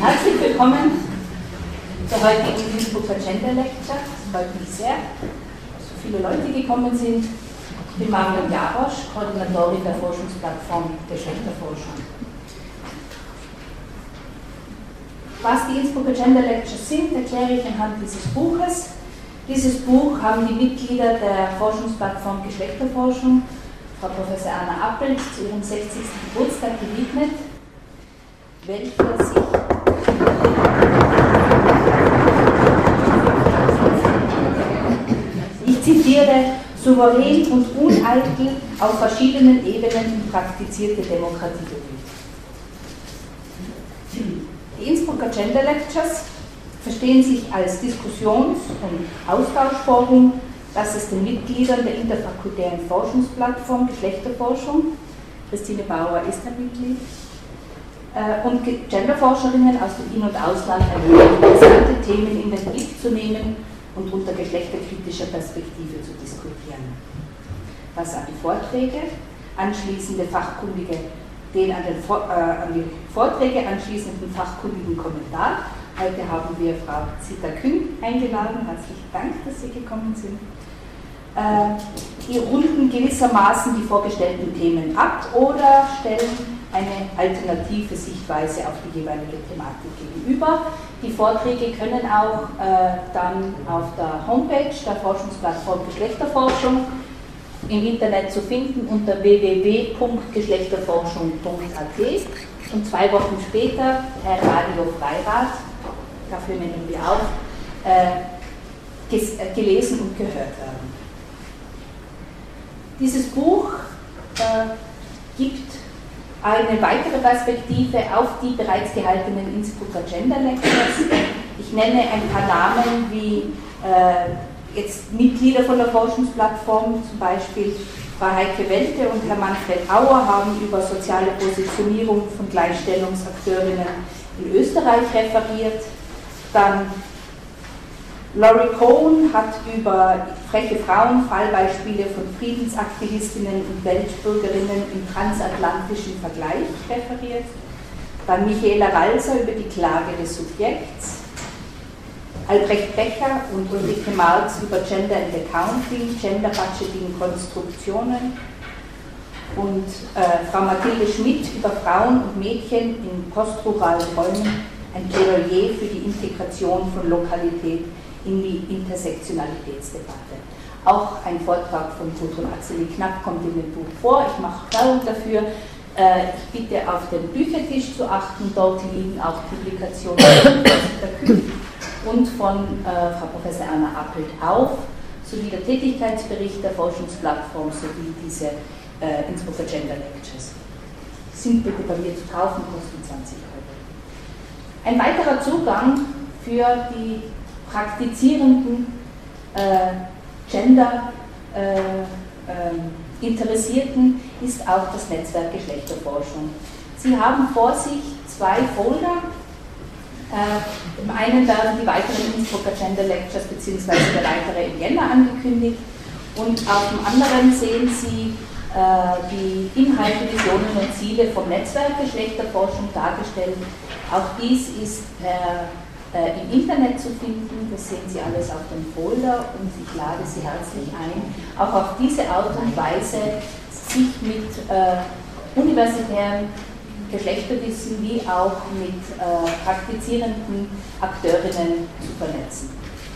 Herzlich willkommen zur heutigen Innsbrucker Gender Lecture. Es freut mich sehr, dass so viele Leute gekommen sind. Ich bin Marion Jarosch, Koordinatorin der Forschungsplattform Geschlechterforschung. Was die Innsbrucker Gender Lectures sind, erkläre ich anhand dieses Buches. Dieses Buch haben die Mitglieder der Forschungsplattform Geschlechterforschung, Frau Professor Anna Appelt, zu ihrem 60. Geburtstag gewidmet, welcher sich ich zitiere, souverän und uneitel auf verschiedenen Ebenen praktizierte Demokratie bemüht. Die Innsbrucker Gender Lectures verstehen sich als Diskussions- und Austauschforum, das es den Mitgliedern der interfakultären Forschungsplattform Geschlechterforschung, Christine Bauer ist ein Mitglied, und Genderforscherinnen aus dem In- und Ausland ermöglicht, interessante Themen in den Blick zu nehmen und unter geschlechterkritischer Perspektive zu diskutieren. Was an die Vorträge, anschließende fachkundige, den an die Vorträge anschließenden fachkundigen Kommentar. Heute haben wir Frau Zita Kühn eingeladen. Herzlichen Dank, dass Sie gekommen sind. Die runden gewissermaßen die vorgestellten Themen ab oder stellen eine alternative Sichtweise auf die jeweilige Thematik gegenüber. Die Vorträge können auch dann auf der Homepage der Forschungsplattform Geschlechterforschung im Internet zu finden unter www.geschlechterforschung.at und 2 Wochen später per Radio Freirad, dafür nennen wir auf, gelesen und gehört werden. Dieses Buch gibt eine weitere Perspektive auf die bereits gehaltenen Innsbrucker Gender Lectures. Ich nenne ein paar Namen wie jetzt Mitglieder von der Forschungsplattform, zum Beispiel Frau Heike Welte und Herr Manfred Auer haben über soziale Positionierung von Gleichstellungsakteurinnen in Österreich referiert. Dann Laurie Cohen hat über freche Frauen Fallbeispiele von Friedensaktivistinnen und Weltbürgerinnen im transatlantischen Vergleich referiert. Dann Michaela Walser über die Klage des Subjekts. Albrecht Becker und Ulrike Marx über Gender and Accounting, Gender Budgeting Konstruktionen. Und Frau Mathilde Schmidt über Frauen und Mädchen in postruralen Räumen, ein Plädoyer für die Integration von Lokalität in die Intersektionalitätsdebatte. Auch ein Vortrag von Gudrun Axeli-Knapp kommt in dem Buch vor. Ich mache Werbung dafür. Ich bitte auf den Büchertisch zu achten. Dort liegen auch Publikationen der Kühl und von Frau Professor Anna Appelt auf, sowie der Tätigkeitsbericht der Forschungsplattform sowie diese Innsbrucker Gender Lectures. Sind bitte bei mir zu kaufen, kosten 20 €. Ein weiterer Zugang für die praktizierenden Gender-Interessierten ist auch das Netzwerk Geschlechterforschung. Sie haben vor sich 2 Folder. Im einen werden die weiteren Innsbrucker Gender Lectures bzw. der weitere im Jänner angekündigt und auf dem anderen sehen Sie die Inhalte, Visionen und Ziele vom Netzwerk Geschlechterforschung dargestellt. Auch dies ist im Internet zu finden, das sehen Sie alles auf dem Folder und ich lade Sie herzlich ein, auch auf diese Art und Weise sich mit universitären Geschlechterwissen wie auch mit praktizierenden Akteurinnen zu vernetzen.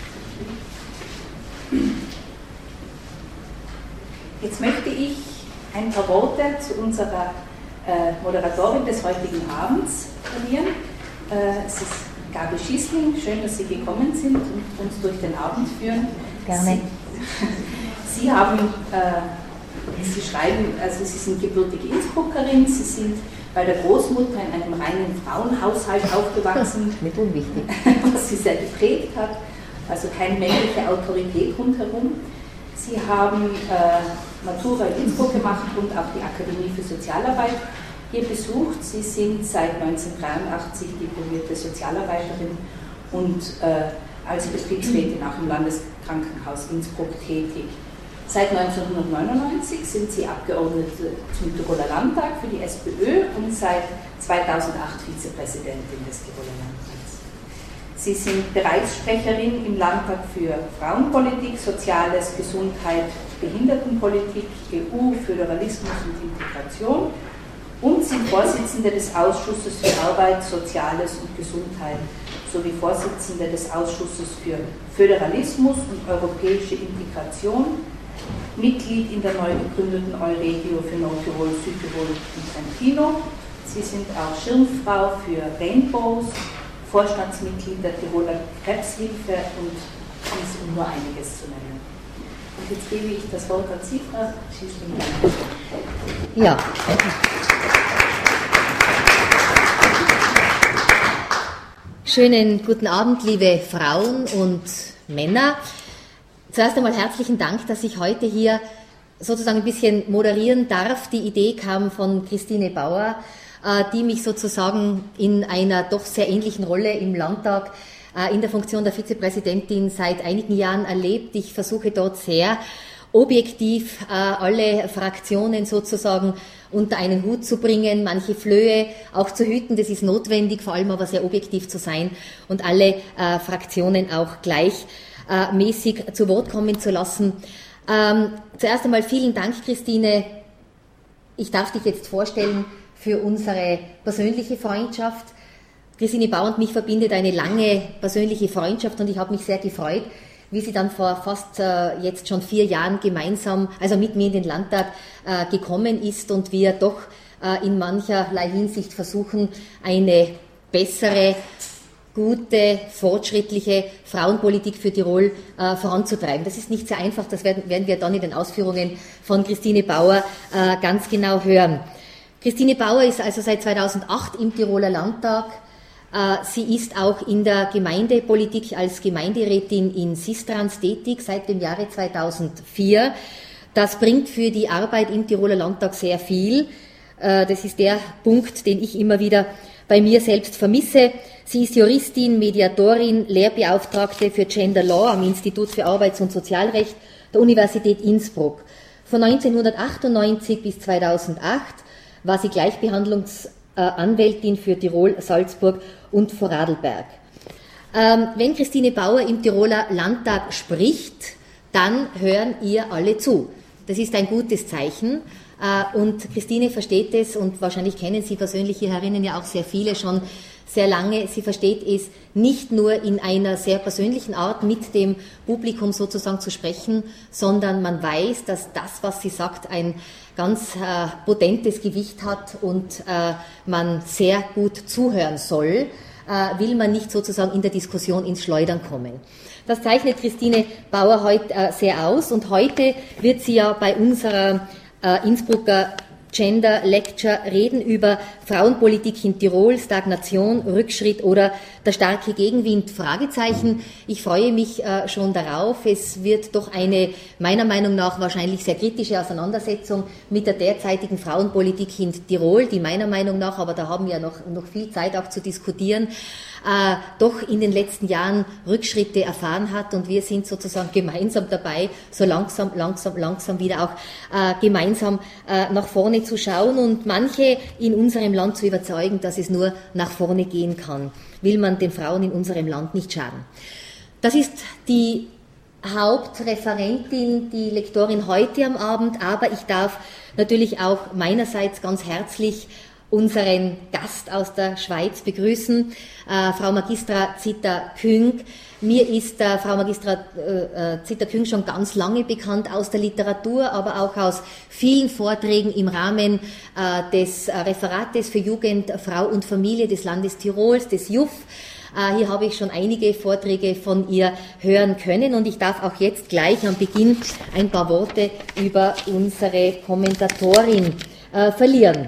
Jetzt möchte ich ein paar Worte zu unserer Moderatorin des heutigen Abends verlieren. Es ist Gabi Schießling, schön, dass Sie gekommen sind und uns durch den Abend führen. Gerne. Sie haben, Sie schreiben, also Sie sind gebürtige Innsbruckerin, Sie sind bei der Großmutter in einem reinen Frauenhaushalt aufgewachsen. Nicht unwichtig. Was Sie sehr geprägt hat, also keine männliche Autorität rundherum. Sie haben Matura in Innsbruck gemacht und auch die Akademie für Sozialarbeit hier besucht. Sie sind seit 1983 diplomierte Sozialarbeiterin und als Betriebsrätin auch im Landeskrankenhaus Innsbruck tätig. Seit 1999 sind Sie Abgeordnete zum Tiroler Landtag für die SPÖ und seit 2008 Vizepräsidentin des Tiroler Landtags. Sie sind Bereichssprecherin im Landtag für Frauenpolitik, Soziales, Gesundheit, Behindertenpolitik, EU, Föderalismus und Integration und sind Vorsitzende des Ausschusses für Arbeit, Soziales und Gesundheit sowie Vorsitzende des Ausschusses für Föderalismus und europäische Integration, Mitglied in der neu gegründeten Euregio für Nordtirol, Südtirol und Trentino. Sie sind auch Schirmfrau für Rainbows, Vorstandsmitglied der Tiroler Krebshilfe und dies, um nur einiges zu nennen. Und jetzt gebe ich das Wort an Sie, Frau Schießling. Ja. Schönen guten Abend, liebe Frauen und Männer. Zuerst einmal herzlichen Dank, dass ich heute hier sozusagen ein bisschen moderieren darf. Die Idee kam von Christine Bauer, die mich sozusagen in einer doch sehr ähnlichen Rolle im Landtag in der Funktion der Vizepräsidentin seit einigen Jahren erlebt. Ich versuche dort sehr objektiv alle Fraktionen sozusagen unter einen Hut zu bringen, manche Flöhe auch zu hüten, das ist notwendig, vor allem aber sehr objektiv zu sein und alle Fraktionen auch gleichmäßig zu Wort kommen zu lassen. Zuerst einmal vielen Dank, Christine. Ich darf dich jetzt vorstellen für unsere persönliche Freundschaft. Christine Bauer und mich verbindet eine lange persönliche Freundschaft und ich habe mich sehr gefreut, wie sie dann vor fast jetzt schon 4 Jahren gemeinsam, also mit mir in den Landtag gekommen ist und wir doch in mancherlei Hinsicht versuchen, eine bessere, gute, fortschrittliche Frauenpolitik für Tirol voranzutreiben. Das ist nicht sehr einfach, das werden wir dann in den Ausführungen von Christine Bauer ganz genau hören. Christine Bauer ist also seit 2008 im Tiroler Landtag. Sie ist auch in der Gemeindepolitik als Gemeinderätin in Sistrans tätig seit dem Jahre 2004. Das bringt für die Arbeit im Tiroler Landtag sehr viel. Das ist der Punkt, den ich immer wieder bei mir selbst vermisse. Sie ist Juristin, Mediatorin, Lehrbeauftragte für Gender Law am Institut für Arbeits- und Sozialrecht der Universität Innsbruck. Von 1998 bis 2008 war sie Gleichbehandlungsanwältin für Tirol, Salzburg und Vorarlberg. Wenn Christine Bauer im Tiroler Landtag spricht, dann hören ihr alle zu. Das ist ein gutes Zeichen. Und Christine versteht es, und wahrscheinlich kennen Sie persönlich hier herinnen ja auch sehr viele schon sehr lange. Sie versteht es nicht nur in einer sehr persönlichen Art mit dem Publikum sozusagen zu sprechen, sondern man weiß, dass das, was sie sagt, ein ganz potentes Gewicht hat und man sehr gut zuhören soll, will man nicht sozusagen in der Diskussion ins Schleudern kommen. Das zeichnet Christine Bauer heute sehr aus und heute wird sie ja bei unserer Innsbrucker Gender Lecture reden über Frauenpolitik in Tirol, Stagnation, Rückschritt oder der starke Gegenwind, Fragezeichen. Ich freue mich schon darauf. Es wird doch eine, meiner Meinung nach, wahrscheinlich sehr kritische Auseinandersetzung mit der derzeitigen Frauenpolitik in Tirol, die meiner Meinung nach, aber da haben wir noch viel Zeit auch zu diskutieren, doch in den letzten Jahren Rückschritte erfahren hat und wir sind sozusagen gemeinsam dabei, so langsam wieder auch gemeinsam nach vorne zu schauen und manche in unserem Land zu überzeugen, dass es nur nach vorne gehen kann, will man den Frauen in unserem Land nicht schaden. Das ist die Hauptreferentin, die Lektorin heute am Abend, aber ich darf natürlich auch meinerseits ganz herzlich unseren Gast aus der Schweiz begrüßen, Frau Magistra Zita Küng. Mir ist Frau Magistra Zita Küng schon ganz lange bekannt aus der Literatur, aber auch aus vielen Vorträgen im Rahmen des Referates für Jugend, Frau und Familie des Landes Tirols, des JUF. Hier habe ich schon einige Vorträge von ihr hören können und ich darf auch jetzt gleich am Beginn ein paar Worte über unsere Kommentatorin verlieren.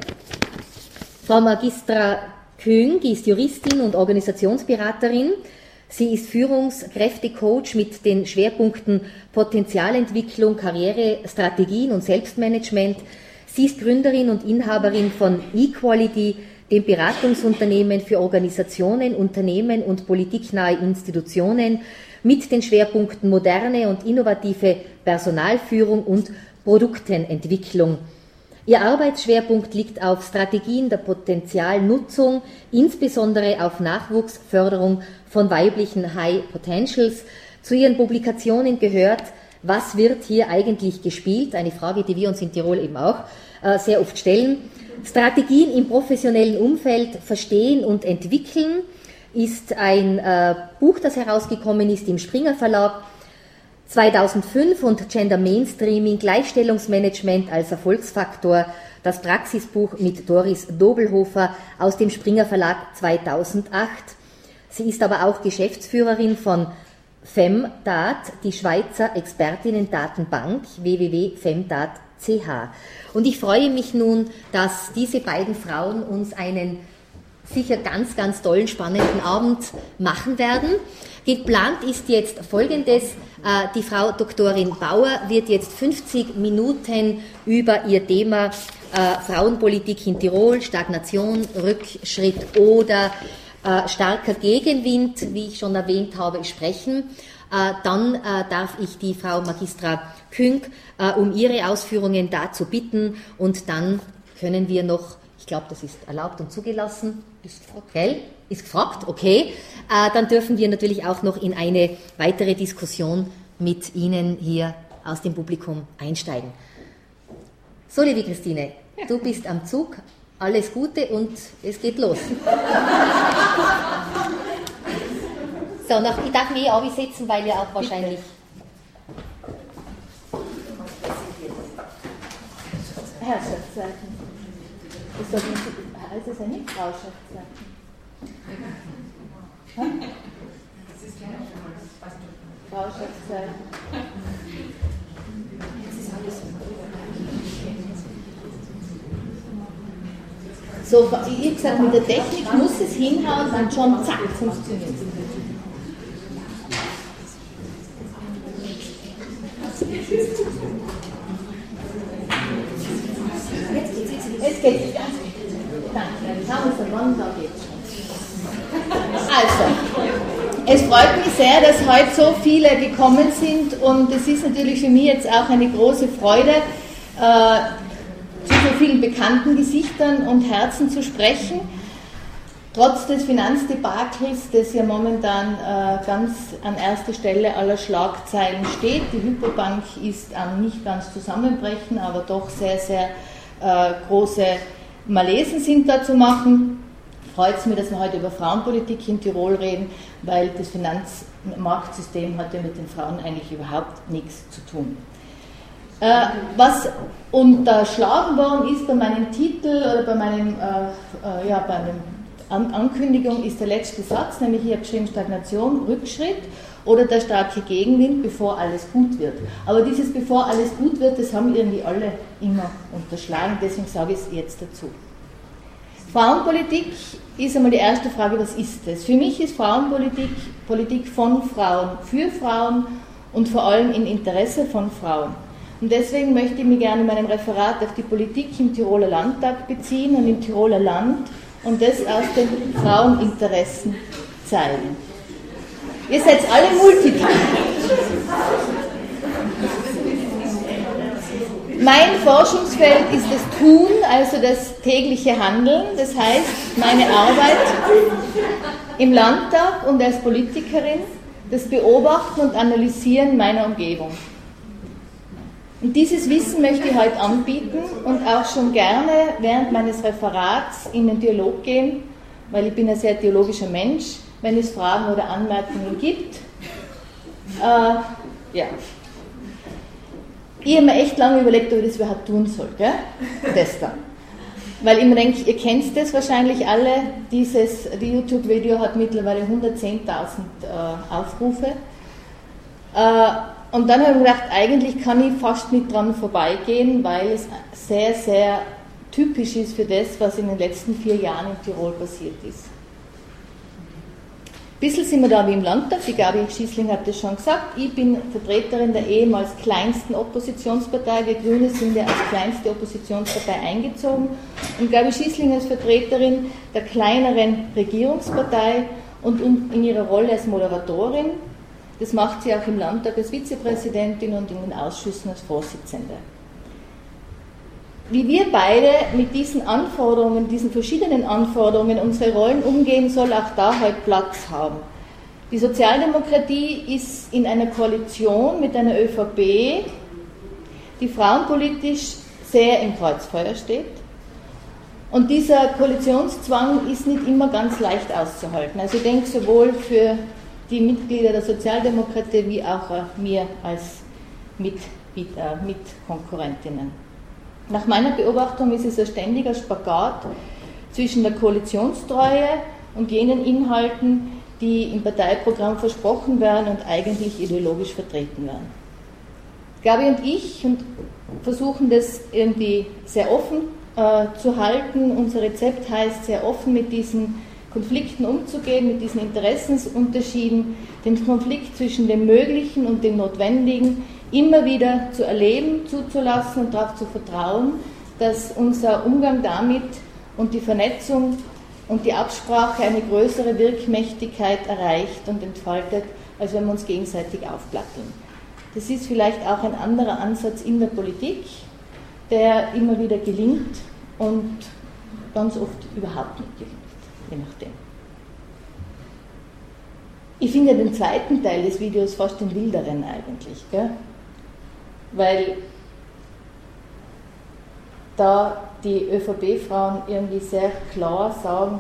Frau Magistra Küng ist Juristin und Organisationsberaterin. Sie ist Führungskräftecoach mit den Schwerpunkten Potenzialentwicklung, Karriere, Strategien und Selbstmanagement. Sie ist Gründerin und Inhaberin von Equality, dem Beratungsunternehmen für Organisationen, Unternehmen und politiknahe Institutionen mit den Schwerpunkten moderne und innovative Personalführung und Produktenentwicklung. Ihr Arbeitsschwerpunkt liegt auf Strategien der Potenzialnutzung, insbesondere auf Nachwuchsförderung von weiblichen High Potentials. Zu ihren Publikationen gehört "Was wird hier eigentlich gespielt?", eine Frage, die wir uns in Tirol eben auch sehr oft stellen. "Strategien im professionellen Umfeld verstehen und entwickeln" ist ein Buch, das herausgekommen ist im Springer Verlag 2005, und "Gender Mainstreaming, Gleichstellungsmanagement als Erfolgsfaktor", das Praxisbuch mit Doris Dobelhofer aus dem Springer Verlag 2008. Sie ist aber auch Geschäftsführerin von Femdat, die Schweizer Expertinnen-Datenbank, www.femdat.ch. Und ich freue mich nun, dass diese beiden Frauen uns einen sicher ganz, ganz tollen, spannenden Abend machen werden. Geplant ist jetzt Folgendes: Die Frau Doktorin Bauer wird jetzt 50 Minuten über ihr Thema Frauenpolitik in Tirol, Stagnation, Rückschritt oder starker Gegenwind, wie ich schon erwähnt habe, sprechen. Dann darf ich die Frau Magistra Künk um ihre Ausführungen dazu bitten, und dann können wir noch, ich glaube, das ist erlaubt und zugelassen, ist gefragt, gell? Ist gefragt, okay. Dann dürfen wir natürlich auch noch in eine weitere Diskussion mit Ihnen hier aus dem Publikum einsteigen. So, liebe Christine, du bist am Zug. Alles Gute und es geht los. So, ich darf mich absetzen, weil ja auch wahrscheinlich... Herrschaftszeichen. Heißt es ja nicht Frauenschaftzeichen? Das ist gleich. Frauenschaftzeichen. Das ist alles so, ich habe gesagt, mit der Technik muss es hinhauen und schon zack, funktioniert es. Jetzt geht's. Danke, dann haben wir verloren, da geht's schon. Also, es freut mich sehr, dass heute so viele gekommen sind, und es ist natürlich für mich jetzt auch eine große Freude, zu so vielen bekannten Gesichtern und Herzen zu sprechen, trotz des Finanzdebakels, das ja momentan ganz an erster Stelle aller Schlagzeilen steht. Die Hypobank ist am nicht ganz zusammenbrechen, aber doch sehr, sehr große Malesen sind da zu machen. Freut es mich, dass wir heute über Frauenpolitik in Tirol reden, weil das Finanzmarktsystem hat ja mit den Frauen eigentlich überhaupt nichts zu tun. Was unterschlagen worden ist bei meinem Titel oder bei meinem Ankündigung, ist der letzte Satz, nämlich ich habe geschrieben Stagnation, Rückschritt oder der starke Gegenwind, bevor alles gut wird. Aber dieses bevor alles gut wird, das haben irgendwie alle immer unterschlagen, deswegen sage ich es jetzt dazu. Frauenpolitik ist einmal die erste Frage, was ist es? Für mich ist Frauenpolitik Politik von Frauen, für Frauen und vor allem im Interesse von Frauen. Und deswegen möchte ich mich gerne in meinem Referat auf die Politik im Tiroler Landtag beziehen und im Tiroler Land und das aus den Fraueninteressen zeigen. Ihr seid alle Multitalent. Mein Forschungsfeld ist das Tun, also das tägliche Handeln, das heißt meine Arbeit im Landtag und als Politikerin, das Beobachten und Analysieren meiner Umgebung. Und dieses Wissen möchte ich heute anbieten und auch schon gerne während meines Referats in den Dialog gehen, weil ich bin ein sehr dialogischer Mensch, wenn es Fragen oder Anmerkungen gibt. Ja. Ich habe mir echt lange überlegt, ob ich das überhaupt tun soll, gell? Das da. Weil ich mir denke, ihr kennt das wahrscheinlich alle, die YouTube-Video hat mittlerweile 110.000 Aufrufe. Und dann habe ich mir gedacht, eigentlich kann ich fast nicht dran vorbeigehen, weil es sehr, sehr typisch ist für das, was in den letzten 4 Jahren in Tirol passiert ist. Ein bisschen sind wir da wie im Landtag, die Gabi Schiessling hat das schon gesagt, ich bin Vertreterin der ehemals kleinsten Oppositionspartei, wir Grüne sind ja als kleinste Oppositionspartei eingezogen und Gabi Schiessling als Vertreterin der kleineren Regierungspartei und in ihrer Rolle als Moderatorin. Das macht sie auch im Landtag als Vizepräsidentin und in den Ausschüssen als Vorsitzende. Wie wir beide mit diesen Anforderungen, diesen verschiedenen Anforderungen unsere Rollen umgehen, soll auch da heute Platz haben. Die Sozialdemokratie ist in einer Koalition mit einer ÖVP, die frauenpolitisch sehr im Kreuzfeuer steht. Und dieser Koalitionszwang ist nicht immer ganz leicht auszuhalten. Also ich denke sowohl für die Mitglieder der Sozialdemokratie wie auch mir als Mitkonkurrentinnen. Nach meiner Beobachtung ist es ein ständiger Spagat zwischen der Koalitionstreue und jenen Inhalten, die im Parteiprogramm versprochen werden und eigentlich ideologisch vertreten werden. Gabi und ich versuchen das irgendwie sehr offen zu halten. Unser Rezept heißt, sehr offen mit diesen Konflikten umzugehen, mit diesen Interessensunterschieden, den Konflikt zwischen dem Möglichen und dem Notwendigen immer wieder zu erleben, zuzulassen und darauf zu vertrauen, dass unser Umgang damit und die Vernetzung und die Absprache eine größere Wirkmächtigkeit erreicht und entfaltet, als wenn wir uns gegenseitig aufplatteln. Das ist vielleicht auch ein anderer Ansatz in der Politik, der immer wieder gelingt und ganz oft überhaupt nicht gelingt, je nachdem. Ich finde den zweiten Teil des Videos fast den wilderen eigentlich, gell? Weil da die ÖVP-Frauen irgendwie sehr klar sagen,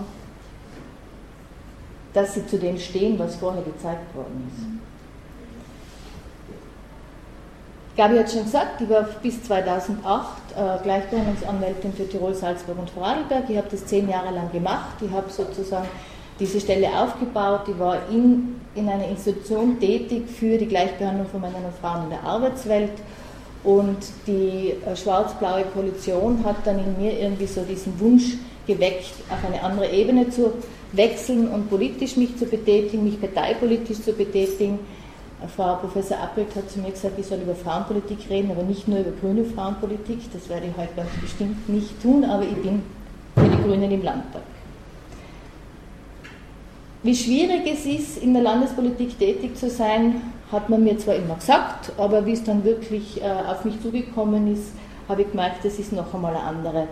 dass sie zu dem stehen, was vorher gezeigt worden ist. Gabi hat schon gesagt, ich war bis 2008 Gleichbehandlungsanwältin für Tirol, Salzburg und Vorarlberg. Ich habe das 10 Jahre lang gemacht. Ich habe sozusagen diese Stelle aufgebaut. Ich war in einer Institution tätig für die Gleichbehandlung von Männern und Frauen in der Arbeitswelt. Und die schwarz-blaue Koalition hat dann in mir irgendwie so diesen Wunsch geweckt, auf eine andere Ebene zu wechseln und politisch mich zu betätigen, mich parteipolitisch zu betätigen. Frau Professor Appelt hat zu mir gesagt, ich soll über Frauenpolitik reden, aber nicht nur über grüne Frauenpolitik. Das werde ich heute ganz bestimmt nicht tun, aber ich bin für die Grünen im Landtag. Wie schwierig es ist, in der Landespolitik tätig zu sein, hat man mir zwar immer gesagt, aber wie es dann wirklich auf mich zugekommen ist, habe ich gemerkt, das ist noch einmal eine andere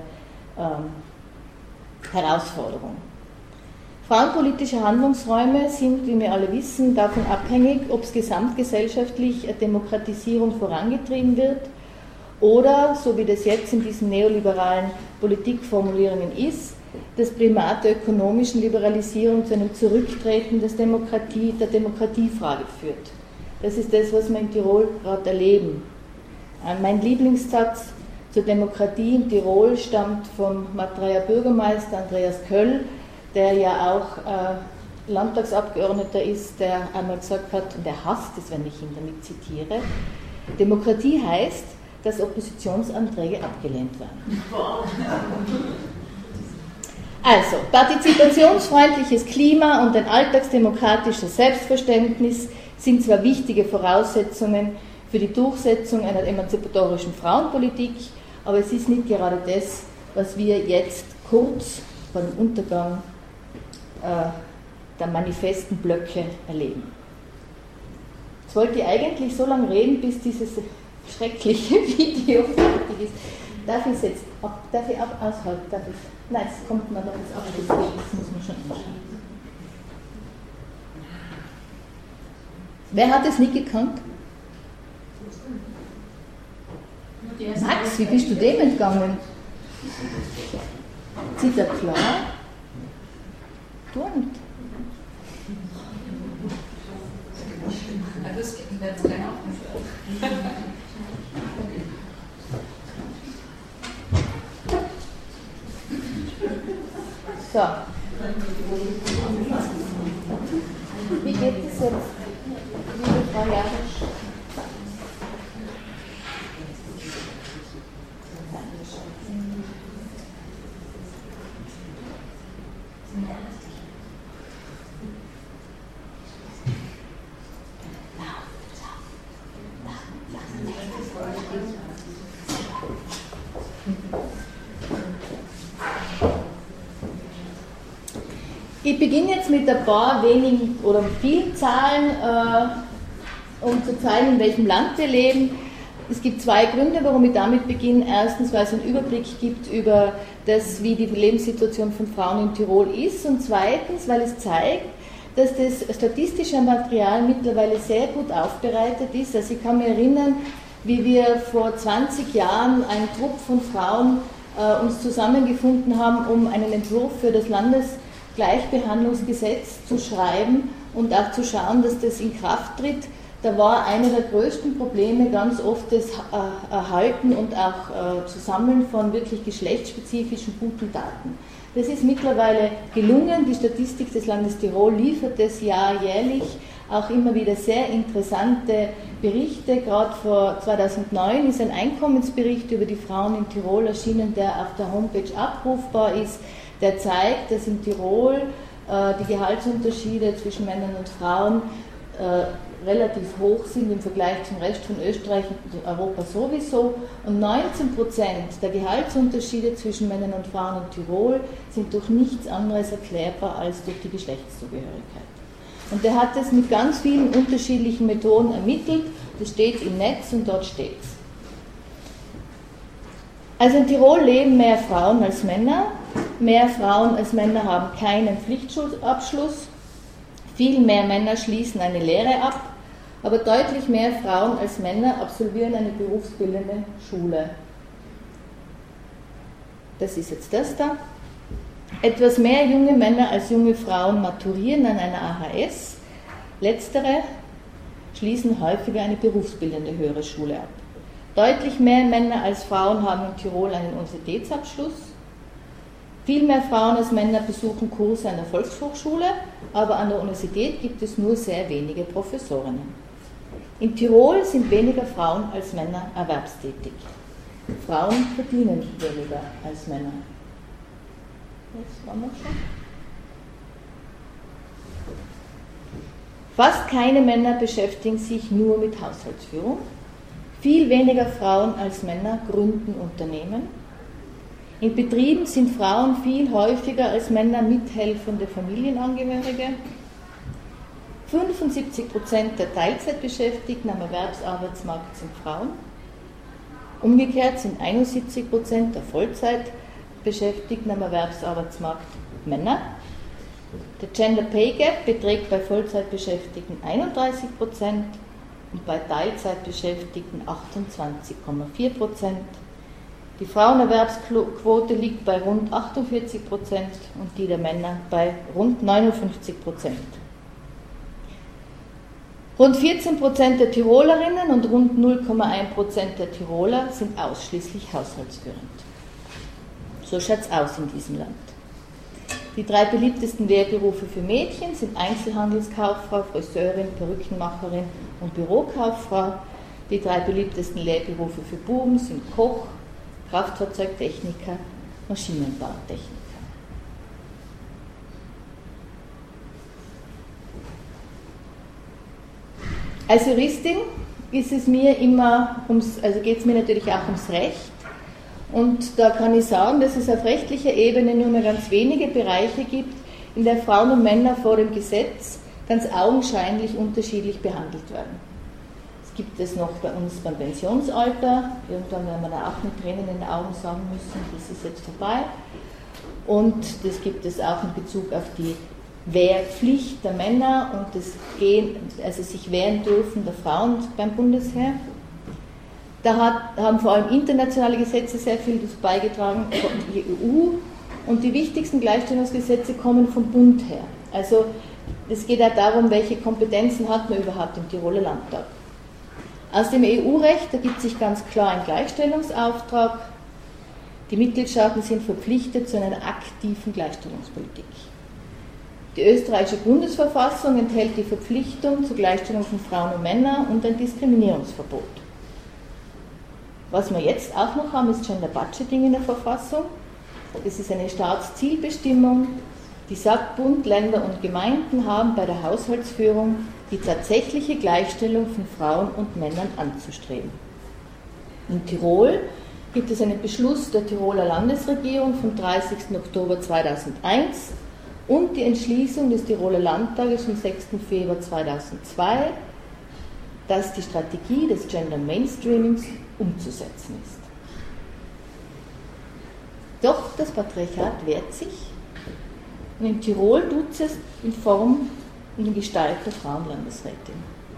Herausforderung. Frauenpolitische Handlungsräume sind, wie wir alle wissen, davon abhängig, ob es gesamtgesellschaftlich eine Demokratisierung vorangetrieben wird oder, so wie das jetzt in diesen neoliberalen Politikformulierungen ist, das Primat der ökonomischen Liberalisierung zu einem Zurücktreten der Demokratiefrage führt. Das ist das, was wir in Tirol gerade erleben. Mein Lieblingssatz zur Demokratie in Tirol stammt vom Matraer Bürgermeister Andreas Köll, der ja auch Landtagsabgeordneter ist, der einmal gesagt hat, und er hasst es, wenn ich ihn damit zitiere, Demokratie heißt, dass Oppositionsanträge abgelehnt werden. Also, partizipationsfreundliches Klima und ein alltagsdemokratisches Selbstverständnis sind zwar wichtige Voraussetzungen für die Durchsetzung einer emanzipatorischen Frauenpolitik, aber es ist nicht gerade das, was wir jetzt kurz vor dem Untergang der manifesten Blöcke erleben. Jetzt wollte ich eigentlich so lange reden, bis dieses schreckliche Video fertig ist. Darf ich es jetzt aushalten? Nein, es kommt mir noch das Abschlussbild, das muss man schon anschauen. Wer hat es nicht gekannt? Max, wie bist du dem entgangen? Sieht er klar? Du nicht. Das geht jetzt gleich auch. So. Wie geht es jetzt, liebe Frau Janisch? Ich beginne jetzt mit ein paar wenigen oder vielen Zahlen um zu zeigen, in welchem Land wir leben. Es gibt zwei Gründe, warum ich damit beginne. Erstens, weil es einen Überblick gibt über das, wie die Lebenssituation von Frauen in Tirol ist. Und zweitens, weil es zeigt, dass das statistische Material mittlerweile sehr gut aufbereitet ist. Also ich kann mich erinnern, wie wir vor 20 Jahren ein Trupp von Frauen uns zusammengefunden haben, um einen Entwurf für das Landesgleichbehandlungsgesetz zu schreiben und auch zu schauen, dass das in Kraft tritt. Da war einer der größten Probleme ganz oft das Erhalten und auch Sammeln von wirklich geschlechtsspezifischen guten Daten. Das ist mittlerweile gelungen. Die Statistik des Landes Tirol liefert das Jahr jährlich auch immer wieder sehr interessante Berichte. Gerade vor 2009 ist ein Einkommensbericht über die Frauen in Tirol erschienen, der auf der Homepage abrufbar ist. Der zeigt, dass in Tirol die Gehaltsunterschiede zwischen Männern und Frauen relativ hoch sind im Vergleich zum Rest von Österreich und Europa sowieso. Und 19% der Gehaltsunterschiede zwischen Männern und Frauen in Tirol sind durch nichts anderes erklärbar als durch die Geschlechtszugehörigkeit. Und er hat es mit ganz vielen unterschiedlichen Methoden ermittelt. Das steht im Netz und dort steht es. Also in Tirol leben mehr Frauen als Männer. Mehr Frauen als Männer haben keinen Pflichtschulabschluss. Viel mehr Männer schließen eine Lehre ab, aber deutlich mehr Frauen als Männer absolvieren eine berufsbildende Schule. Das ist jetzt das da. Etwas mehr junge Männer als junge Frauen maturieren an einer AHS. Letztere schließen häufiger eine berufsbildende höhere Schule ab. Deutlich mehr Männer als Frauen haben in Tirol einen Universitätsabschluss. Viel mehr Frauen als Männer besuchen Kurse an der Volkshochschule, aber an der Universität gibt es nur sehr wenige Professorinnen. In Tirol sind weniger Frauen als Männer erwerbstätig. Frauen verdienen weniger als Männer. Jetzt waren wir schon. Fast keine Männer beschäftigen sich nur mit Haushaltsführung. Viel weniger Frauen als Männer gründen Unternehmen. In Betrieben sind Frauen viel häufiger als Männer mithelfende Familienangehörige. 75% der Teilzeitbeschäftigten am Erwerbsarbeitsmarkt sind Frauen. Umgekehrt sind 71% der Vollzeitbeschäftigten am Erwerbsarbeitsmarkt Männer. Der Gender Pay Gap beträgt bei Vollzeitbeschäftigten 31% und bei Teilzeitbeschäftigten 28,4%. Die Frauenerwerbsquote liegt bei rund 48% und die der Männer bei rund 59%. Rund 14% der Tirolerinnen und rund 0,1% der Tiroler sind ausschließlich haushaltsführend. So schaut es aus in diesem Land. Die 3 beliebtesten Lehrberufe für Mädchen sind Einzelhandelskauffrau, Friseurin, Perückenmacherin und Bürokauffrau. Die 3 beliebtesten Lehrberufe für Buben sind Koch, Kraftfahrzeugtechniker, Maschinenbautechniker. Als Juristin ist es mir immer geht es mir natürlich auch ums Recht. Und da kann ich sagen, dass es auf rechtlicher Ebene nur mehr ganz wenige Bereiche gibt, in der Frauen und Männer vor dem Gesetz ganz augenscheinlich unterschiedlich behandelt werden. Es gibt es noch bei uns beim Pensionsalter, irgendwann werden wir da auch mit Tränen in den Augen sagen müssen, das ist jetzt vorbei. Und das gibt es auch in Bezug auf die Wehrpflicht der Männer und das sich wehren dürfen der Frauen beim Bundesheer. Da haben vor allem internationale Gesetze sehr viel dazu beigetragen, die EU, und die wichtigsten Gleichstellungsgesetze kommen vom Bund her. Also es geht auch darum, welche Kompetenzen hat man überhaupt im Tiroler Landtag. Aus dem EU-Recht ergibt sich ganz klar ein Gleichstellungsauftrag. Die Mitgliedstaaten sind verpflichtet zu einer aktiven Gleichstellungspolitik. Die österreichische Bundesverfassung enthält die Verpflichtung zur Gleichstellung von Frauen und Männern und ein Diskriminierungsverbot. Was wir jetzt auch noch haben, ist Gender Budgeting in der Verfassung. Das ist eine Staatszielbestimmung, die sagt, Bund, Länder und Gemeinden haben bei der Haushaltsführung die tatsächliche Gleichstellung von Frauen und Männern anzustreben. In Tirol gibt es einen Beschluss der Tiroler Landesregierung vom 30. Oktober 2001 und die Entschließung des Tiroler Landtages vom 6. Februar 2002. dass die Strategie des Gender Mainstreamings umzusetzen ist. Doch das Patriarchat wehrt sich und in Tirol tut es in Form und in Gestalt der Frauenlandesrätin.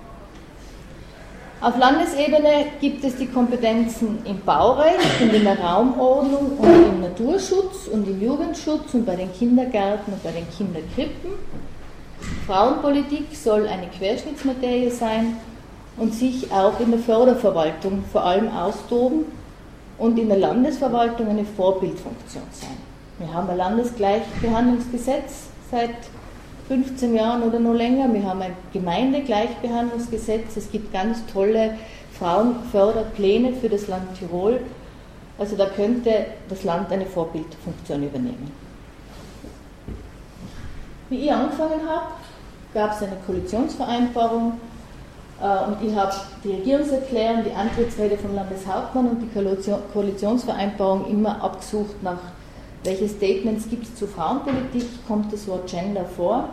Auf Landesebene gibt es die Kompetenzen im Baurecht und in der Raumordnung und im Naturschutz und im Jugendschutz und bei den Kindergärten und bei den Kinderkrippen. Frauenpolitik soll eine Querschnittsmaterie sein und sich auch in der Förderverwaltung vor allem austoben und in der Landesverwaltung eine Vorbildfunktion sein. Wir haben ein Landesgleichbehandlungsgesetz seit 15 Jahren oder noch länger. Wir haben ein Gemeindegleichbehandlungsgesetz. Es gibt ganz tolle Frauenförderpläne für das Land Tirol. Also da könnte das Land eine Vorbildfunktion übernehmen. Wie ich angefangen habe, gab es eine Koalitionsvereinbarung und ich habe die Regierungserklärung, die Antrittsrede vom Landeshauptmann und die Koalitionsvereinbarung immer abgesucht nach welche Statements gibt es zu Frauenpolitik, kommt das Wort Gender vor.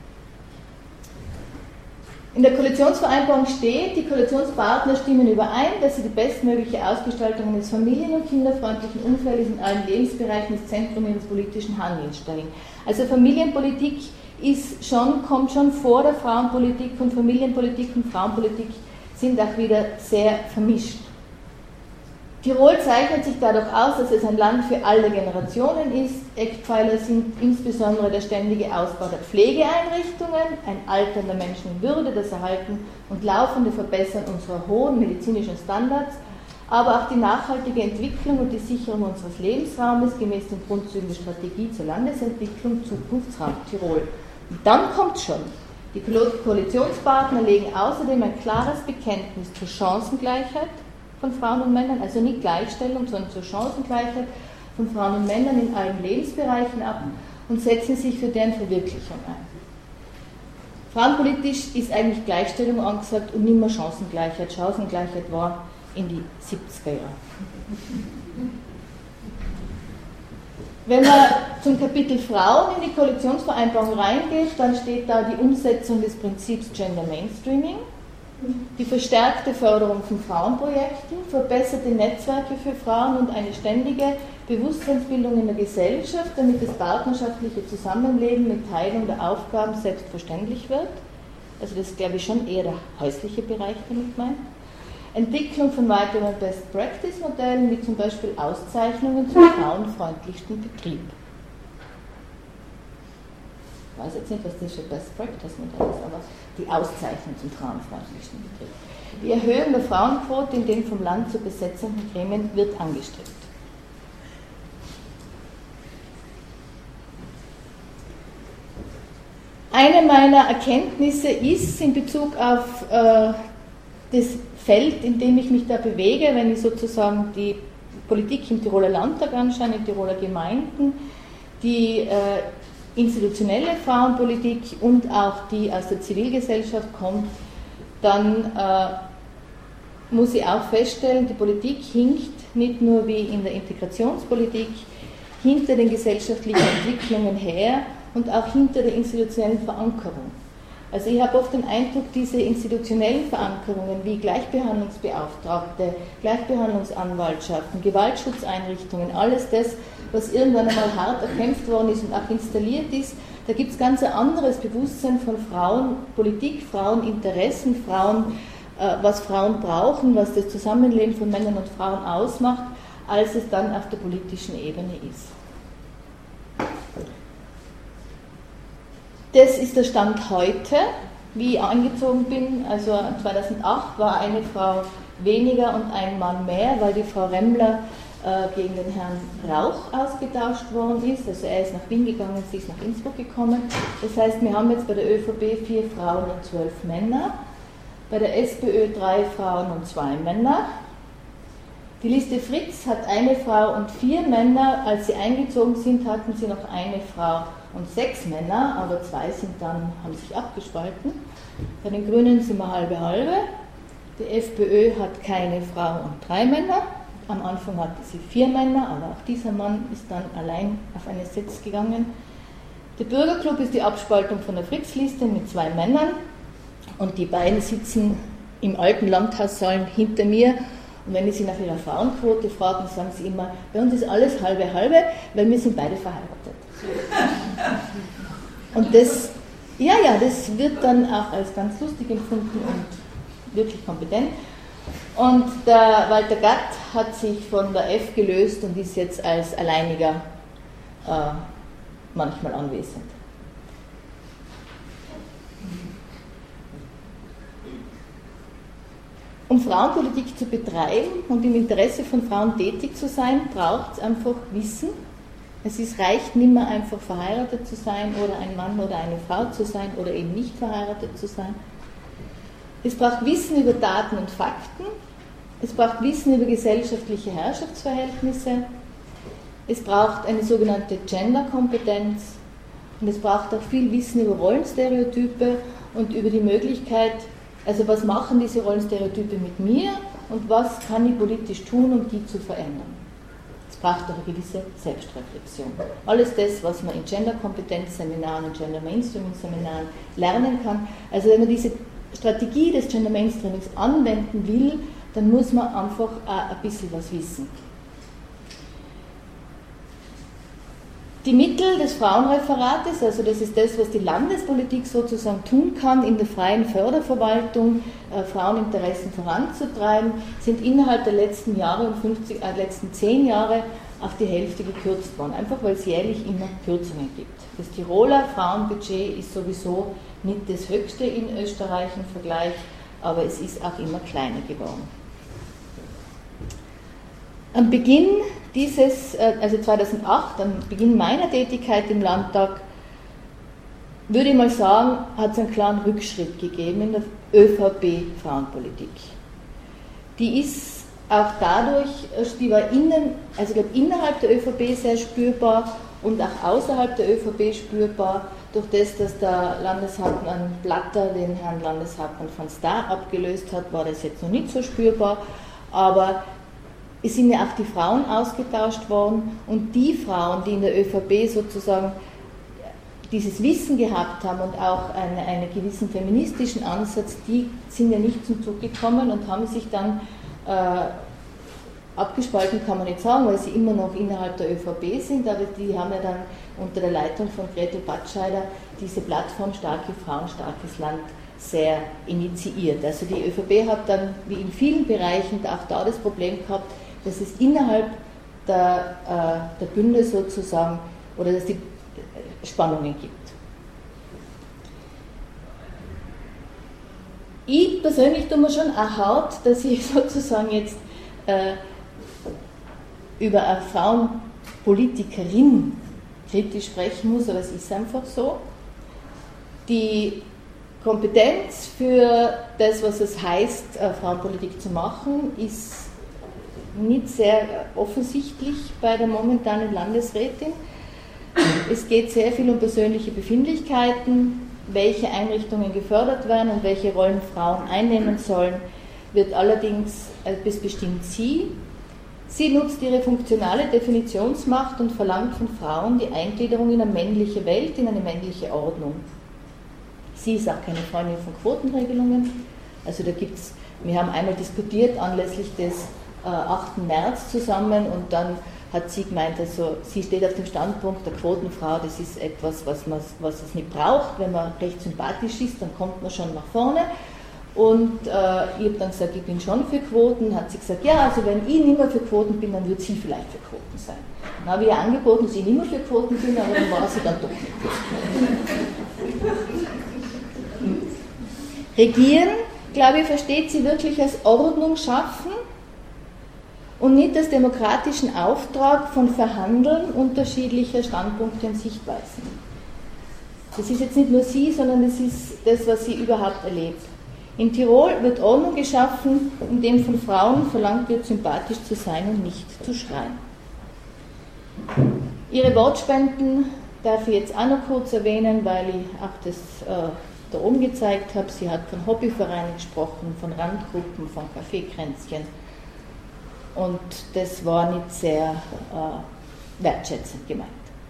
In der Koalitionsvereinbarung steht, die Koalitionspartner stimmen überein, dass sie die bestmögliche Ausgestaltung eines familien- und kinderfreundlichen Umfeldes in allen Lebensbereichen ins Zentrum ihres politischen Handelns stellen. Also Familienpolitik kommt schon vor der Frauenpolitik und Familienpolitik und Frauenpolitik sind auch wieder sehr vermischt. Tirol zeichnet sich dadurch aus, dass es ein Land für alle Generationen ist. Eckpfeiler sind insbesondere der ständige Ausbau der Pflegeeinrichtungen, ein Altern der Menschen in Würde, das Erhalten und laufende Verbessern unserer hohen medizinischen Standards, aber auch die nachhaltige Entwicklung und die Sicherung unseres Lebensraumes gemäß den Grundzügen der Strategie zur Landesentwicklung Zukunftsraum Tirol. Und dann kommt schon. Die Koalitionspartner legen außerdem ein klares Bekenntnis zur Chancengleichheit von Frauen und Männern, also nicht Gleichstellung, sondern zur Chancengleichheit von Frauen und Männern in allen Lebensbereichen ab und setzen sich für deren Verwirklichung ein. Frauenpolitisch ist eigentlich Gleichstellung angesagt und nicht mehr Chancengleichheit. Chancengleichheit war in die 70er Jahre. Wenn man zum Kapitel Frauen in die Koalitionsvereinbarung reingeht, dann steht da die Umsetzung des Prinzips Gender Mainstreaming, die verstärkte Förderung von Frauenprojekten, verbesserte Netzwerke für Frauen und eine ständige Bewusstseinsbildung in der Gesellschaft, damit das partnerschaftliche Zusammenleben mit Teilung der Aufgaben selbstverständlich wird. Also das ist, glaube ich, schon eher der häusliche Bereich damit meint. Entwicklung von weiteren Best-Practice-Modellen, wie zum Beispiel Auszeichnungen zum frauenfreundlichsten Betrieb. Ich weiß jetzt nicht, was das für Best-Practice-Modell ist, aber die Auszeichnung zum frauenfreundlichsten Betrieb. Die Erhöhung der Frauenquote in den vom Land zu besetzenden Gremien wird angestrebt. Eine meiner Erkenntnisse ist in Bezug auf das Feld, in dem ich mich da bewege, wenn ich sozusagen die Politik im Tiroler Landtag anschaue, in Tiroler Gemeinden, die institutionelle Frauenpolitik und auch die aus der Zivilgesellschaft kommt, dann muss ich auch feststellen, die Politik hinkt nicht nur wie in der Integrationspolitik hinter den gesellschaftlichen Entwicklungen her und auch hinter der institutionellen Verankerung. Also ich habe oft den Eindruck, diese institutionellen Verankerungen wie Gleichbehandlungsbeauftragte, Gleichbehandlungsanwaltschaften, Gewaltschutzeinrichtungen, alles das, was irgendwann einmal hart erkämpft worden ist und auch installiert ist, da gibt es ganz ein anderes Bewusstsein von Frauenpolitik, Fraueninteressen, was Frauen brauchen, was das Zusammenleben von Männern und Frauen ausmacht, als es dann auf der politischen Ebene ist. Das ist der Stand heute, wie ich eingezogen bin. Also 2008 war eine Frau weniger und ein Mann mehr, weil die Frau Remmler gegen den Herrn Rauch ausgetauscht worden ist. Also er ist nach Wien gegangen, sie ist nach Innsbruck gekommen. Das heißt, wir haben jetzt bei der ÖVP 4 Frauen und 12 Männer, bei der SPÖ 3 Frauen und 2 Männer. Die Liste Fritz hat eine Frau und 4 Männer. Als sie eingezogen sind, hatten sie noch eine Frau und 6 Männer, aber 2 haben sich abgespalten. Bei den Grünen sind wir halbe. Die FPÖ hat keine Frau und 3 Männer. Am Anfang hatte sie 4 Männer, aber auch dieser Mann ist dann allein auf einen Sitz gegangen. Der Bürgerclub ist die Abspaltung von der Fritz-Liste mit 2 Männern und die beiden sitzen im alten Landhaussaal hinter mir. Und wenn ich sie nach ihrer Frauenquote frage, sagen sie immer, bei uns ist alles halbe, halbe, weil wir sind beide verheiratet. Und das wird dann auch als ganz lustig empfunden und wirklich kompetent. Und der Walter Gatt hat sich von der F gelöst und ist jetzt als Alleiniger manchmal anwesend. Um Frauenpolitik zu betreiben und im Interesse von Frauen tätig zu sein, braucht es einfach Wissen. Reicht nicht mehr einfach verheiratet zu sein oder ein Mann oder eine Frau zu sein oder eben nicht verheiratet zu sein. Es braucht Wissen über Daten und Fakten. Es braucht Wissen über gesellschaftliche Herrschaftsverhältnisse. Es braucht eine sogenannte Gender-Kompetenz. Und es braucht auch viel Wissen über Rollenstereotype und über die Möglichkeit, also was machen diese Rollenstereotype mit mir und was kann ich politisch tun, um die zu verändern. Es braucht auch eine gewisse Selbstreflexion. Alles das, was man in Gender-Kompetenzseminaren und Gender-Mainstreaming-Seminaren lernen kann. Also wenn man diese Strategie des Gender-Mainstreamings anwenden will, dann muss man einfach auch ein bisschen was wissen. Die Mittel des Frauenreferates, also das ist das, was die Landespolitik sozusagen tun kann, in der freien Förderverwaltung Fraueninteressen voranzutreiben, sind innerhalb der letzten Jahre, letzten 10 Jahre auf die Hälfte gekürzt worden, einfach weil es jährlich immer Kürzungen gibt. Das Tiroler Frauenbudget ist sowieso nicht das höchste in Österreich im Vergleich, aber es ist auch immer kleiner geworden. Am Beginn also 2008, am Beginn meiner Tätigkeit im Landtag, würde ich mal sagen, hat es einen klaren Rückschritt gegeben in der ÖVP-Frauenpolitik. Die ist auch dadurch, die war innerhalb der ÖVP sehr spürbar und auch außerhalb der ÖVP spürbar, durch das, dass der Landeshauptmann Blatter den Herrn Landeshauptmann von Staar abgelöst hat, war das jetzt noch nicht so spürbar, aber es sind ja auch die Frauen ausgetauscht worden und die Frauen, die in der ÖVP sozusagen dieses Wissen gehabt haben und auch einen gewissen feministischen Ansatz, die sind ja nicht zum Zug gekommen und haben sich dann abgespalten, kann man nicht sagen, weil sie immer noch innerhalb der ÖVP sind, aber die haben ja dann unter der Leitung von Gretel Batscheider diese Plattform Starke Frauen, starkes Land sehr initiiert. Also die ÖVP hat dann, wie in vielen Bereichen, auch da das Problem gehabt, dass es innerhalb der Bünde sozusagen, oder dass die Spannungen gibt. Ich persönlich tue mir schon auch hart, dass ich sozusagen jetzt über eine Frauenpolitikerin kritisch sprechen muss, aber es ist einfach so. Die Kompetenz für das, was es heißt, Frauenpolitik zu machen, ist nicht sehr offensichtlich bei der momentanen Landesrätin. Es geht sehr viel um persönliche Befindlichkeiten, welche Einrichtungen gefördert werden und welche Rollen Frauen einnehmen sollen, wird allerdings das bestimmt sie. Sie nutzt ihre funktionale Definitionsmacht und verlangt von Frauen die Eingliederung in eine männliche Welt, in eine männliche Ordnung. Sie ist auch keine Freundin von Quotenregelungen. Also wir haben einmal diskutiert anlässlich des 8. März zusammen und dann hat sie gemeint, also sie steht auf dem Standpunkt der Quotenfrau, das ist etwas, was es nicht braucht. Wenn man recht sympathisch ist, dann kommt man schon nach vorne. Und ich habe dann gesagt, ich bin schon für Quoten. Hat sie gesagt, ja, also wenn ich nicht mehr für Quoten bin, dann wird sie vielleicht für Quoten sein. Dann habe ich ihr angeboten, dass ich nicht mehr für Quoten bin, aber dann war sie dann doch nicht für Quoten. Regieren, glaube ich, versteht sie wirklich als Ordnung schaffen und nicht als demokratischen Auftrag von Verhandeln unterschiedlicher Standpunkte und Sichtweisen. Das ist jetzt nicht nur sie, sondern das ist das, was sie überhaupt erlebt. In Tirol wird Ordnung geschaffen, indem von Frauen verlangt wird, sympathisch zu sein und nicht zu schreien. Ihre Wortspenden darf ich jetzt auch noch kurz erwähnen, weil ich auch das da oben gezeigt habe. Sie hat von Hobbyvereinen gesprochen, von Randgruppen, von Kaffeekränzchen. Und das war nicht sehr wertschätzend gemeint.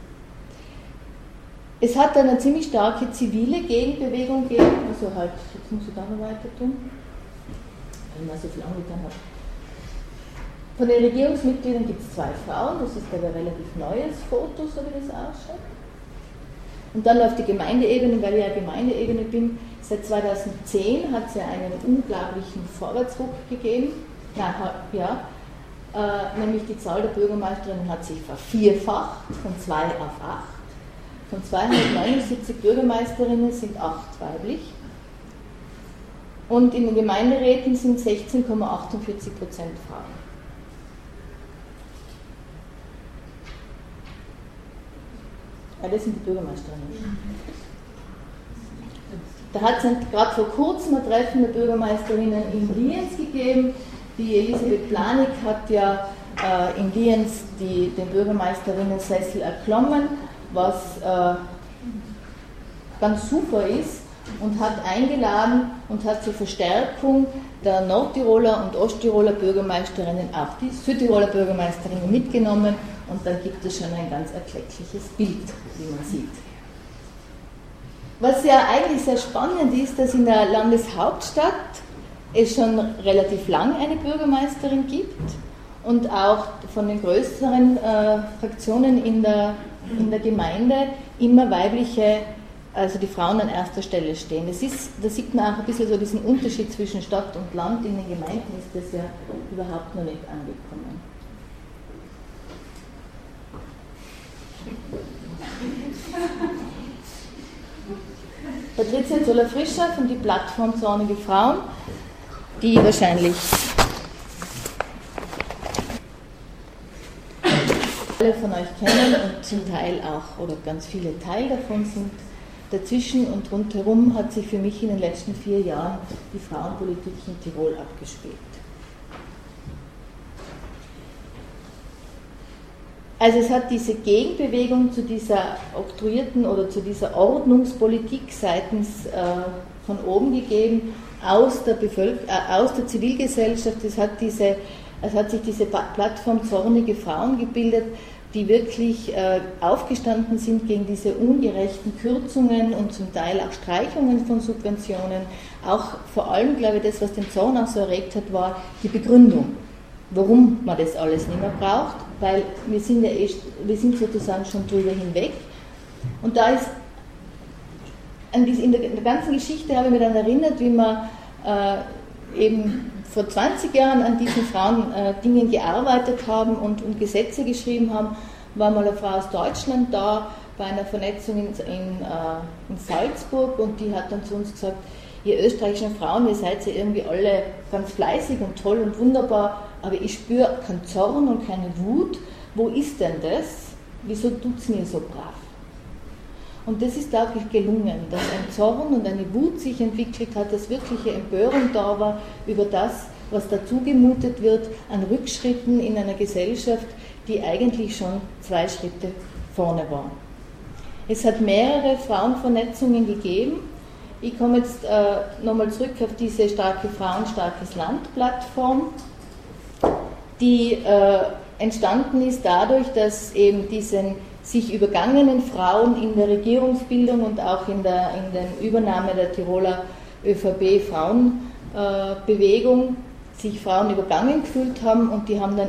Es hat dann eine ziemlich starke zivile Gegenbewegung gegeben, also halt, jetzt muss ich da noch weiter tun. ich mal so viel angetan habe. Von den Regierungsmitgliedern gibt es 2 Frauen, das ist aber ein relativ neues Foto, so wie das ausschaut. Und dann auf die Gemeindeebene, weil ich ja Gemeindeebene bin, seit 2010 hat es ja einen unglaublichen Vorwärtsruck gegeben. Nämlich die Zahl der Bürgermeisterinnen hat sich vervierfacht, von 2 auf 8. Von 279 Bürgermeisterinnen sind 8 weiblich. Und in den Gemeinderäten sind 16,48% Frauen. Ja, das sind die Bürgermeisterinnen. Da hat es gerade vor kurzem ein Treffen der Bürgermeisterinnen in Lienz gegeben. Die Elisabeth Planig hat ja in Lienz den Bürgermeisterinnen-Sessel erklommen, was ganz super ist, und hat eingeladen und hat zur Verstärkung der Nordtiroler und Osttiroler Bürgermeisterinnen auch die Südtiroler Bürgermeisterinnen mitgenommen, und dann gibt es schon ein ganz erkleckliches Bild, wie man sieht. Was ja eigentlich sehr spannend ist, dass in der Landeshauptstadt es schon relativ lang eine Bürgermeisterin gibt und auch von den größeren Fraktionen in der Gemeinde immer weibliche, also die Frauen an erster Stelle stehen. Da sieht man auch ein bisschen so diesen Unterschied zwischen Stadt und Land. In den Gemeinden ist das ja überhaupt noch nicht angekommen. Patricia Zoller-Frischer von die Plattform Zornige Frauen, die wahrscheinlich alle von euch kennen und zum Teil auch, oder ganz viele Teil davon sind. Dazwischen und rundherum hat sich für mich in den letzten 4 Jahren die Frauenpolitik in Tirol abgespielt. Also es hat diese Gegenbewegung zu dieser oktroyierten oder zu dieser Ordnungspolitik seitens von oben gegeben, aus der Zivilgesellschaft. Es hat sich diese Plattform Zornige Frauen gebildet, die wirklich aufgestanden sind gegen diese ungerechten Kürzungen und zum Teil auch Streichungen von Subventionen. Auch vor allem, glaube ich, das, was den Zorn auch so erregt hat, war die Begründung, warum man das alles nicht mehr braucht, weil wir sind sozusagen schon drüber hinweg. Und da ist, in der ganzen Geschichte habe ich mich dann erinnert, wie man eben vor 20 Jahren an diesen Frauendingen gearbeitet haben und Gesetze geschrieben haben. War mal eine Frau aus Deutschland da bei einer Vernetzung in Salzburg, und die hat dann zu uns gesagt, ihr österreichischen Frauen, ihr seid ja irgendwie alle ganz fleißig und toll und wunderbar, aber ich spüre keinen Zorn und keine Wut. Wo ist denn das? Wieso tut es mir so brav? Und das ist wirklich gelungen, dass ein Zorn und eine Wut sich entwickelt hat, dass wirkliche Empörung da war über das, was dazu gemutet wird an Rückschritten in einer Gesellschaft, die eigentlich schon 2 Schritte vorne war. Es hat mehrere Frauenvernetzungen gegeben. Ich komme jetzt nochmal zurück auf diese Starke Frauen, Starkes Land Plattform, die entstanden ist dadurch, dass eben diesen sich übergangenen Frauen in der Regierungsbildung und auch in der Übernahme der Tiroler ÖVP-Frauenbewegung sich Frauen übergangen gefühlt haben, und die haben dann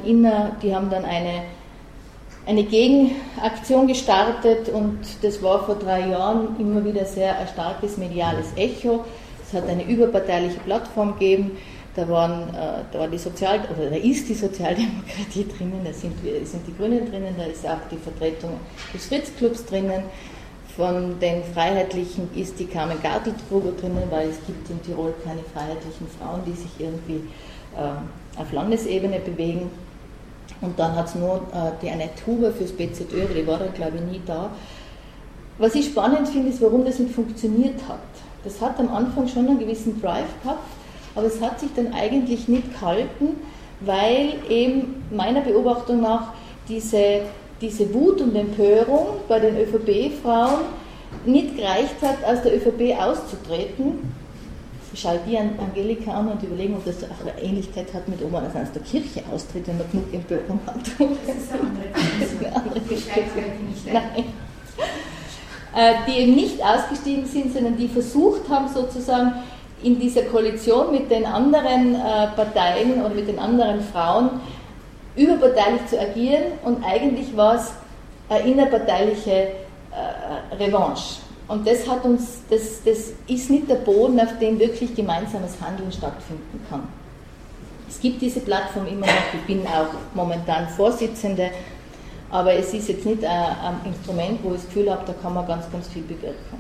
eine Gegenaktion gestartet, und das war vor 3 Jahren immer wieder sehr ein starkes mediales Echo. Es hat eine überparteiliche Plattform gegeben. Da ist die Sozialdemokratie drinnen, da sind die Grünen drinnen, da ist auch die Vertretung des Fritz-Clubs drinnen. Von den Freiheitlichen ist die Carmen Garteltruber drinnen, weil es gibt in Tirol keine freiheitlichen Frauen, die sich irgendwie auf Landesebene bewegen. Und dann hat es nur die Annette Huber fürs BZÖ, aber die war dann, glaube ich, nie da. Was ich spannend finde, ist, warum das nicht funktioniert hat. Das hat am Anfang schon einen gewissen Drive gehabt, aber es hat sich dann eigentlich nicht gehalten, weil eben meiner Beobachtung nach diese Wut und Empörung bei den ÖVP-Frauen nicht gereicht hat, aus der ÖVP auszutreten. Ich schaue die an Angelika an und überlege, ob das auch eine Ähnlichkeit hat mit Oma, dass aus der Kirche austritt, wenn man genug Empörung hat. Das ist eine andere Diskussion. Nein. Die eben nicht ausgestiegen sind, sondern die versucht haben, sozusagen in dieser Koalition mit den anderen Parteien oder mit den anderen Frauen überparteilich zu agieren, und eigentlich war es eine innerparteiliche Revanche. Und das ist nicht der Boden, auf dem wirklich gemeinsames Handeln stattfinden kann. Es gibt diese Plattform immer noch, ich bin auch momentan Vorsitzende, aber es ist jetzt nicht ein Instrument, wo ich das Gefühl habe, da kann man ganz, ganz viel bewirken.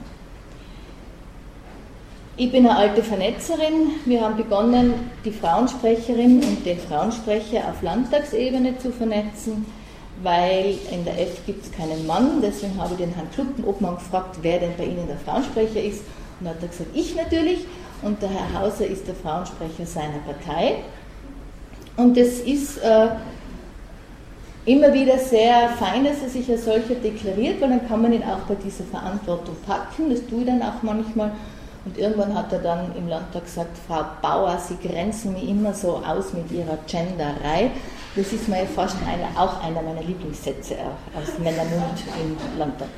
Ich bin eine alte Vernetzerin. Wir haben begonnen, die Frauensprecherin und den Frauensprecher auf Landtagsebene zu vernetzen, weil in der F gibt es keinen Mann, deswegen habe ich den Herrn Kluppenobmann gefragt, wer denn bei Ihnen der Frauensprecher ist, und dann hat er gesagt, ich natürlich, und der Herr Hauser ist der Frauensprecher seiner Partei, und das ist immer wieder sehr fein, dass er sich als solcher deklariert, weil dann kann man ihn auch bei dieser Verantwortung packen, das tue ich dann auch manchmal. Und irgendwann hat er dann im Landtag gesagt, Frau Bauer, Sie grenzen mich immer so aus mit Ihrer Genderei. Das ist mir fast auch einer meiner Lieblingssätze aus Männermund im Landtag.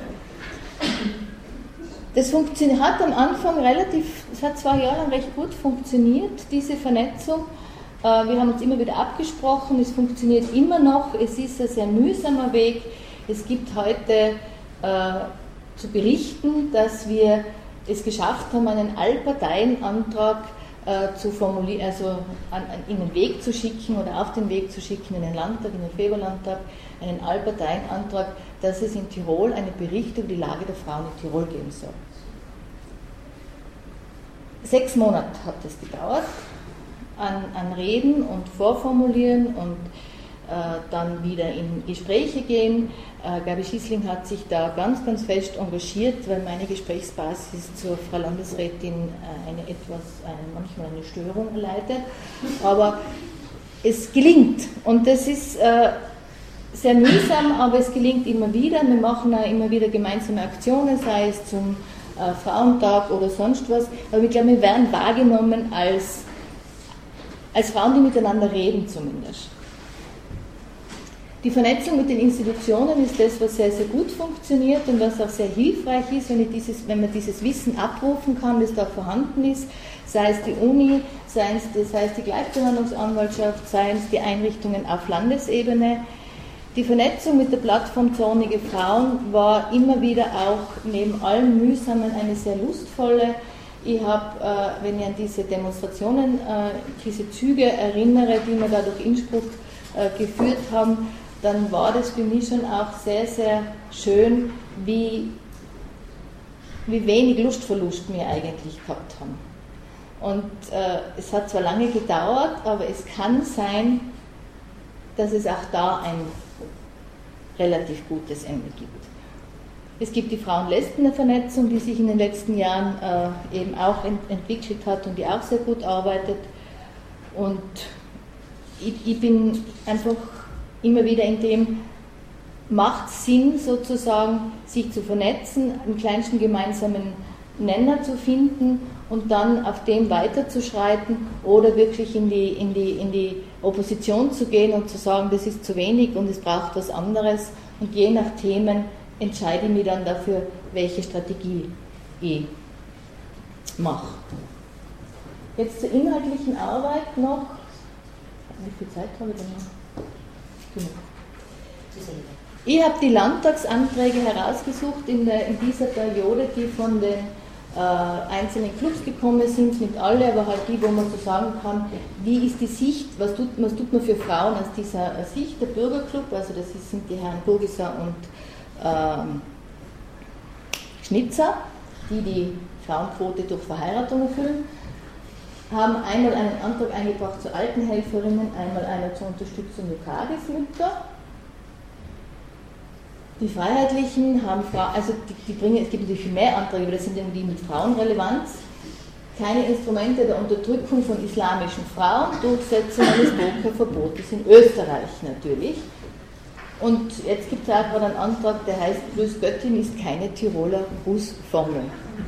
Das hat am Anfang es hat 2 Jahre lang recht gut funktioniert, diese Vernetzung. Wir haben uns immer wieder abgesprochen, es funktioniert immer noch, es ist ein sehr mühsamer Weg. Es gibt heute zu berichten, dass wir es geschafft haben, einen Allparteienantrag zu formulieren, also in den Weg zu schicken oder auf den Weg zu schicken in den Landtag, in den Februarlandtag, einen Allparteienantrag, dass es in Tirol einen Bericht über die Lage der Frauen in Tirol geben soll. 6 Monate hat es gedauert, an Reden und Vorformulieren und dann wieder in Gespräche gehen. Gabi Schießling hat sich da ganz, ganz fest engagiert, weil meine Gesprächsbasis zur Frau Landesrätin manchmal eine Störung erleidet. Aber es gelingt, und das ist sehr mühsam, aber es gelingt immer wieder. Wir machen auch immer wieder gemeinsame Aktionen, sei es zum Frauentag oder sonst was. Aber ich glaube, wir werden wahrgenommen als Frauen, die miteinander reden zumindest. Die Vernetzung mit den Institutionen ist das, was sehr, sehr gut funktioniert und was auch sehr hilfreich ist, wenn man dieses Wissen abrufen kann, das da vorhanden ist, sei es die Uni, sei es die Gleichbehandlungsanwaltschaft, sei es die Einrichtungen auf Landesebene. Die Vernetzung mit der Plattform Zornige Frauen war immer wieder auch neben allem Mühsamen eine sehr lustvolle. Ich habe, wenn ich an diese Demonstrationen, diese Züge erinnere, die wir da durch Innsbruck geführt haben, dann war das für mich schon auch sehr, sehr schön, wie wenig Lustverlust wir eigentlich gehabt haben. Und es hat zwar lange gedauert, aber es kann sein, dass es auch da ein relativ gutes Ende gibt. Es gibt die Frauen-Lesben-Vernetzung, die sich in den letzten Jahren eben auch entwickelt hat und die auch sehr gut arbeitet. Und ich bin einfach immer wieder in dem, macht Sinn sozusagen, sich zu vernetzen, einen kleinsten gemeinsamen Nenner zu finden und dann auf dem weiterzuschreiten oder wirklich in die Opposition zu gehen und zu sagen, das ist zu wenig und es braucht was anderes, und je nach Themen entscheide ich mich dann dafür, welche Strategie ich mache. Jetzt zur inhaltlichen Arbeit noch. Wie viel Zeit habe ich denn noch? Ich habe die Landtagsanträge herausgesucht in dieser Periode, die von den einzelnen Clubs gekommen sind, nicht alle, aber halt die, wo man so sagen kann, wie ist die Sicht, was tut man für Frauen aus dieser Sicht, der Bürgerclub, also das sind die Herren Burgiser und Schnitzer, die Frauenquote durch Verheiratung erfüllen, haben einmal einen Antrag eingebracht zu Altenhelferinnen, einmal einer zur Unterstützung der Tagesmütter. Die Freiheitlichen haben es gibt natürlich viel mehr Anträge, aber das sind die mit Frauenrelevanz. Keine Instrumente der Unterdrückung von islamischen Frauen, Durchsetzung eines Burka-Verbotes in Österreich natürlich. Und jetzt gibt es auch gerade einen Antrag, der heißt, Grüß Göttin ist keine Tiroler Grußformel.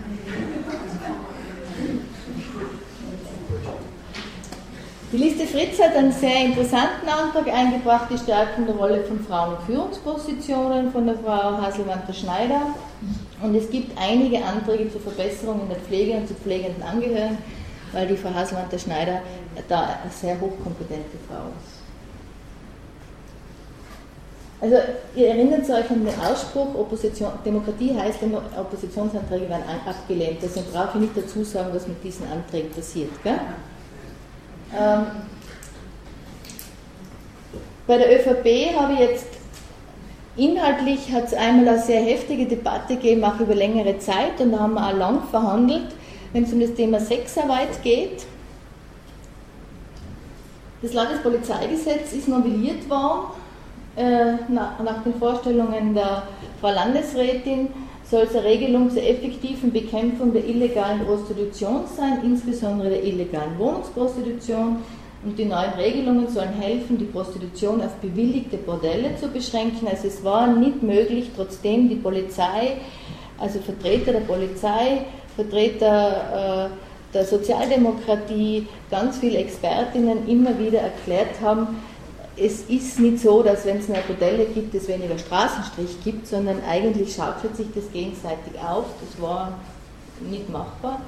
Die Liste Fritz hat einen sehr interessanten Antrag eingebracht, die Stärkung der Rolle von Frauen in Führungspositionen von der Frau Haselmann-Schneider. Und es gibt einige Anträge zur Verbesserung in der Pflege und zu pflegenden Angehörigen weil die Frau Haselmann-Schneider da eine sehr hochkompetente Frau ist. Also ihr erinnert euch an den Ausspruch, Demokratie heißt, Oppositionsanträge werden abgelehnt. Deswegen brauche ich nicht dazu sagen, was mit diesen Anträgen passiert. Gell? Bei der ÖVP habe ich jetzt inhaltlich hat es einmal eine sehr heftige Debatte gegeben, auch über längere Zeit, und da haben wir auch lang verhandelt, wenn es um das Thema Sexarbeit geht. Das Landespolizeigesetz ist novelliert worden. Nach den Vorstellungen der Frau Landesrätin soll es eine Regelung zur effektiven Bekämpfung der illegalen Prostitution sein, insbesondere der illegalen Wohnungsprostitution. Und die neuen Regelungen sollen helfen, die Prostitution auf bewilligte Bordelle zu beschränken. Also es war nicht möglich, trotzdem die Polizei, also Vertreter der Polizei, Vertreter der Sozialdemokratie, ganz viele Expertinnen immer wieder erklärt haben, es ist nicht so, dass wenn es mehr Bordelle gibt, es weniger Straßenstrich gibt, sondern eigentlich schaukelt sich das gegenseitig auf. Das war nicht machbar.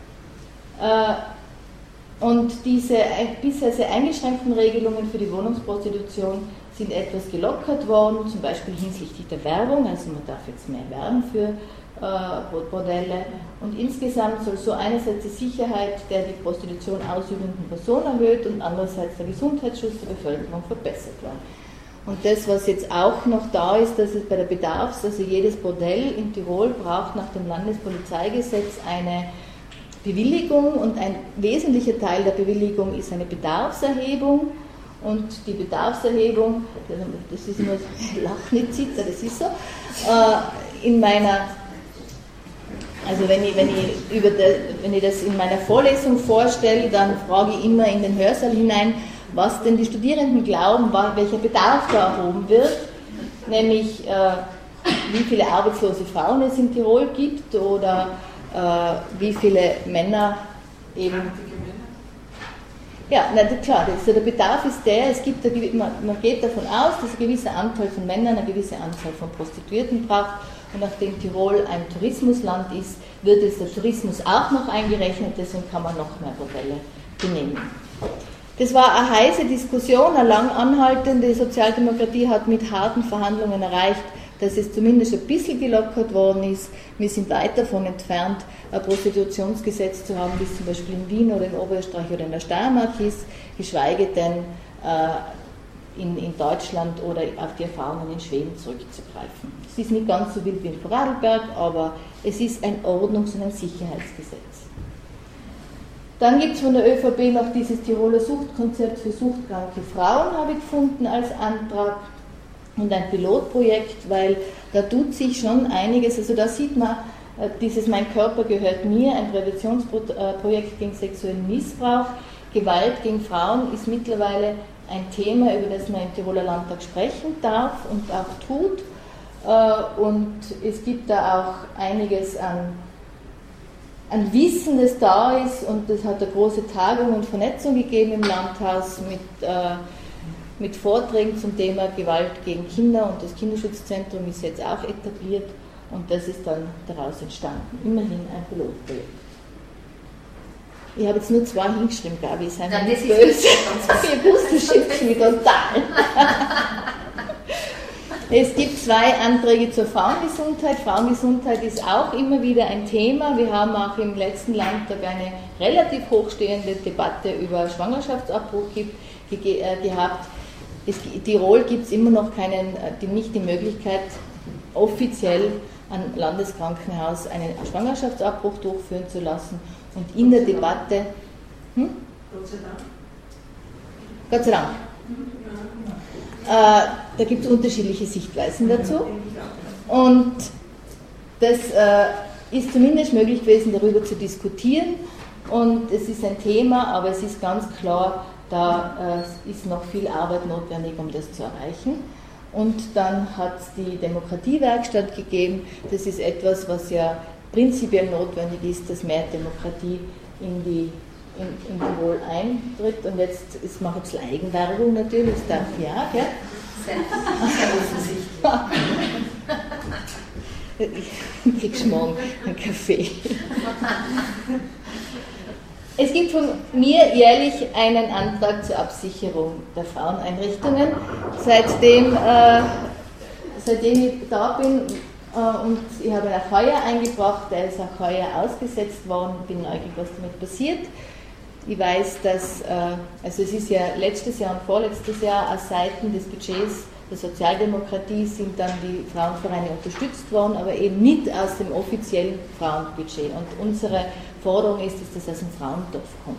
Und diese bisher sehr eingeschränkten Regelungen für die Wohnungsprostitution sind etwas gelockert worden, zum Beispiel hinsichtlich der Werbung, also man darf jetzt mehr werben für Bordelle, und insgesamt soll so einerseits die Sicherheit der die Prostitution ausübenden Person erhöht und andererseits der Gesundheitsschutz der Bevölkerung verbessert werden. Und das, was jetzt auch noch da ist, dass es bei der also jedes Bordell in Tirol braucht nach dem Landespolizeigesetz eine Bewilligung, und ein wesentlicher Teil der Bewilligung ist eine Bedarfserhebung. Und die Bedarfserhebung, das ist nur Lach nicht Zitter, das ist so, in meiner, also wenn ich das in meiner Vorlesung vorstelle, dann frage ich immer in den Hörsaal hinein, was denn die Studierenden glauben, welcher Bedarf da erhoben wird, nämlich wie viele arbeitslose Frauen es in Tirol gibt oder wie viele Männer eben. Ja, na, klar, der Bedarf ist man geht davon aus, dass ein gewisser Anteil von Männern eine gewisse Anzahl von Prostituierten braucht, und nachdem Tirol ein Tourismusland ist, wird jetzt der Tourismus auch noch eingerechnet, deswegen kann man noch mehr Bordelle benennen. Das war eine heiße Diskussion, eine lang anhaltende. Die Sozialdemokratie hat mit harten Verhandlungen erreicht, dass es zumindest ein bisschen gelockert worden ist. Wir sind weit davon entfernt, ein Prostitutionsgesetz zu haben, wie es zum Beispiel in Wien oder in Oberösterreich oder in der Steiermark ist, geschweige denn in Deutschland oder auf die Erfahrungen in Schweden zurückzugreifen. Es ist nicht ganz so wild wie in Vorarlberg, aber es ist ein Ordnungs- und ein Sicherheitsgesetz. Dann gibt es von der ÖVP noch dieses Tiroler Suchtkonzept für suchtkranke Frauen, habe ich gefunden, als Antrag. Und ein Pilotprojekt, weil da tut sich schon einiges, also da sieht man, dieses Mein Körper gehört mir, ein Präventionsprojekt gegen sexuellen Missbrauch. Gewalt gegen Frauen ist mittlerweile ein Thema, über das man im Tiroler Landtag sprechen darf und auch tut. Und es gibt da auch einiges an Wissen, das da ist, und es hat eine große Tagung und Vernetzung gegeben im Landhaus mit Vorträgen zum Thema Gewalt gegen Kinder, und das Kinderschutzzentrum ist jetzt auch etabliert, und das ist dann daraus entstanden. Immerhin ein Pilotprojekt. Ich habe jetzt nur 2 hingeschrieben, Gabi, sei mir nicht böse. Ich wusste, das schimpft mich total. Es gibt 2 Anträge zur Frauengesundheit. Frauengesundheit ist auch immer wieder ein Thema. Wir haben auch im letzten Landtag eine relativ hochstehende Debatte über Schwangerschaftsabbruch gehabt. In Tirol gibt es immer noch nicht die Möglichkeit, offiziell an Landeskrankenhaus einen Schwangerschaftsabbruch durchführen zu lassen. Und in der Debatte... Gott sei Dank. Gott sei Dank. Da gibt es unterschiedliche Sichtweisen dazu. Und das ist zumindest möglich gewesen, darüber zu diskutieren. Und es ist ein Thema, aber es ist ganz klar, da ist noch viel Arbeit notwendig, um das zu erreichen. Und dann hat es die Demokratiewerkstatt gegeben. Das ist etwas, was ja prinzipiell notwendig ist, dass mehr Demokratie in Tirol eintritt. Und jetzt mache ich ein bisschen Eigenwerbung natürlich, das darf ja, gell? Ich krieg's morgen einen Kaffee. Es gibt von mir jährlich einen Antrag zur Absicherung der Fraueneinrichtungen. Seitdem ich da bin, und ich habe auch heuer eingebracht, der ist auch heuer ausgesetzt worden, bin neugierig, was damit passiert. Ich weiß, dass, also es ist ja letztes Jahr und vorletztes Jahr aus Seiten des Budgets der Sozialdemokratie sind dann die Frauenvereine unterstützt worden, aber eben nicht aus dem offiziellen Frauenbudget. Und unsere Forderung ist, dass das aus dem Frauentopf kommt.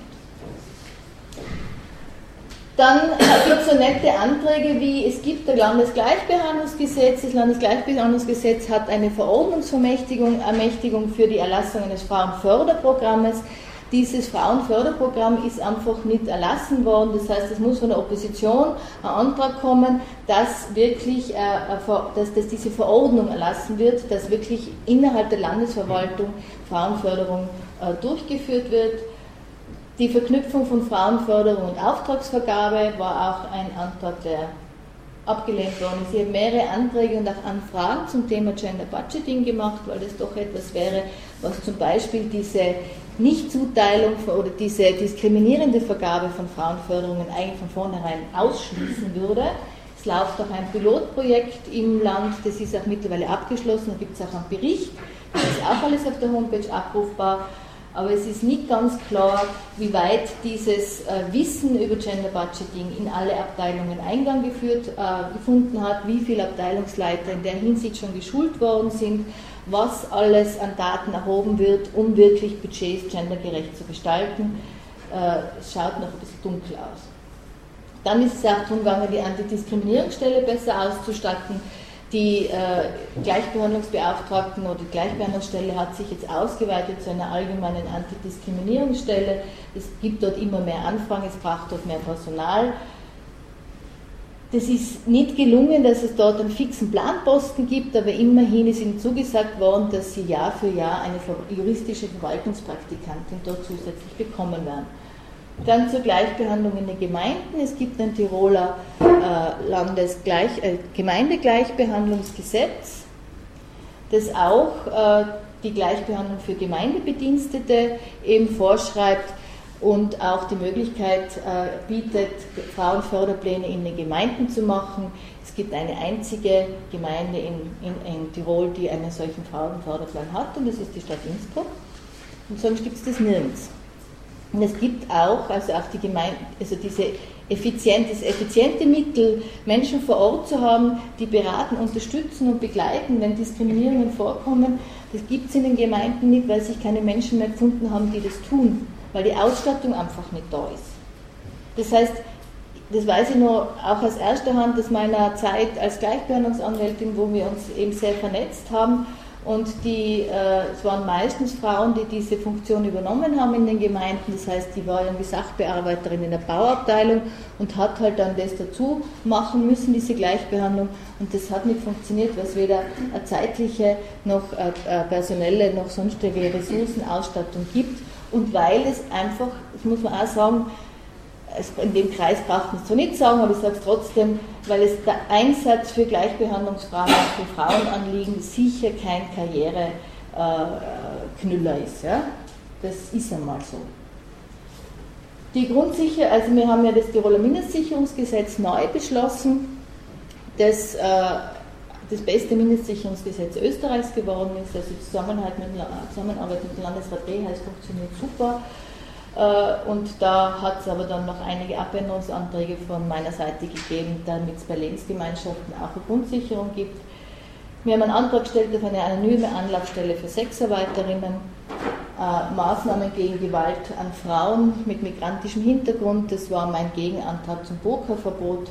Dann gibt es so nette Anträge wie, es gibt das Landesgleichbehandlungsgesetz. Das Landesgleichbehandlungsgesetz hat eine Verordnungsermächtigung für die Erlassung eines Frauenförderprogrammes. Dieses Frauenförderprogramm ist einfach nicht erlassen worden. Das heißt, es muss von der Opposition ein Antrag kommen, dass wirklich, dass diese Verordnung erlassen wird, dass wirklich innerhalb der Landesverwaltung Frauenförderung durchgeführt wird. Die Verknüpfung von Frauenförderung und Auftragsvergabe war auch ein Antrag, der abgelehnt worden ist. Ich habe mehrere Anträge und auch Anfragen zum Thema Gender Budgeting gemacht, weil das doch etwas wäre, was zum Beispiel diese Nichtzuteilung oder diese diskriminierende Vergabe von Frauenförderungen eigentlich von vornherein ausschließen würde. Es läuft auch ein Pilotprojekt im Land, das ist auch mittlerweile abgeschlossen, da gibt es auch einen Bericht, das ist auch alles auf der Homepage abrufbar. Aber es ist nicht ganz klar, wie weit dieses Wissen über Gender Budgeting in alle Abteilungen Eingang gefunden hat, wie viele Abteilungsleiter in der Hinsicht schon geschult worden sind, was alles an Daten erhoben wird, um wirklich Budgets gendergerecht zu gestalten. Es schaut noch ein bisschen dunkel aus. Dann ist es auch darum gegangen, die Antidiskriminierungsstelle besser auszustatten. Die Gleichbehandlungsbeauftragten oder die Gleichbehandlungsstelle hat sich jetzt ausgeweitet zu einer allgemeinen Antidiskriminierungsstelle. Es gibt dort immer mehr Anfragen, es braucht dort mehr Personal. Das ist nicht gelungen, dass es dort einen fixen Planposten gibt, aber immerhin ist ihnen zugesagt worden, dass sie Jahr für Jahr eine juristische Verwaltungspraktikantin dort zusätzlich bekommen werden. Dann zur Gleichbehandlung in den Gemeinden. Es gibt ein Tiroler Gemeindegleichbehandlungsgesetz, das auch die Gleichbehandlung für Gemeindebedienstete eben vorschreibt und auch die Möglichkeit bietet, Frauenförderpläne in den Gemeinden zu machen. Es gibt eine einzige Gemeinde in Tirol, die einen solchen Frauenförderplan hat, und das ist die Stadt Innsbruck. Und sonst gibt es das nirgends. Und es gibt auch, also auch die Gemeinde, also das effiziente Mittel, Menschen vor Ort zu haben, die beraten, unterstützen und begleiten, wenn Diskriminierungen vorkommen. Das gibt es in den Gemeinden nicht, weil sich keine Menschen mehr gefunden haben, die das tun, weil die Ausstattung einfach nicht da ist. Das heißt, das weiß ich nur auch aus erster Hand aus meiner Zeit als Gleichbehandlungsanwältin, wo wir uns eben sehr vernetzt haben. Und es waren meistens Frauen, die diese Funktion übernommen haben in den Gemeinden. Das heißt, die war irgendwie Sachbearbeiterin in der Bauabteilung und hat halt dann das dazu machen müssen, diese Gleichbehandlung. Und das hat nicht funktioniert, weil es weder eine zeitliche noch personelle noch sonstige Ressourcenausstattung gibt. Und weil es einfach, das muss man auch sagen, in dem Kreis braucht man es zwar nicht sagen, aber ich sage es trotzdem, weil es der Einsatz für Gleichbehandlungsfragen, für Frauenanliegen sicher kein Karriereknüller ist. Ja? Das ist einmal so. Die also wir haben ja das Tiroler Mindestsicherungsgesetz neu beschlossen, das das beste Mindestsicherungsgesetz Österreichs geworden ist. Also die Zusammenarbeit mit dem Landesrat Rehheis funktioniert super. Und da hat es aber dann noch einige Abänderungsanträge von meiner Seite gegeben, damit es bei Lebensgemeinschaften auch eine Grundsicherung gibt. Wir haben einen Antrag gestellt auf eine anonyme Anlaufstelle für Sexarbeiterinnen, Maßnahmen gegen Gewalt an Frauen mit migrantischem Hintergrund, das war mein Gegenantrag zum Burka-Verbot.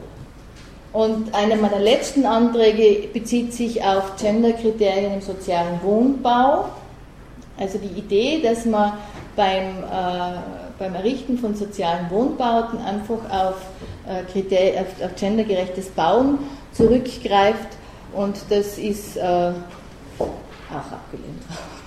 Und einer meiner letzten Anträge bezieht sich auf Genderkriterien im sozialen Wohnbau. Also die Idee, dass man beim Errichten von sozialen Wohnbauten einfach auf gendergerechtes Bauen zurückgreift, und das ist auch abgelehnt.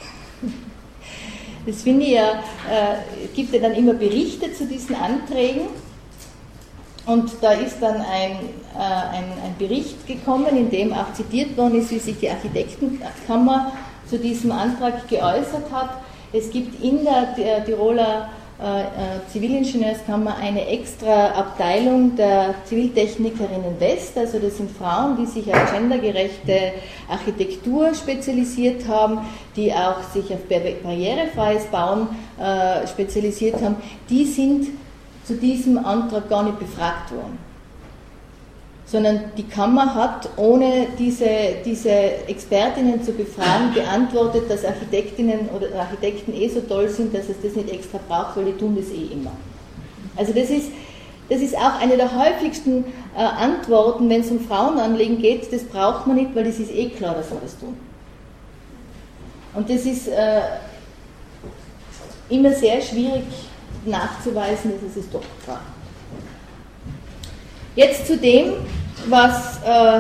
Das finde ich ja, es gibt ja dann immer Berichte zu diesen Anträgen, und da ist dann ein Bericht gekommen, in dem auch zitiert worden ist, wie sich die Architektenkammer zu diesem Antrag geäußert hat. Es gibt in der Tiroler Zivilingenieurskammer eine extra Abteilung der Ziviltechnikerinnen West, also das sind Frauen, die sich auf gendergerechte Architektur spezialisiert haben, die auch sich auf barrierefreies Bauen spezialisiert haben, die sind zu diesem Antrag gar nicht befragt worden. Sondern die Kammer hat, ohne diese Expertinnen zu befragen, beantwortet, dass Architektinnen oder Architekten so toll sind, dass es das nicht extra braucht, weil die tun das immer. Also das ist auch eine der häufigsten Antworten, wenn es um Frauenanliegen geht, das braucht man nicht, weil das ist klar, dass wir das tun. Und das ist immer sehr schwierig nachzuweisen, dass es doch braucht. Jetzt zu dem, was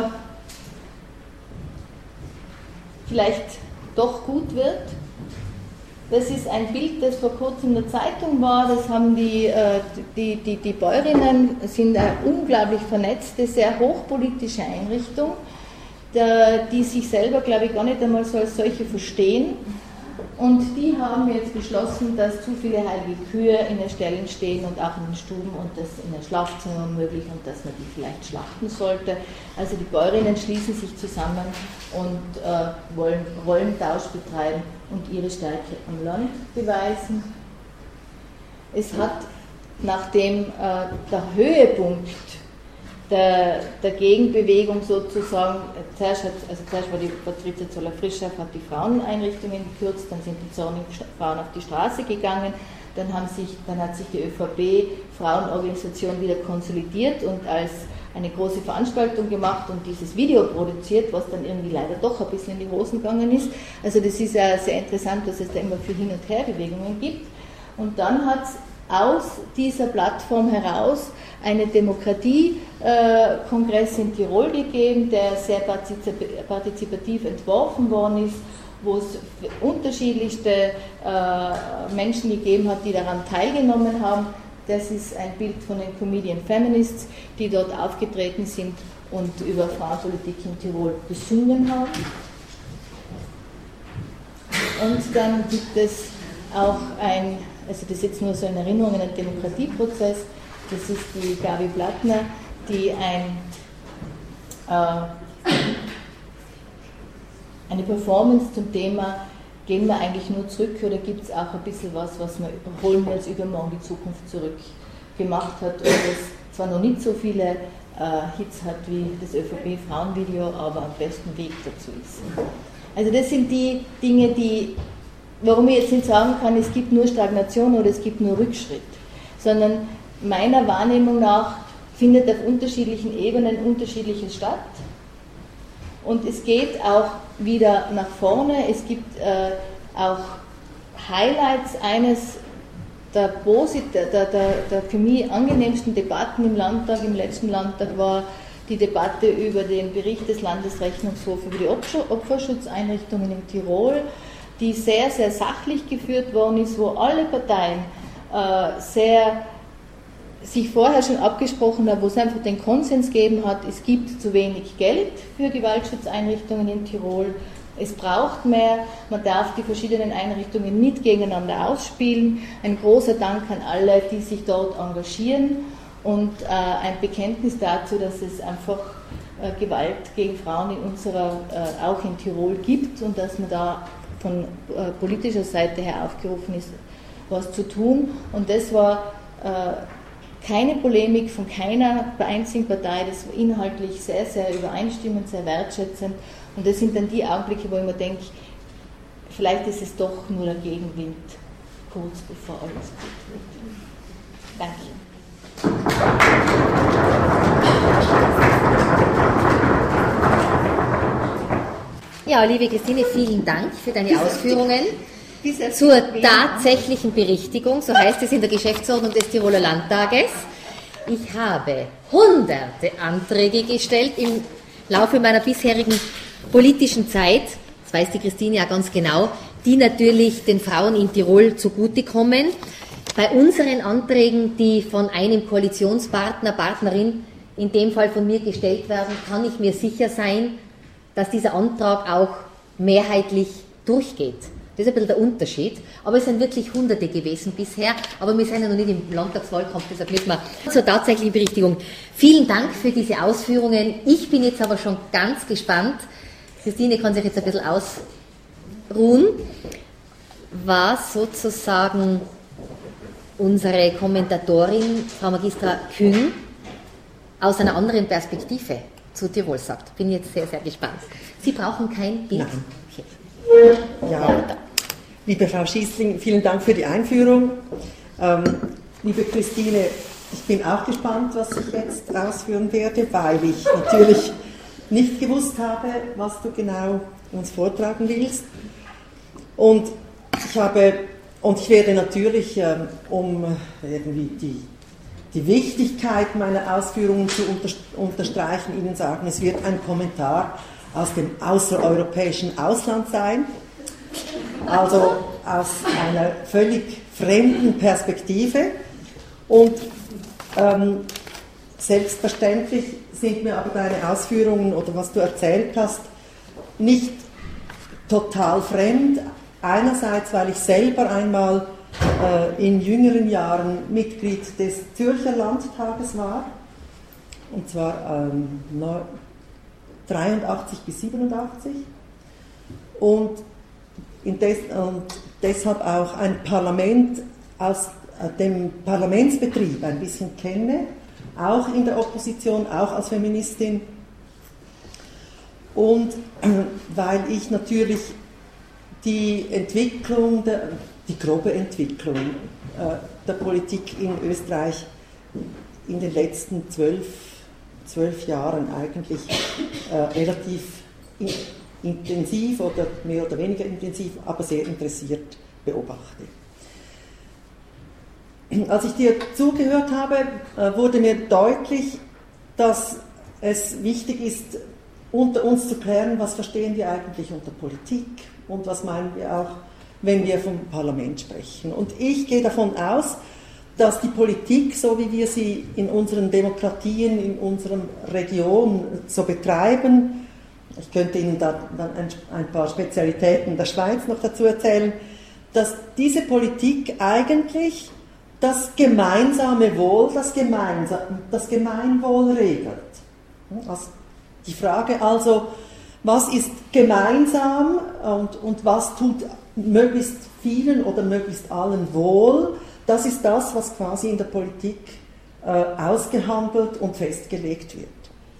vielleicht doch gut wird. Das ist ein Bild, das vor kurzem in der Zeitung war. Das haben die Bäuerinnen, sind eine unglaublich vernetzte, sehr hochpolitische Einrichtung, die sich selber, glaube ich, gar nicht einmal so als solche verstehen. Und die haben jetzt beschlossen, dass zu viele heilige Kühe in den Ställen stehen und auch in den Stuben und das in den Schlafzimmern möglich und dass man die vielleicht schlachten sollte. Also die Bäuerinnen schließen sich zusammen und wollen Rollentausch betreiben und ihre Stärke am Land beweisen. Es hat, nachdem der Höhepunkt der Gegenbewegung sozusagen, zuerst war die Patrizia Zoller-Frischschaff, hat die Fraueneinrichtungen gekürzt, dann sind die zornigen Frauen auf die Straße gegangen, dann hat sich die ÖVP Frauenorganisation wieder konsolidiert und als eine große Veranstaltung gemacht und dieses Video produziert, was dann irgendwie leider doch ein bisschen in die Hosen gegangen ist. Also das ist ja sehr interessant, dass es da immer viel Hin- und Herbewegungen gibt. Und dann hat es aus dieser Plattform heraus einen Demokratiekongress in Tirol gegeben, der sehr partizipativ entworfen worden ist, wo es unterschiedlichste Menschen gegeben hat, die daran teilgenommen haben. Das ist ein Bild von den Comedian Feminists, die dort aufgetreten sind und über Frauenpolitik in Tirol gesungen haben. Und dann gibt es auch also das ist jetzt nur so in Erinnerung an einen Demokratieprozess, das ist die Gabi Blattner, die eine Performance zum Thema, gehen wir eigentlich nur zurück oder gibt es auch ein bisschen was holen wir uns übermorgen die Zukunft zurück gemacht hat und das zwar noch nicht so viele Hits hat wie das ÖVP-Frauenvideo, aber am besten Weg dazu ist. Also das sind die Dinge, warum ich jetzt nicht sagen kann, es gibt nur Stagnation oder es gibt nur Rückschritt, sondern meiner Wahrnehmung nach findet auf unterschiedlichen Ebenen Unterschiedliches statt und es geht auch wieder nach vorne, es gibt auch Highlights. Eines der für mich angenehmsten Debatten im letzten Landtag war die Debatte über den Bericht des Landesrechnungshofs über die Opferschutzeinrichtungen in Tirol, die sehr, sehr sachlich geführt worden ist, wo alle Parteien sich vorher schon abgesprochen haben, wo es einfach den Konsens gegeben hat, es gibt zu wenig Geld für Gewaltschutzeinrichtungen in Tirol, es braucht mehr, man darf die verschiedenen Einrichtungen nicht gegeneinander ausspielen. Ein großer Dank an alle, die sich dort engagieren und ein Bekenntnis dazu, dass es einfach Gewalt gegen Frauen auch in Tirol gibt und dass man da von politischer Seite her aufgerufen ist, was zu tun. Und das war keine Polemik von keiner einzigen Partei, das war inhaltlich sehr, sehr übereinstimmend, sehr wertschätzend. Und das sind dann die Augenblicke, wo ich mir denke, vielleicht ist es doch nur der Gegenwind, kurz bevor alles gut wird. Danke. Ja, liebe Christine, vielen Dank für deine Ausführungen zur tatsächlichen Berichtigung, so heißt es in der Geschäftsordnung des Tiroler Landtages. Ich habe hunderte Anträge gestellt im Laufe meiner bisherigen politischen Zeit, das weiß die Christine ja ganz genau, die natürlich den Frauen in Tirol zugutekommen. Bei unseren Anträgen, die von einem Koalitionspartner, Partnerin, in dem Fall von mir gestellt werden, kann ich mir sicher sein, dass dieser Antrag auch mehrheitlich durchgeht. Das ist ein bisschen der Unterschied. Aber es sind wirklich Hunderte gewesen bisher. Aber wir sind ja noch nicht im Landtagswahlkampf, deshalb müssen wir zur tatsächlichen Berichtigung. Vielen Dank für diese Ausführungen. Ich bin jetzt aber schon ganz gespannt. Christine kann sich jetzt ein bisschen ausruhen, was sozusagen unsere Kommentatorin, Frau Magistra Küng, aus einer anderen Perspektive zu Tirol sagt. Bin jetzt sehr, sehr gespannt. Sie brauchen kein Bild. Nein. Okay. Ja, liebe Frau Schiessling, vielen Dank für die Einführung. Liebe Christine, ich bin auch gespannt, was ich jetzt ausführen werde, weil ich natürlich nicht gewusst habe, was du genau uns vortragen willst. Und ich werde natürlich, um irgendwie die Wichtigkeit meiner Ausführungen zu unterstreichen, Ihnen sagen, es wird ein Kommentar aus dem außereuropäischen Ausland sein, also aus einer völlig fremden Perspektive. Und selbstverständlich sind mir aber deine Ausführungen oder was du erzählt hast nicht total fremd. Einerseits, weil ich selber einmal in jüngeren Jahren Mitglied des Zürcher Landtages war, und zwar 83 bis 87, und deshalb auch ein Parlament aus dem Parlamentsbetrieb ein bisschen kenne, auch in der Opposition, auch als Feministin, und weil ich natürlich die grobe Entwicklung der Politik in Österreich in den letzten 12 Jahren eigentlich relativ intensiv oder mehr oder weniger intensiv, aber sehr interessiert beobachte. Als ich dir zugehört habe, wurde mir deutlich, dass es wichtig ist, unter uns zu klären, was verstehen wir eigentlich unter Politik und was meinen wir auch, wenn wir vom Parlament sprechen. Und ich gehe davon aus, dass die Politik, so wie wir sie in unseren Demokratien, in unserer Region so betreiben, ich könnte Ihnen dann ein paar Spezialitäten der Schweiz noch dazu erzählen, dass diese Politik eigentlich das gemeinsame Wohl, das Gemeinwohl regelt. Also die Frage also, was ist gemeinsam und was tut möglichst vielen oder möglichst allen wohl, das ist das, was quasi in der Politik ausgehandelt und festgelegt wird.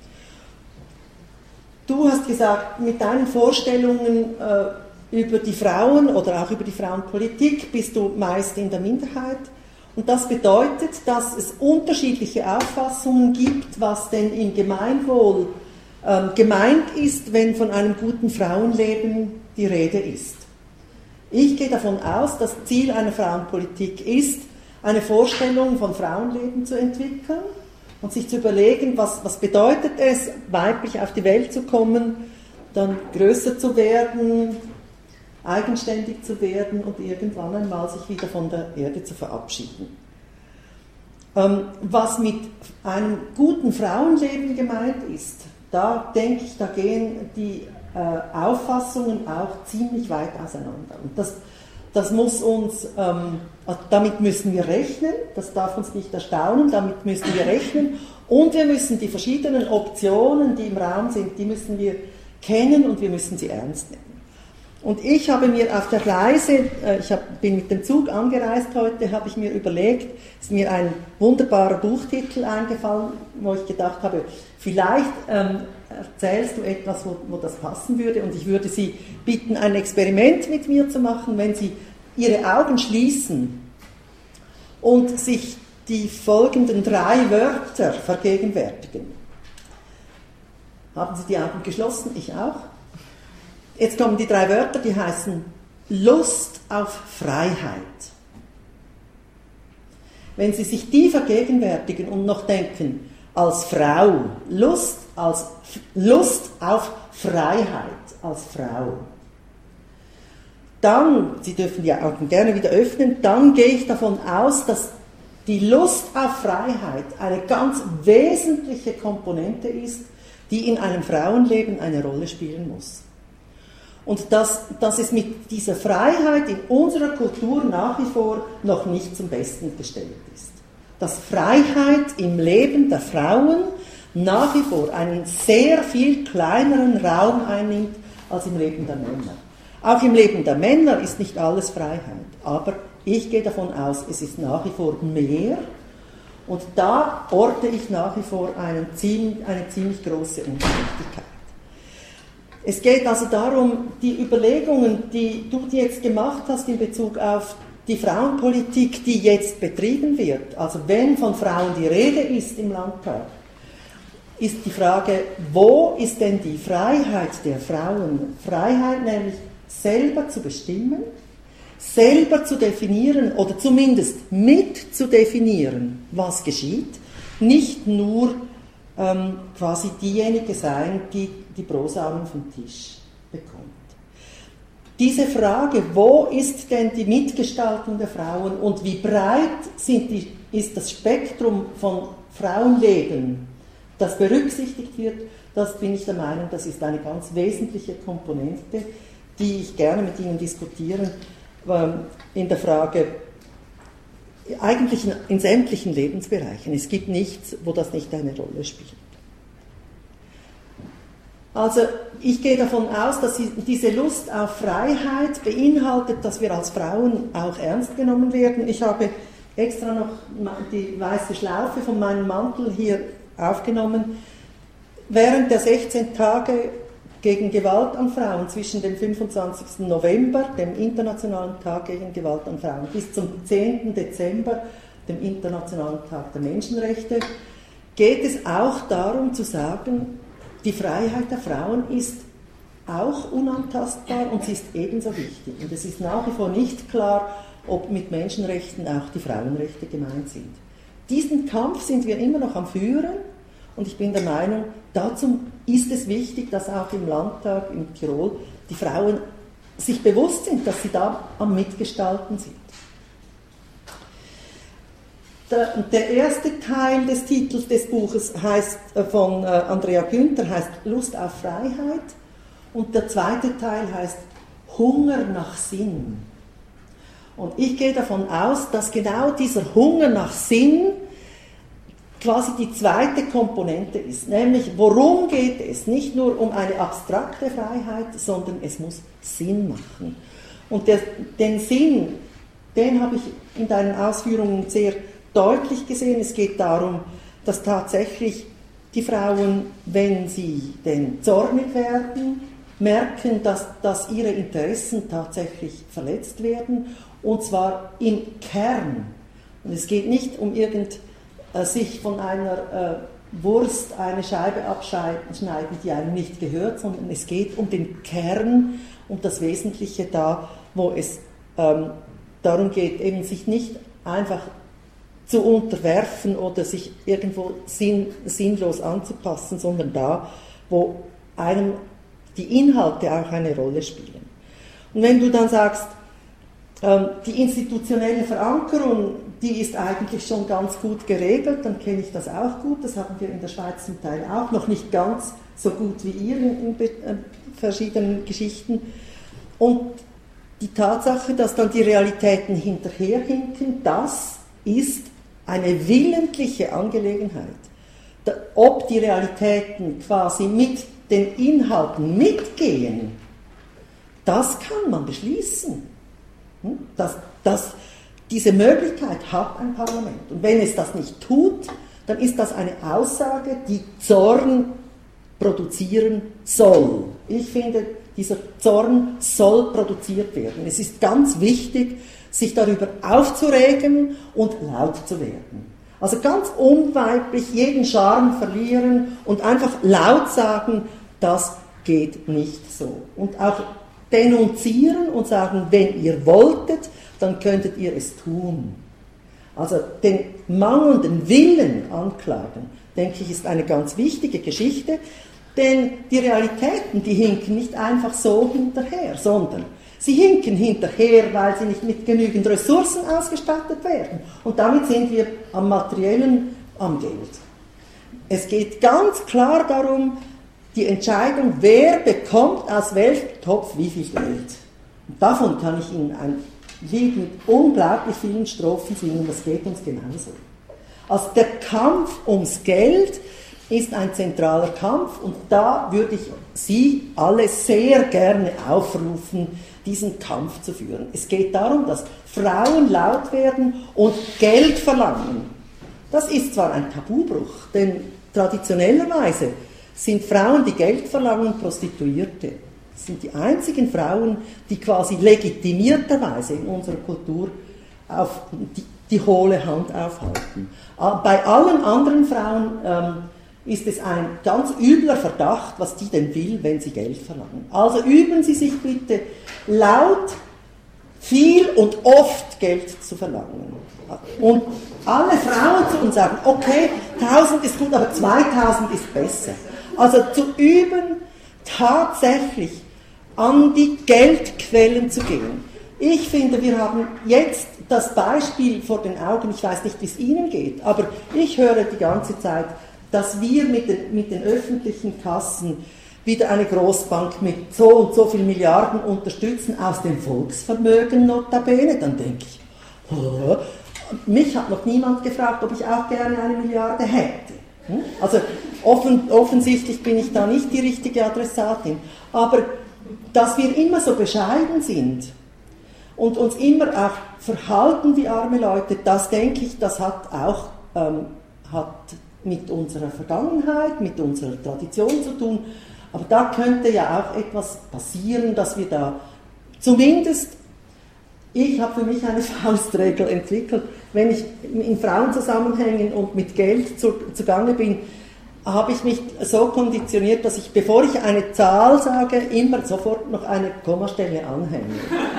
Du hast gesagt, mit deinen Vorstellungen über die Frauen oder auch über die Frauenpolitik bist du meist in der Minderheit. Und das bedeutet, dass es unterschiedliche Auffassungen gibt, was denn im Gemeinwohl gemeint ist, wenn von einem guten Frauenleben die Rede ist. Ich gehe davon aus, das Ziel einer Frauenpolitik ist, eine Vorstellung von Frauenleben zu entwickeln und sich zu überlegen, was bedeutet es, weiblich auf die Welt zu kommen, dann größer zu werden, eigenständig zu werden und irgendwann einmal sich wieder von der Erde zu verabschieden. Was mit einem guten Frauenleben gemeint ist, da denke ich, da gehen die Auffassungen auch ziemlich weit auseinander. Und das muss uns, damit müssen wir rechnen, das darf uns nicht erstaunen, damit müssen wir rechnen und wir müssen die verschiedenen Optionen, die im Raum sind, die müssen wir kennen und wir müssen sie ernst nehmen. Und ich habe mir auf der Reise, bin mit dem Zug angereist heute, habe ich mir überlegt, ist mir ein wunderbarer Buchtitel eingefallen, wo ich gedacht habe, vielleicht erzählst du etwas, wo das passen würde, und ich würde Sie bitten, ein Experiment mit mir zu machen, wenn Sie Ihre Augen schließen und sich die folgenden 3 Wörter vergegenwärtigen. Haben Sie die Augen geschlossen? Ich auch. Jetzt kommen die 3 Wörter, die heißen Lust auf Freiheit. Wenn Sie sich die vergegenwärtigen und noch denken, als Frau, Lust auf Freiheit als Frau, dann, Sie dürfen die Augen gerne wieder öffnen, dann gehe ich davon aus, dass die Lust auf Freiheit eine ganz wesentliche Komponente ist, die in einem Frauenleben eine Rolle spielen muss. Und dass es mit dieser Freiheit in unserer Kultur nach wie vor noch nicht zum Besten gestellt ist. Dass Freiheit im Leben der Frauen nach wie vor einen sehr viel kleineren Raum einnimmt als im Leben der Männer. Auch im Leben der Männer ist nicht alles Freiheit, aber ich gehe davon aus, es ist nach wie vor mehr, und da orte ich nach wie vor eine ziemlich große Ungerechtigkeit. Es geht also darum, die Überlegungen, die du jetzt gemacht hast in Bezug auf die Frauenpolitik, die jetzt betrieben wird, also wenn von Frauen die Rede ist im Landtag, ist die Frage, wo ist denn die Freiheit der Frauen? Freiheit nämlich selber zu bestimmen, selber zu definieren oder zumindest mit zu definieren, was geschieht, nicht nur quasi diejenige sein, die die Brosamen vom Tisch bekommt. Diese Frage, wo ist denn die Mitgestaltung der Frauen und wie breit ist das Spektrum von Frauenleben, das berücksichtigt wird, das bin ich der Meinung, das ist eine ganz wesentliche Komponente, die ich gerne mit Ihnen diskutieren in der Frage, eigentlich in sämtlichen Lebensbereichen. Es gibt nichts, wo das nicht eine Rolle spielt. Also ich gehe davon aus, dass diese Lust auf Freiheit beinhaltet, dass wir als Frauen auch ernst genommen werden. Ich habe extra noch die weiße Schlaufe von meinem Mantel hier aufgenommen. Während der 16 Tage gegen Gewalt an Frauen zwischen dem 25. November, dem Internationalen Tag gegen Gewalt an Frauen, bis zum 10. Dezember, dem Internationalen Tag der Menschenrechte, geht es auch darum zu sagen, die Freiheit der Frauen ist auch unantastbar und sie ist ebenso wichtig. Und es ist nach wie vor nicht klar, ob mit Menschenrechten auch die Frauenrechte gemeint sind. Diesen Kampf sind wir immer noch am Führen und ich bin der Meinung, dazu ist es wichtig, dass auch im Landtag in Tirol die Frauen sich bewusst sind, dass sie da am Mitgestalten sind. Der erste Teil des Titels des Buches heißt, von Andrea Günther heißt Lust auf Freiheit und der zweite Teil heißt Hunger nach Sinn. Und ich gehe davon aus, dass genau dieser Hunger nach Sinn quasi die zweite Komponente ist, nämlich worum geht es? Nicht nur um eine abstrakte Freiheit, sondern es muss Sinn machen. Und den Sinn, den habe ich in deinen Ausführungen sehr deutlich gesehen. Es geht darum, dass tatsächlich die Frauen, wenn sie denn zornig werden, merken, dass ihre Interessen tatsächlich verletzt werden, und zwar im Kern. Und es geht nicht um sich von einer Wurst eine Scheibe abschneiden, die einem nicht gehört, sondern es geht um den Kern, um das Wesentliche da, wo es darum geht, eben sich nicht einfach zu unterwerfen oder sich irgendwo sinnlos anzupassen, sondern da, wo einem die Inhalte auch eine Rolle spielen. Und wenn du dann sagst, die institutionelle Verankerung, die ist eigentlich schon ganz gut geregelt, dann kenne ich das auch gut, das haben wir in der Schweiz zum Teil auch, noch nicht ganz so gut wie ihr in verschiedenen Geschichten. Und die Tatsache, dass dann die Realitäten hinterherhinken, das ist eine willentliche Angelegenheit. Ob die Realitäten quasi mit den Inhalten mitgehen, das kann man beschließen. Diese Möglichkeit hat ein Parlament. Und wenn es das nicht tut, dann ist das eine Aussage, die Zorn produzieren soll. Ich finde, dieser Zorn soll produziert werden. Es ist ganz wichtig, sich darüber aufzuregen und laut zu werden. Also ganz unweiblich jeden Charme verlieren und einfach laut sagen, das geht nicht so. Und auch denunzieren und sagen, wenn ihr wolltet, dann könntet ihr es tun. Also den mangelnden Willen anklagen, denke ich, ist eine ganz wichtige Geschichte, denn die Realitäten, die hinken nicht einfach so hinterher, sondern sie hinken hinterher, weil sie nicht mit genügend Ressourcen ausgestattet werden. Und damit sind wir am Materiellen, am Geld. Es geht ganz klar darum, die Entscheidung, wer bekommt aus welchem Topf wie viel Geld. Und davon kann ich Ihnen ein Lied mit unglaublich vielen Strophen singen, das geht uns genauso. Also der Kampf ums Geld ist ein zentraler Kampf und da würde ich Sie alle sehr gerne aufrufen, diesen Kampf zu führen. Es geht darum, dass Frauen laut werden und Geld verlangen. Das ist zwar ein Tabubruch, denn traditionellerweise sind Frauen, die Geld verlangen, Prostituierte. Das sind die einzigen Frauen, die quasi legitimierterweise in unserer Kultur auf die hohle Hand aufhalten. Bei allen anderen Frauen ist es ein ganz übler Verdacht, was die denn will, wenn sie Geld verlangen. Also üben Sie sich bitte, laut, viel und oft Geld zu verlangen. Und alle Frauen zu uns sagen, okay, 1000 ist gut, aber 2000 ist besser. Also zu üben, tatsächlich an die Geldquellen zu gehen. Ich finde, wir haben jetzt das Beispiel vor den Augen, ich weiß nicht, wie es Ihnen geht, aber ich höre die ganze Zeit, dass wir mit den öffentlichen Kassen wieder eine Großbank mit so und so viel Milliarden unterstützen, aus dem Volksvermögen notabene, dann denke ich, oh, mich hat noch niemand gefragt, ob ich auch gerne eine Milliarde hätte. Also offensichtlich bin ich da nicht die richtige Adressatin. Aber dass wir immer so bescheiden sind und uns immer auch verhalten wie arme Leute, das denke ich, das hat auch mit unserer Vergangenheit, mit unserer Tradition zu tun. Aber da könnte ja auch etwas passieren, dass wir da zumindest, ich habe für mich eine Faustregel entwickelt, wenn ich in Frauenzusammenhängen und mit Geld zugange bin, habe ich mich so konditioniert, dass ich, bevor ich eine Zahl sage, immer sofort noch eine Kommastelle anhänge.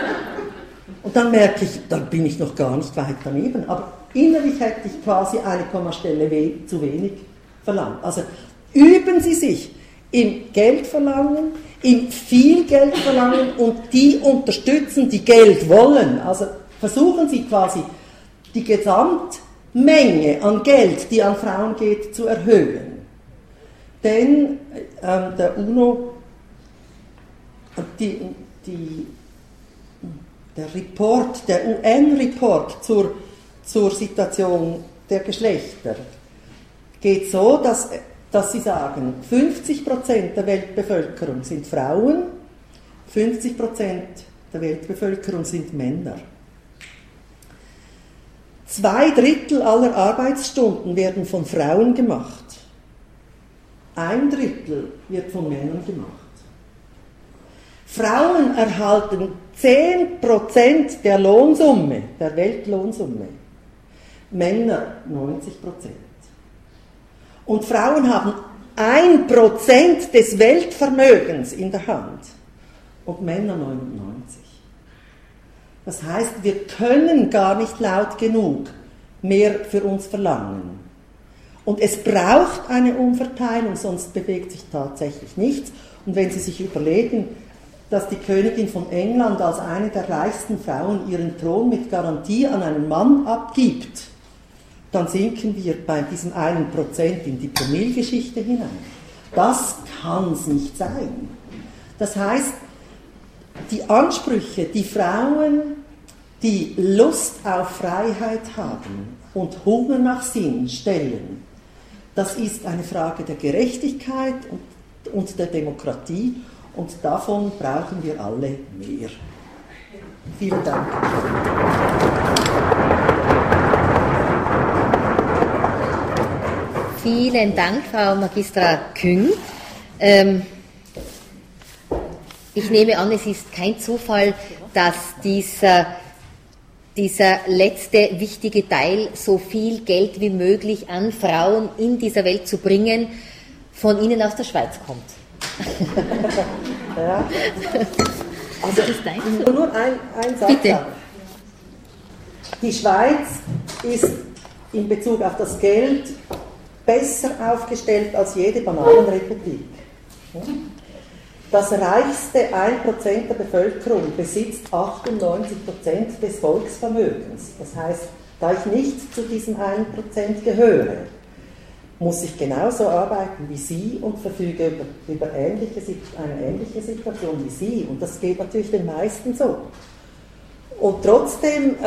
Und dann merke ich, dann bin ich noch gar nicht weit daneben. Aber innerlich hätte ich quasi eine Kommastelle zu wenig verlangt. Also üben Sie sich im Geldverlangen, im viel Geld verlangen und die unterstützen, die Geld wollen. Also versuchen Sie quasi die Gesamtmenge an Geld, die an Frauen geht, zu erhöhen. Denn der UNO, der UN-Report zur Situation der Geschlechter geht so, dass sie sagen, 50% der Weltbevölkerung sind Frauen, 50% der Weltbevölkerung sind Männer. 2/3 aller Arbeitsstunden werden von Frauen gemacht. 1/3 wird von Männern gemacht. Frauen erhalten 10% der Lohnsumme, der Weltlohnsumme. Männer 90%. Und Frauen haben 1% des Weltvermögens in der Hand und Männer 99%. Das heißt, wir können gar nicht laut genug mehr für uns verlangen. Und es braucht eine Umverteilung, sonst bewegt sich tatsächlich nichts. Und wenn Sie sich überlegen, dass die Königin von England als eine der reichsten Frauen ihren Thron mit Garantie an einen Mann abgibt, dann sinken wir bei diesem 1% in die Promillegeschichte hinein. Das kann es nicht sein. Das heißt, die Ansprüche, die Frauen, die Lust auf Freiheit haben und Hunger nach Sinn stellen, das ist eine Frage der Gerechtigkeit und der Demokratie und davon brauchen wir alle mehr. Vielen Dank. Vielen Dank, Frau Magistra Küng. Ich nehme an, es ist kein Zufall, dass dieser letzte wichtige Teil, so viel Geld wie möglich an Frauen in dieser Welt zu bringen, von Ihnen aus der Schweiz kommt. Ja. Also, nur ein Satz. Bitte. Die Schweiz ist in Bezug auf das Geld besser aufgestellt als jede Bananenrepublik. Das reichste 1% der Bevölkerung besitzt 98% des Volksvermögens. Das heißt, da ich nicht zu diesem 1% gehöre, muss ich genauso arbeiten wie Sie und verfüge über eine ähnliche Situation wie Sie. Und das geht natürlich den meisten so. Und trotzdem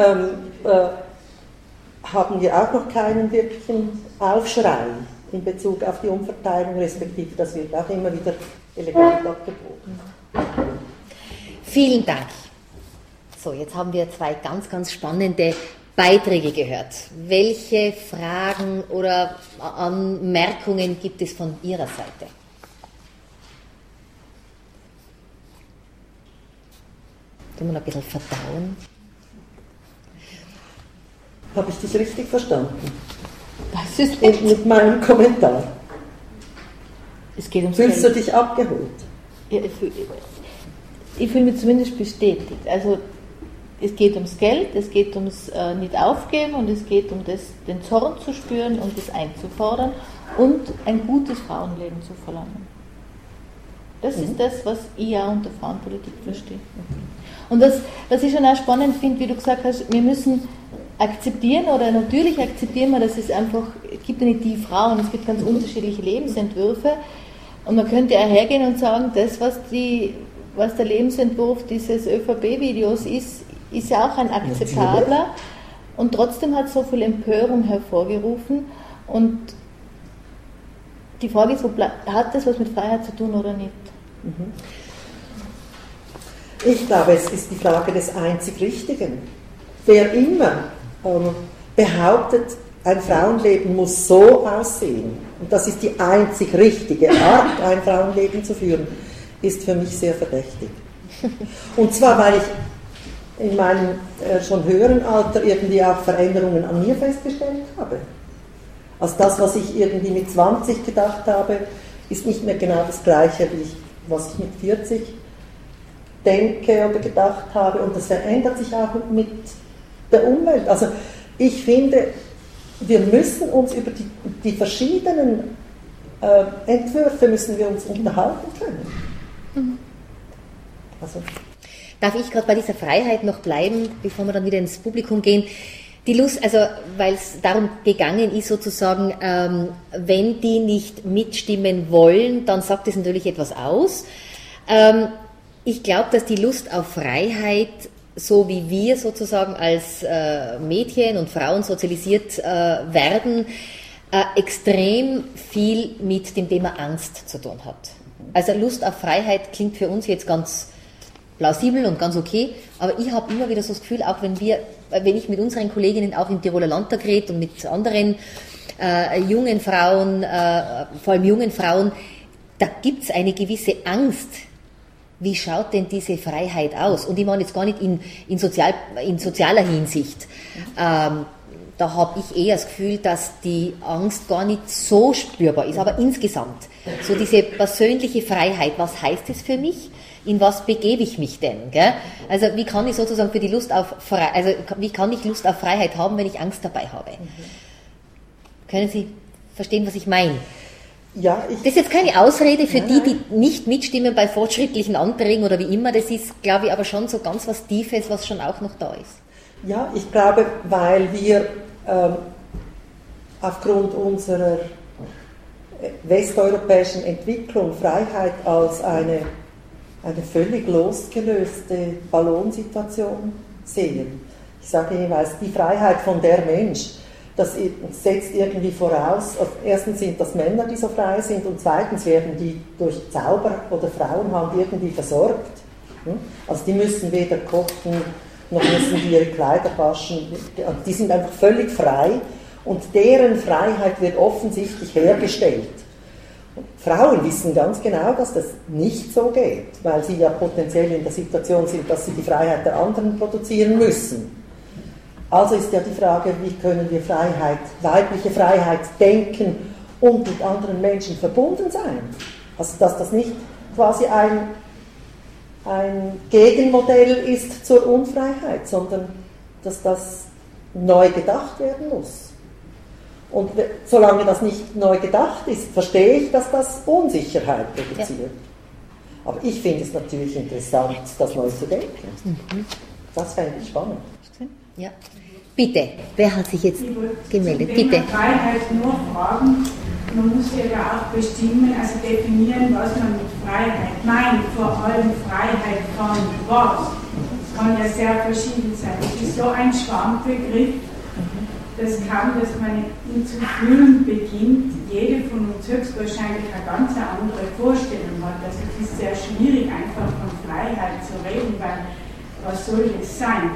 haben wir auch noch keinen wirklichen Aufschrei in Bezug auf die Umverteilung, respektive das wird auch immer wieder elegant abgebogen. Vielen Dank. So, jetzt haben wir zwei ganz, ganz spannende Beiträge gehört. Welche Fragen oder Anmerkungen gibt es von Ihrer Seite? Können wir noch ein bisschen verdauen? Habe ich dich richtig verstanden? Das ist nicht. Mit meinem Kommentar. Es geht ums Fühlst Geld. du dich abgeholt? Ja, ich fühle mich zumindest bestätigt. Also es geht ums Geld, es geht ums nicht aufgeben und es geht um das, den Zorn zu spüren und das einzufordern und ein gutes Frauenleben zu verlangen. Das ist das, was ich auch unter Frauenpolitik verstehe. Und was ich schon auch spannend finde, wie du gesagt hast, wir müssen akzeptieren oder natürlich akzeptieren wir, dass es einfach, es gibt ja nicht die Frauen, es gibt ganz unterschiedliche Lebensentwürfe und man könnte ja hergehen und sagen, das, was der Lebensentwurf dieses ÖVP-Videos ist ja auch ein akzeptabler und trotzdem hat es so viel Empörung hervorgerufen und die Frage ist, hat das was mit Freiheit zu tun oder nicht? Ich glaube, es ist die Frage des einzig Richtigen. Wer immer behauptet, ein Frauenleben muss so aussehen, und das ist die einzig richtige Art, ein Frauenleben zu führen, ist für mich sehr verdächtig. Und zwar, weil ich in meinem schon höheren Alter irgendwie auch Veränderungen an mir festgestellt habe. Also das, was ich irgendwie mit 20 gedacht habe, ist nicht mehr genau das Gleiche, was ich mit 40 denke oder gedacht habe. Und das verändert sich auch mit der Umwelt. Also ich finde, wir müssen uns über die verschiedenen Entwürfe müssen wir uns unterhalten können. Also. Darf ich gerade bei dieser Freiheit noch bleiben, bevor wir dann wieder ins Publikum gehen? Die Lust, also weil es darum gegangen ist sozusagen, wenn die nicht mitstimmen wollen, dann sagt es natürlich etwas aus. Ich glaube, dass die Lust auf Freiheit, so wie wir sozusagen als Mädchen und Frauen sozialisiert werden, extrem viel mit dem Thema Angst zu tun hat. Also Lust auf Freiheit klingt für uns jetzt ganz plausibel und ganz okay, aber ich habe immer wieder so das Gefühl, auch wenn ich mit unseren Kolleginnen auch im Tiroler Landtag rede und mit anderen jungen Frauen, vor allem jungen Frauen, da gibt es eine gewisse Angst. Wie schaut denn diese Freiheit aus? Und ich meine jetzt gar nicht in sozialer Hinsicht. Da habe ich eher das Gefühl, dass die Angst gar nicht so spürbar ist, aber insgesamt. So diese persönliche Freiheit, was heißt es für mich? In was begebe ich mich denn? Gell? Also wie kann ich sozusagen für die Lust auf wie kann ich Lust auf Freiheit haben, wenn ich Angst dabei habe? Können Sie verstehen, was ich meine? Ja, das ist jetzt keine Ausrede für die nicht mitstimmen bei fortschrittlichen Anträgen oder wie immer. Das ist, glaube ich, aber schon so ganz was Tiefes, was schon auch noch da ist. Ja, ich glaube, weil wir aufgrund unserer westeuropäischen Entwicklung Freiheit als eine völlig losgelöste Ballonsituation sehen. Ich sage jeweils, die Freiheit von der Mensch, das setzt irgendwie voraus, erstens sind das Männer, die so frei sind, und zweitens werden die durch Zauber oder Frauenhand irgendwie versorgt. Also die müssen weder kochen, noch müssen die ihre Kleider waschen, die sind einfach völlig frei und deren Freiheit wird offensichtlich hergestellt. Frauen wissen ganz genau, dass das nicht so geht, weil sie ja potenziell in der Situation sind, dass sie die Freiheit der anderen produzieren müssen. Also ist ja die Frage, wie können wir weibliche Freiheit denken und mit anderen Menschen verbunden sein? Also dass das nicht quasi ein Gegenmodell ist zur Unfreiheit, sondern dass das neu gedacht werden muss. Und solange das nicht neu gedacht ist, verstehe ich, dass das Unsicherheit produziert. Ja. Aber ich finde es natürlich interessant, das neu zu denken. Das fände ich spannend. Ja. Bitte, wer hat sich jetzt gemeldet? Bitte. Freiheit nur fragen, man muss ja auch bestimmen, also definieren, was man mit Freiheit meint, vor allem Freiheit von was. Das kann ja sehr verschieden sein. Es ist so ein Schwammbegriff, dass kaum, dass man ihn zu fühlen beginnt, jede von uns höchstwahrscheinlich eine ganz andere Vorstellung hat. Also es ist sehr schwierig, einfach von Freiheit zu reden, weil was soll es sein?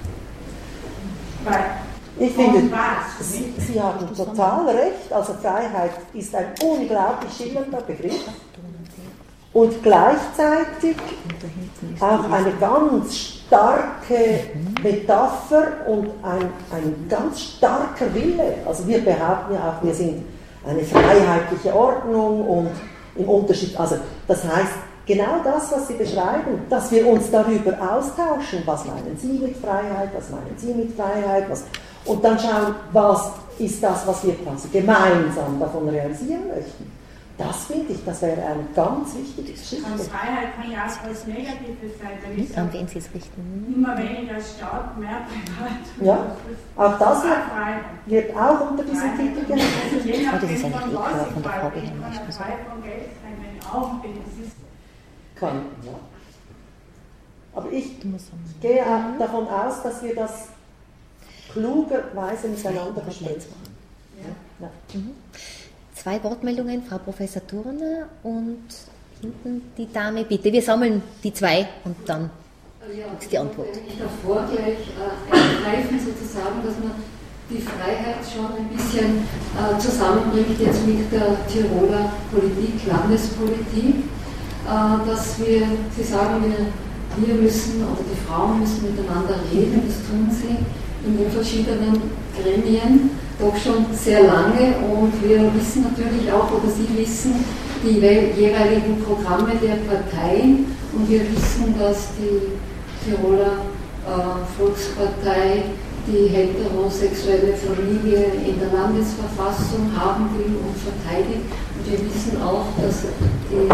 Weil ich finde, Sie haben total recht. Also Freiheit ist ein unglaublich schillernder Begriff und gleichzeitig auch eine ganz starke Metapher und ein ganz starker Wille. Also wir behaupten ja auch, wir sind eine freiheitliche Ordnung und im Unterschied, also das heißt, genau das, was Sie beschreiben, dass wir uns darüber austauschen, was meinen Sie mit Freiheit, was meinen Sie mit Freiheit, und dann schauen, was ist das, was wir quasi gemeinsam davon realisieren möchten. Das finde ich, das wäre eine ganz wichtige Geschichte. Freiheit kann ja auch was Negatives sein, wenn ich an wen Sie es richten. Immer weniger Staat, mehr Privat. Ja, auch das wird auch unter diesen Titel genannt. Also je nachdem, das ist eine von Rückkehr was von der ich Frau weiß, Behn, kann nicht ja mehr so. frei von Geld sein, wenn ich auch bin. Das ist Kann, ja. Aber ich gehe auch davon aus, dass wir das klugerweise miteinander besprechen. Ja. Zwei Wortmeldungen, Frau Professor Thurner und hinten die Dame, bitte. Wir sammeln die zwei und dann gibt es die Antwort. Ich davor gleich eingreifen, sozusagen, dass man die Freiheit schon ein bisschen zusammenbringt jetzt mit der Tiroler Politik, Landespolitik, dass wir, Sie sagen, wir müssen oder die Frauen müssen miteinander reden, das tun sie in den verschiedenen Gremien doch schon sehr lange und wir wissen natürlich auch, oder Sie wissen, die jeweiligen Programme der Parteien und wir wissen, dass die Tiroler Volkspartei die heterosexuelle Familie in der Landesverfassung haben will und verteidigt. Und wir wissen auch, dass die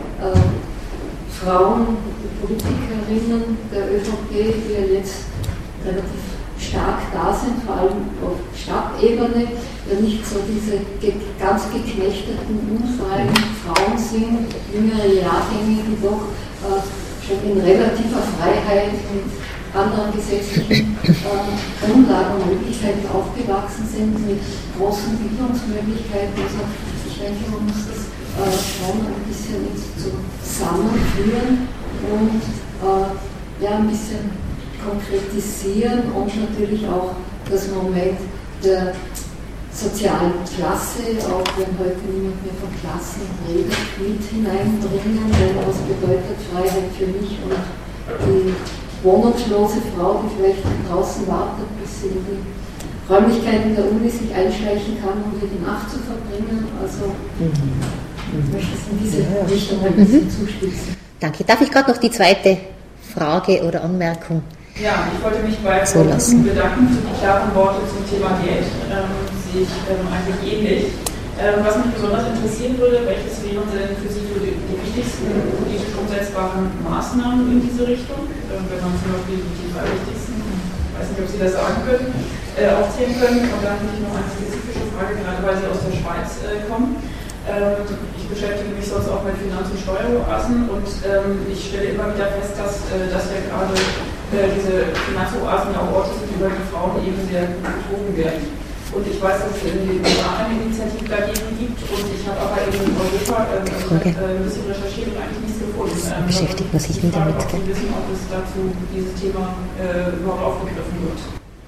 Frauen, die Politikerinnen der ÖVP, die ja jetzt relativ stark da sind, vor allem auf Stadtebene, ja nicht so diese ganz geknechteten, unfreien Frauen sind, jüngere Jahrgänge, die doch schon in relativer Freiheit mit anderen gesetzlichen Grundlagen und Möglichkeiten aufgewachsen sind, mit großen Bildungsmöglichkeiten. Also ich denke, man muss das schon ein bisschen zusammenführen und ein bisschen konkretisieren und natürlich auch das Moment der sozialen Klasse, auch wenn heute niemand mehr von Klassen redet, mit hineinbringen, denn was bedeutet Freiheit für mich und die wohnungslose Frau, die vielleicht draußen wartet, bis sie in die Räumlichkeiten der Uni sich einschleichen kann, um hier die Nacht zu verbringen. Also ich möchte es in diese Richtung ein bisschen zuspitzen. Danke. Darf ich gerade noch die zweite Frage oder Anmerkung ich wollte mich bei so lassen bedanken für die klaren Worte zum Thema Geld. Sehe ich eigentlich ähnlich. Was mich besonders interessieren würde, welches wären denn für Sie die wichtigsten politisch umsetzbaren Maßnahmen in diese Richtung? Wenn man zum Beispiel die drei wichtigsten, ich weiß nicht, ob Sie das sagen können, aufzählen können. Und dann habe ich noch eine spezifische Frage, gerade weil Sie aus der Schweiz kommen. Ich beschäftige mich sonst auch mit Finanz- und Steueroasen und ich stelle immer wieder fest, dass ja gerade diese Finanzoasen ja auch Orte sind, über die Frauen eben sehr gut betrogen werden. Und ich weiß, dass es in den USA eine Initiative dagegen gibt und ich habe aber in Europa ein bisschen recherchiert und eigentlich nichts gefunden. beschäftigt man sich nie damit. Ob Sie wissen, ob es dazu dieses Thema überhaupt aufgegriffen wird.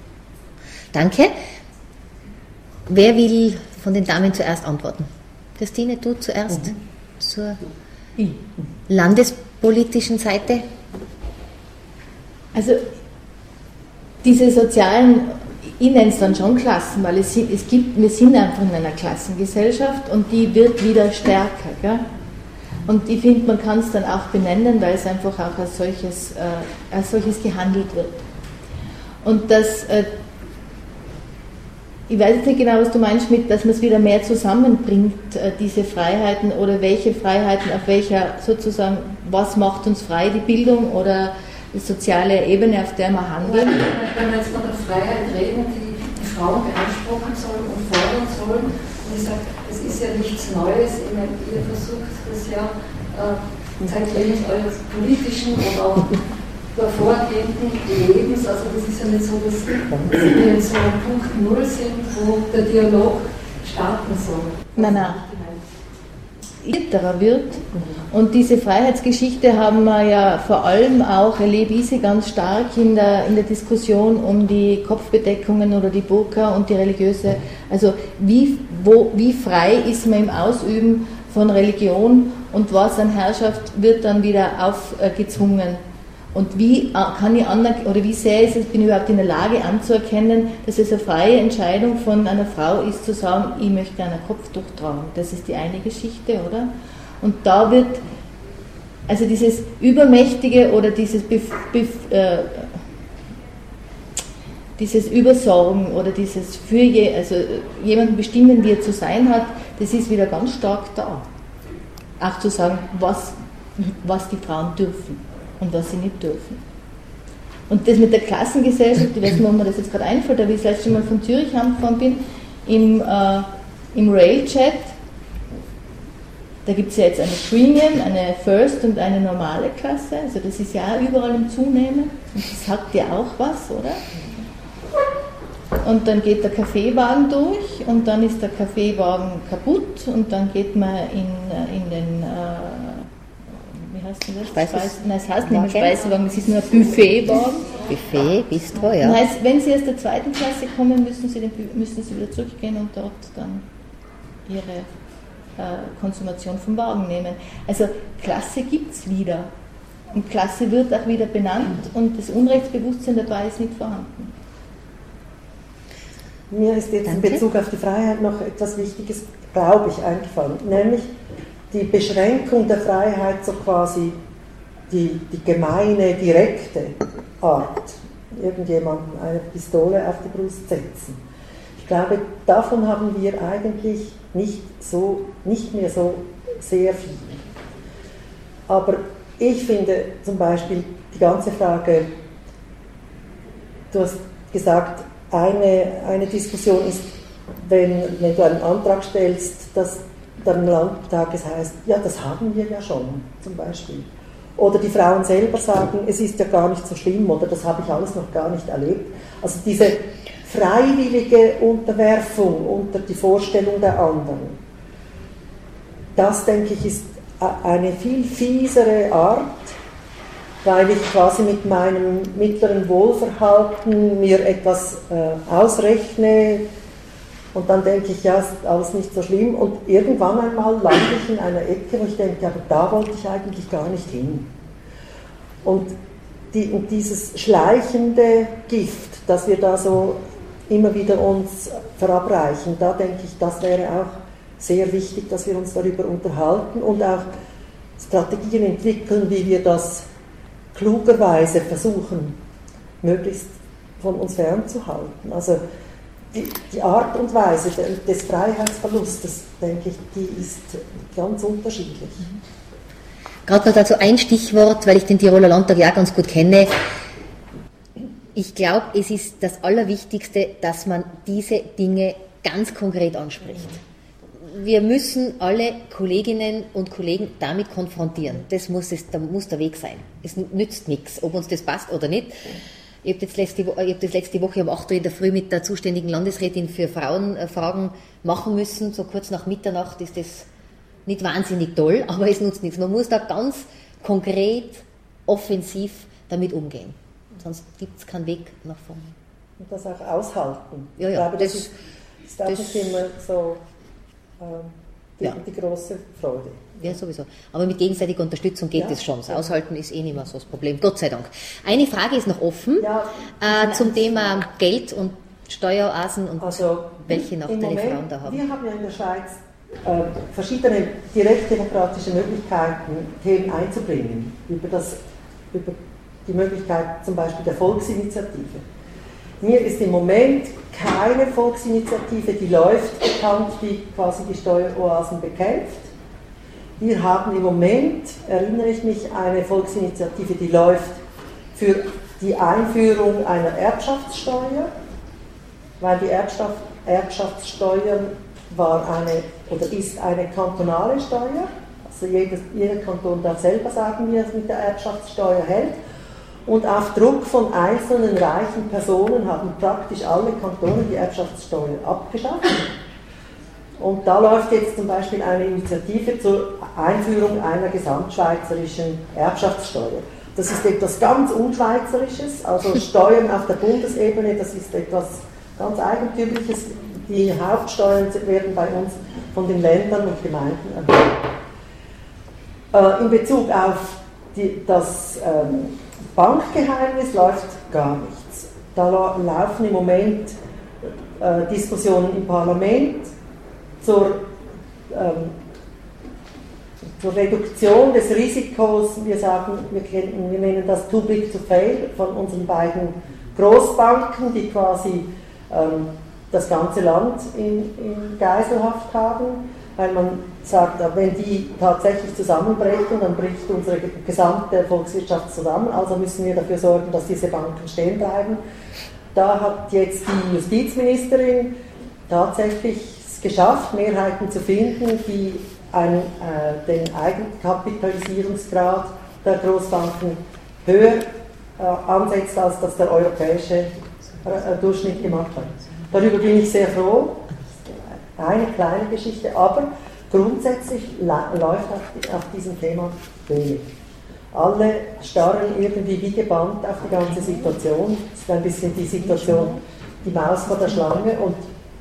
Danke. Wer will von den Damen zuerst antworten? Christine, du zuerst zur landespolitischen Seite. Also diese sozialen, ich nenne es dann schon Klassen, weil wir sind einfach in einer Klassengesellschaft und die wird wieder stärker. Gell? Und ich finde, man kann es dann auch benennen, weil es einfach auch als solches gehandelt wird. Und das, ich weiß jetzt nicht genau, was du meinst mit, dass man es wieder mehr zusammenbringt, diese Freiheiten oder welche Freiheiten, auf welcher sozusagen, was macht uns frei, die Bildung oder die soziale Ebene, auf der wir handeln. Wenn wir jetzt von der Freiheit reden, die Frauen beanspruchen sollen und fordern fördern sollen. Und ich sage, es ist ja nichts Neues. Ich meine, ihr versucht das ja zeitlebens eures politischen und auch vorgehenden Lebens. Also das ist ja nicht so, dass wir jetzt so an Punkt Null sind, wo der Dialog starten soll. Nein. Wird. Und diese Freiheitsgeschichte haben wir ja vor allem auch, erlebe ich sie ganz stark in der Diskussion um die Kopfbedeckungen oder die Burka und die religiöse, also wie frei ist man im Ausüben von Religion und was an Herrschaft wird dann wieder aufgezwungen. Und wie kann ich wie sehe ich es, bin ich überhaupt in der Lage anzuerkennen, dass es eine freie Entscheidung von einer Frau ist, zu sagen, ich möchte ein Kopftuch tragen. Das ist die eine Geschichte, oder? Und da wird, also dieses Übermächtige oder dieses Übersorgen oder dieses also jemanden bestimmen, wie er zu sein hat, das ist wieder ganz stark da. Auch zu sagen, was die Frauen dürfen und was sie nicht dürfen. Und das mit der Klassengesellschaft, ich weiß nicht, ob mir das jetzt gerade einfällt, aber wie ich das letzte Mal von Zürich heimgefahren bin, im Railjet, da gibt es ja jetzt eine Premium, eine First und eine normale Klasse, also das ist ja auch überall im Zunehmen und das sagt ja auch was, oder? Und dann geht der Kaffeewagen durch und dann ist der Kaffeewagen kaputt und dann geht man in den wie heißt denn das? Nein, es heißt nicht mehr Speisewagen, es ist nur ein Buffetwagen. Buffet, Bistro, ja. Das heißt, wenn Sie aus der zweiten Klasse kommen, müssen Sie wieder zurückgehen und dort dann Ihre Konsumation vom Wagen nehmen. Also Klasse gibt es wieder. Und Klasse wird auch wieder benannt und das Unrechtsbewusstsein dabei ist nicht vorhanden. Mir ist jetzt in Bezug auf die Freiheit noch etwas Wichtiges, glaube ich, eingefallen, nämlich die Beschränkung der Freiheit, so quasi die gemeine, direkte Art, irgendjemandem eine Pistole auf die Brust setzen. Ich glaube, davon haben wir eigentlich nicht mehr so sehr viel. Aber ich finde zum Beispiel die ganze Frage, du hast gesagt, eine Diskussion ist, wenn du einen Antrag stellst, dass dann im Landtag es heißt, ja, das haben wir ja schon, zum Beispiel. Oder die Frauen selber sagen, es ist ja gar nicht so schlimm oder das habe ich alles noch gar nicht erlebt. Also diese freiwillige Unterwerfung unter die Vorstellung der anderen, das, denke ich, ist eine viel fiesere Art, weil ich quasi mit meinem mittleren Wohlverhalten mir etwas ausrechne und dann denke ich, ja, ist alles nicht so schlimm und irgendwann einmal lande ich in einer Ecke, wo ich denke, aber da wollte ich eigentlich gar nicht hin. Und dieses schleichende Gift, das wir da so immer wieder uns verabreichen, da denke ich, das wäre auch sehr wichtig, dass wir uns darüber unterhalten und auch Strategien entwickeln, wie wir das klugerweise versuchen, möglichst von uns fernzuhalten. Also die Art und Weise des Freiheitsverlustes, denke ich, die ist ganz unterschiedlich. Gerade noch dazu ein Stichwort, weil ich den Tiroler Landtag ja ganz gut kenne. Ich glaube, es ist das Allerwichtigste, dass man diese Dinge ganz konkret anspricht. Wir müssen alle Kolleginnen und Kollegen damit konfrontieren. Da muss der Weg sein. Es nützt nichts, ob uns das passt oder nicht. Ich habe das letzte Woche um 8 Uhr in der Früh mit der zuständigen Landesrätin für Frauenfragen machen müssen. So kurz nach Mitternacht ist das nicht wahnsinnig toll, aber es nutzt nichts. Man muss da ganz konkret, offensiv damit umgehen. Sonst gibt es keinen Weg nach vorne. Und das auch aushalten. Ja, ich glaube, das ist auch nicht immer so die große Freude. Ja, sowieso. Aber mit gegenseitiger Unterstützung geht es schon. Das Aushalten ist nicht mehr so das Problem, Gott sei Dank. Eine Frage ist noch offen zum Thema Geld und Steueroasen und welche Nachteile Frauen da haben. Wir haben ja in der Schweiz verschiedene direktdemokratische Möglichkeiten, Themen einzubringen. Über die Möglichkeit zum Beispiel der Volksinitiative. Mir ist im Moment keine Volksinitiative, die läuft, bekannt, die quasi die Steueroasen bekämpft. Wir haben im Moment, erinnere ich mich, eine Volksinitiative, die läuft für die Einführung einer Erbschaftssteuer. weil die Erbschaftssteuer ist eine kantonale Steuer. Also jeder Kanton darf selber sagen, wie er es mit der Erbschaftssteuer hält. Und auf Druck von einzelnen reichen Personen haben praktisch alle Kantone die Erbschaftssteuer abgeschafft. Und da läuft jetzt zum Beispiel eine Initiative zur Einführung einer gesamtschweizerischen Erbschaftssteuer. Das ist etwas ganz Unschweizerisches, also Steuern auf der Bundesebene, das ist etwas ganz Eigentümliches. Die Hauptsteuern werden bei uns von den Ländern und Gemeinden erhoben. In Bezug auf das Bankgeheimnis läuft gar nichts. Da laufen im Moment Diskussionen im Parlament zur Reduktion des Risikos. Wir nennen das Too Big to Fail von unseren beiden Großbanken, die quasi das ganze Land in Geiselhaft haben, weil man sagt, wenn die tatsächlich zusammenbrechen, dann bricht unsere gesamte Volkswirtschaft zusammen, also müssen wir dafür sorgen, dass diese Banken stehen bleiben. Da hat jetzt die Justizministerin tatsächlich es geschafft, Mehrheiten zu finden, die den Eigenkapitalisierungsgrad der Großbanken höher ansetzt, als das der europäische Durchschnitt gemacht hat. Darüber bin ich sehr froh. Eine kleine Geschichte, aber grundsätzlich läuft auf diesem Thema wenig. Alle starren irgendwie wie gebannt auf die ganze Situation. Es ist ein bisschen die Situation, die Maus vor der Schlange, und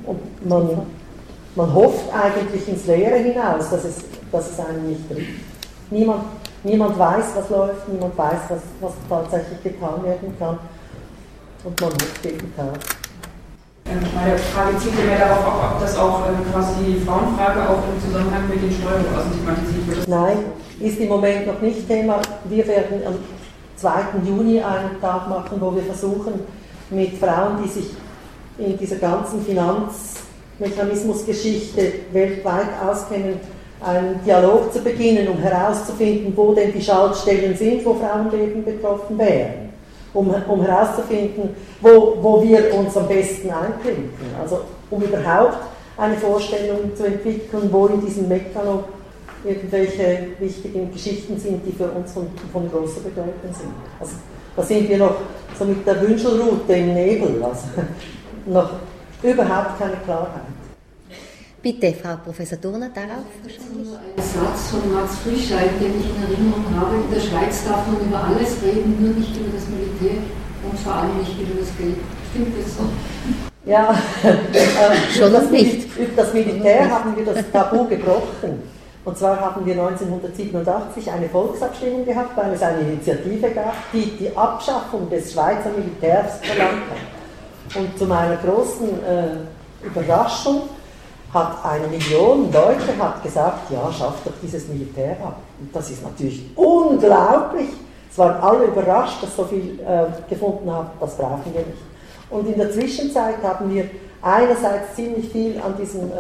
man hofft eigentlich ins Leere hinaus, dass es einen nicht trifft. Niemand weiß, was läuft, niemand weiß, was tatsächlich getan werden kann, und man hofft jeden Tag. Meine Frage zielt ja mehr darauf ab, ob das auch quasi die Frauenfrage auch im Zusammenhang mit den Steueroasen thematisiert wird. Nein, ist im Moment noch nicht Thema. Wir werden am 2. Juni einen Tag machen, wo wir versuchen, mit Frauen, die sich in dieser ganzen Finanzmechanismusgeschichte weltweit auskennen, einen Dialog zu beginnen, um herauszufinden, wo denn die Schaltstellen sind, wo Frauenleben betroffen wären. Um herauszufinden, wo wir uns am besten einklinken. Also um überhaupt eine Vorstellung zu entwickeln, wo in diesem Mechanismus irgendwelche wichtigen Geschichten sind, die für uns von großer Bedeutung sind. Also da sind wir noch so mit der Wünschelrute im Nebel, also noch überhaupt keine Klarheit. Bitte, Frau Professor Thurner, darauf wahrscheinlich. Ein Satz von Max Frischeid, den ich in Erinnerung habe: In der Schweiz darf man über alles reden, nur nicht über das Militär und vor allem nicht über das Geld. Stimmt das so? Ja, schon das nicht. Über das Militär haben wir das Tabu gebrochen. Und zwar haben wir 1987 eine Volksabstimmung gehabt, weil es eine Initiative gab, die die Abschaffung des Schweizer Militärs verlangt hat. Und zu meiner großen Überraschung hat 1 Million Leute gesagt, ja, schafft doch dieses Militär ab. Und das ist natürlich unglaublich. Es waren alle überrascht, dass so viel gefunden haben, das brauchen wir nicht. Und in der Zwischenzeit haben wir einerseits ziemlich viel an diesem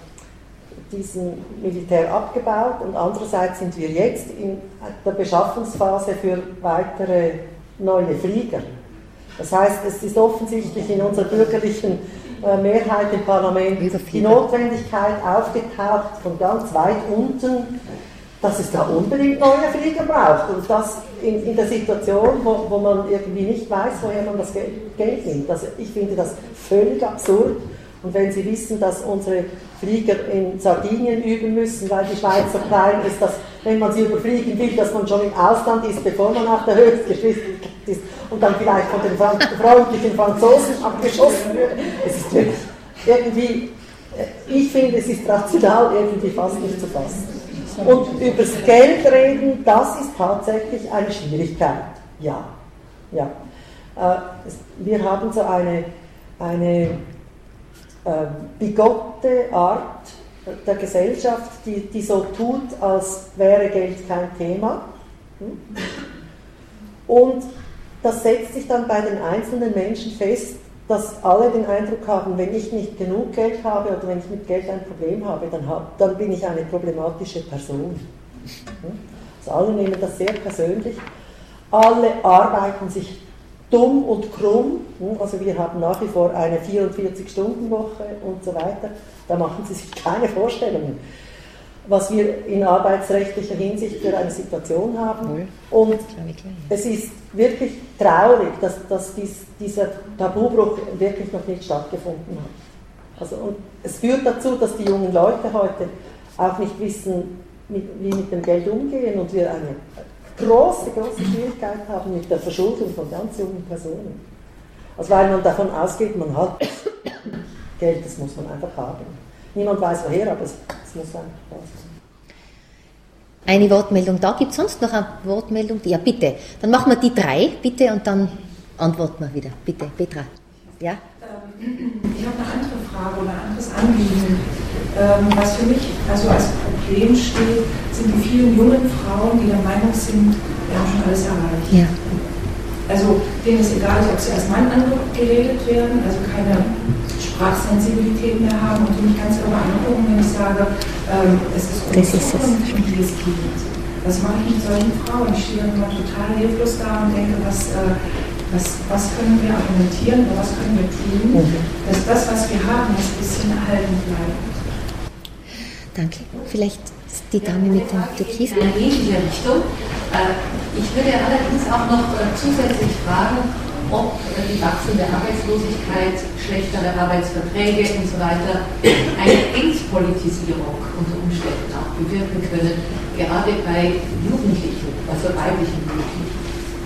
Militär abgebaut, und andererseits sind wir jetzt in der Beschaffungsphase für weitere neue Flieger. Das heißt, es ist offensichtlich in unserer bürgerlichen Mehrheit im Parlament die Notwendigkeit aufgetaucht von ganz weit unten, dass es da unbedingt neue Flieger braucht, und das in der Situation, wo man irgendwie nicht weiß, woher man das Geld nimmt. Also ich finde das völlig absurd. Und wenn Sie wissen, dass unsere Flieger in Sardinien üben müssen, weil die Schweiz so klein ist, dass, wenn man sie überfliegen will, dass man schon im Ausland ist, bevor man auf der Höchstgeschwindigkeit ist und dann vielleicht von den freundlichen Franzosen abgeschossen wird. Es ist wirklich irgendwie, ich finde, es ist rational irgendwie fast nicht zu fassen. Und übers Geld reden, das ist tatsächlich eine Schwierigkeit. Ja. Wir haben so eine bigotte Art der Gesellschaft, die so tut, als wäre Geld kein Thema. Und das setzt sich dann bei den einzelnen Menschen fest, dass alle den Eindruck haben, wenn ich nicht genug Geld habe oder wenn ich mit Geld ein Problem habe, dann bin ich eine problematische Person. Also alle nehmen das sehr persönlich. Alle arbeiten sich dumm und krumm, also wir haben nach wie vor eine 44-Stunden-Woche und so weiter, da machen Sie sich keine Vorstellungen, was wir in arbeitsrechtlicher Hinsicht für eine Situation haben. Und es ist wirklich traurig, dass dieser Tabubruch wirklich noch nicht stattgefunden hat. Also, und es führt dazu, dass die jungen Leute heute auch nicht wissen, wie mit dem Geld umgehen und wir eine große Schwierigkeit haben mit der Verschuldung von ganz jungen Personen. Also weil man davon ausgeht, man hat Geld, das muss man einfach haben. Niemand weiß woher, aber es muss einfach da sein. Eine Wortmeldung da. Gibt es sonst noch eine Wortmeldung? Ja, bitte. Dann machen wir die 3, bitte, und dann antworten wir wieder. Bitte, Petra. Ja? Ich habe eine andere Frage oder ein anderes Anliegen. Was für mich also als Problem steht, sind die vielen jungen Frauen, die der Meinung sind, wir haben schon alles erreicht. Ja. Also denen ist egal, ob sie als Mann angeredet werden, also keine Sprachsensibilität mehr haben und die mich ganz irre angucken, wenn ich sage, es ist unsere Zukunft, um die es geht. Was mache ich mit solchen Frauen? Ich stehe dann immer total hilflos da und denke, was können wir argumentieren oder was können wir tun, dass das, was wir haben, das ein bisschen erhalten bleibt. Danke. Vielleicht die Dame mit dem Türkis. In eine ähnliche Richtung. Ich würde allerdings auch noch zusätzlich fragen, ob die wachsende Arbeitslosigkeit, schlechtere Arbeitsverträge und so weiter eine Entpolitisierung unter Umständen auch bewirken können, gerade bei Jugendlichen, also weiblichen Jugendlichen.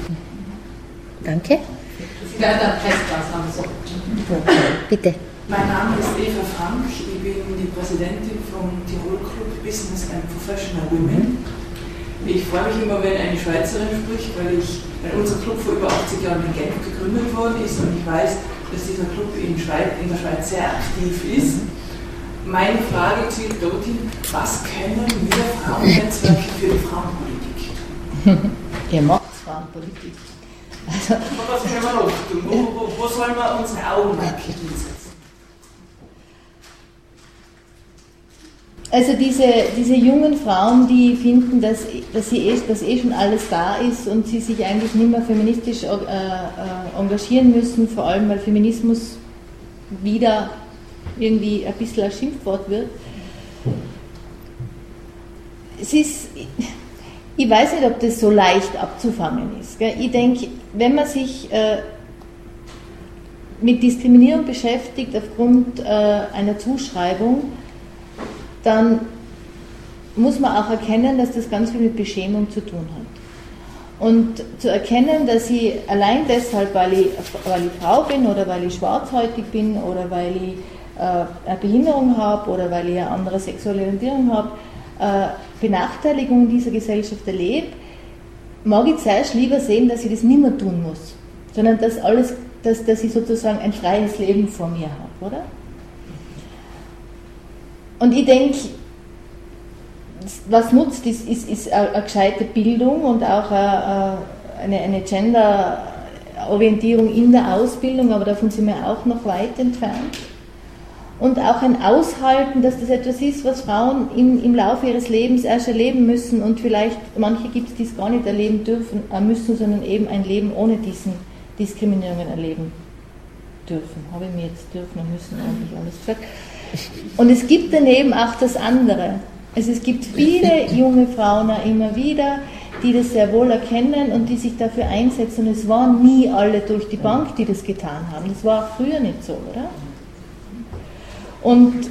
Danke. Sie werden dann Presspass haben. So. Bitte. Mein Name ist Eva Frank, ich bin die Präsidentin vom Tirol Club Business and Professional Women. Ich freue mich immer, wenn eine Schweizerin spricht, weil unser Club vor über 80 Jahren in Genf gegründet worden ist und ich weiß, dass dieser Club in der Schweiz sehr aktiv ist. Meine Frage zielt dorthin, was können wir Frauennetzwerke für die Frauenpolitik? Ihr macht Frauenpolitik. Also, was können wir noch tun? Wo sollen wir unsere Augenmerke hinsetzen? Also diese jungen Frauen, die finden, dass schon alles da ist und sie sich eigentlich nicht mehr feministisch engagieren müssen, vor allem weil Feminismus wieder irgendwie ein bisschen ein Schimpfwort wird. Ich weiß nicht, ob das so leicht abzufangen ist. Gell? Ich denke, wenn man sich mit Diskriminierung beschäftigt aufgrund einer Zuschreibung, dann muss man auch erkennen, dass das ganz viel mit Beschämung zu tun hat. Und zu erkennen, dass ich allein deshalb, weil ich Frau bin oder weil ich schwarzhäutig bin oder weil ich eine Behinderung habe oder weil ich eine andere sexuelle Orientierung habe, Benachteiligung in dieser Gesellschaft erlebe, mag ich zuerst lieber sehen, dass ich das nicht mehr tun muss, sondern dass ich sozusagen ein freies Leben vor mir habe, oder? Und ich denke, was nutzt, ist eine gescheite Bildung und auch eine Gender-Orientierung in der Ausbildung, aber davon sind wir auch noch weit entfernt. Und auch ein Aushalten, dass das etwas ist, was Frauen im Laufe ihres Lebens erst erleben müssen und vielleicht manche gibt es, die es gar nicht erleben müssen, sondern eben ein Leben ohne diesen Diskriminierungen erleben dürfen. Habe ich mir jetzt dürfen und müssen eigentlich alles gesagt. Und es gibt daneben auch das andere. Also es gibt viele junge Frauen auch immer wieder, die das sehr wohl erkennen und die sich dafür einsetzen. Und es waren nie alle durch die Bank, die das getan haben. Das war auch früher nicht so, oder? Und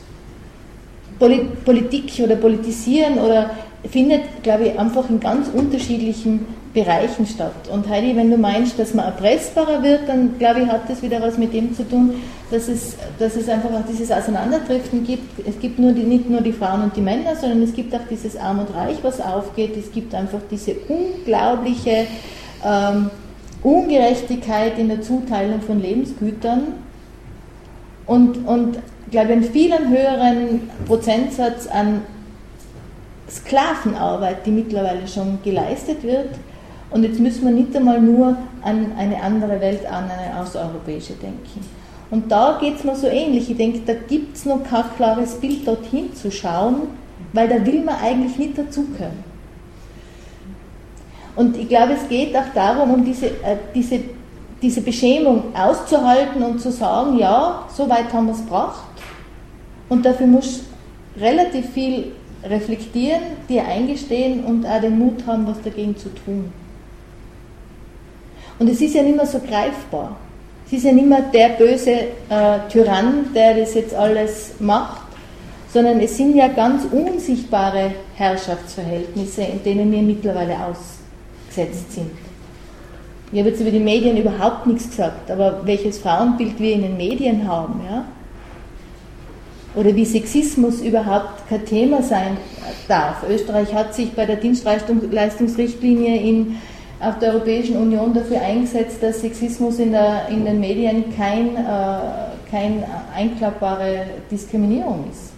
Politik oder Politisieren findet, glaube ich, einfach in ganz unterschiedlichen Bereichen statt. Und Heidi, wenn du meinst, dass man erpressbarer wird, dann glaube ich, hat das wieder was mit dem zu tun, dass es einfach auch dieses Auseinanderdriften gibt. Es gibt nicht nur die Frauen und die Männer, sondern es gibt auch dieses Arm und Reich, was aufgeht. Es gibt einfach diese unglaubliche Ungerechtigkeit in der Zuteilung von Lebensgütern und glaube ich, einen viel höheren Prozentsatz an Sklavenarbeit, die mittlerweile schon geleistet wird. Und jetzt müssen wir nicht einmal nur an eine andere Welt, an eine außereuropäische denken. Und da geht es mir so ähnlich. Ich denke, da gibt es noch kein klares Bild, dorthin zu schauen, weil da will man eigentlich nicht dazugehören. Und ich glaube, es geht auch darum, um diese diese Beschämung auszuhalten und zu sagen, ja, so weit haben wir es gebracht und dafür muss relativ viel reflektieren, dir eingestehen und auch den Mut haben, was dagegen zu tun. Und es ist ja nicht mehr so greifbar. Es ist ja nicht mehr der böse Tyrann, der das jetzt alles macht, sondern es sind ja ganz unsichtbare Herrschaftsverhältnisse, in denen wir mittlerweile ausgesetzt sind. Ich habe jetzt über die Medien überhaupt nichts gesagt, aber welches Frauenbild wir in den Medien haben, ja? Oder wie Sexismus überhaupt kein Thema sein darf. Österreich hat sich bei der Dienstleistungsrichtlinie auf der Europäischen Union dafür eingesetzt, dass Sexismus in den Medien keine einklagbare Diskriminierung ist.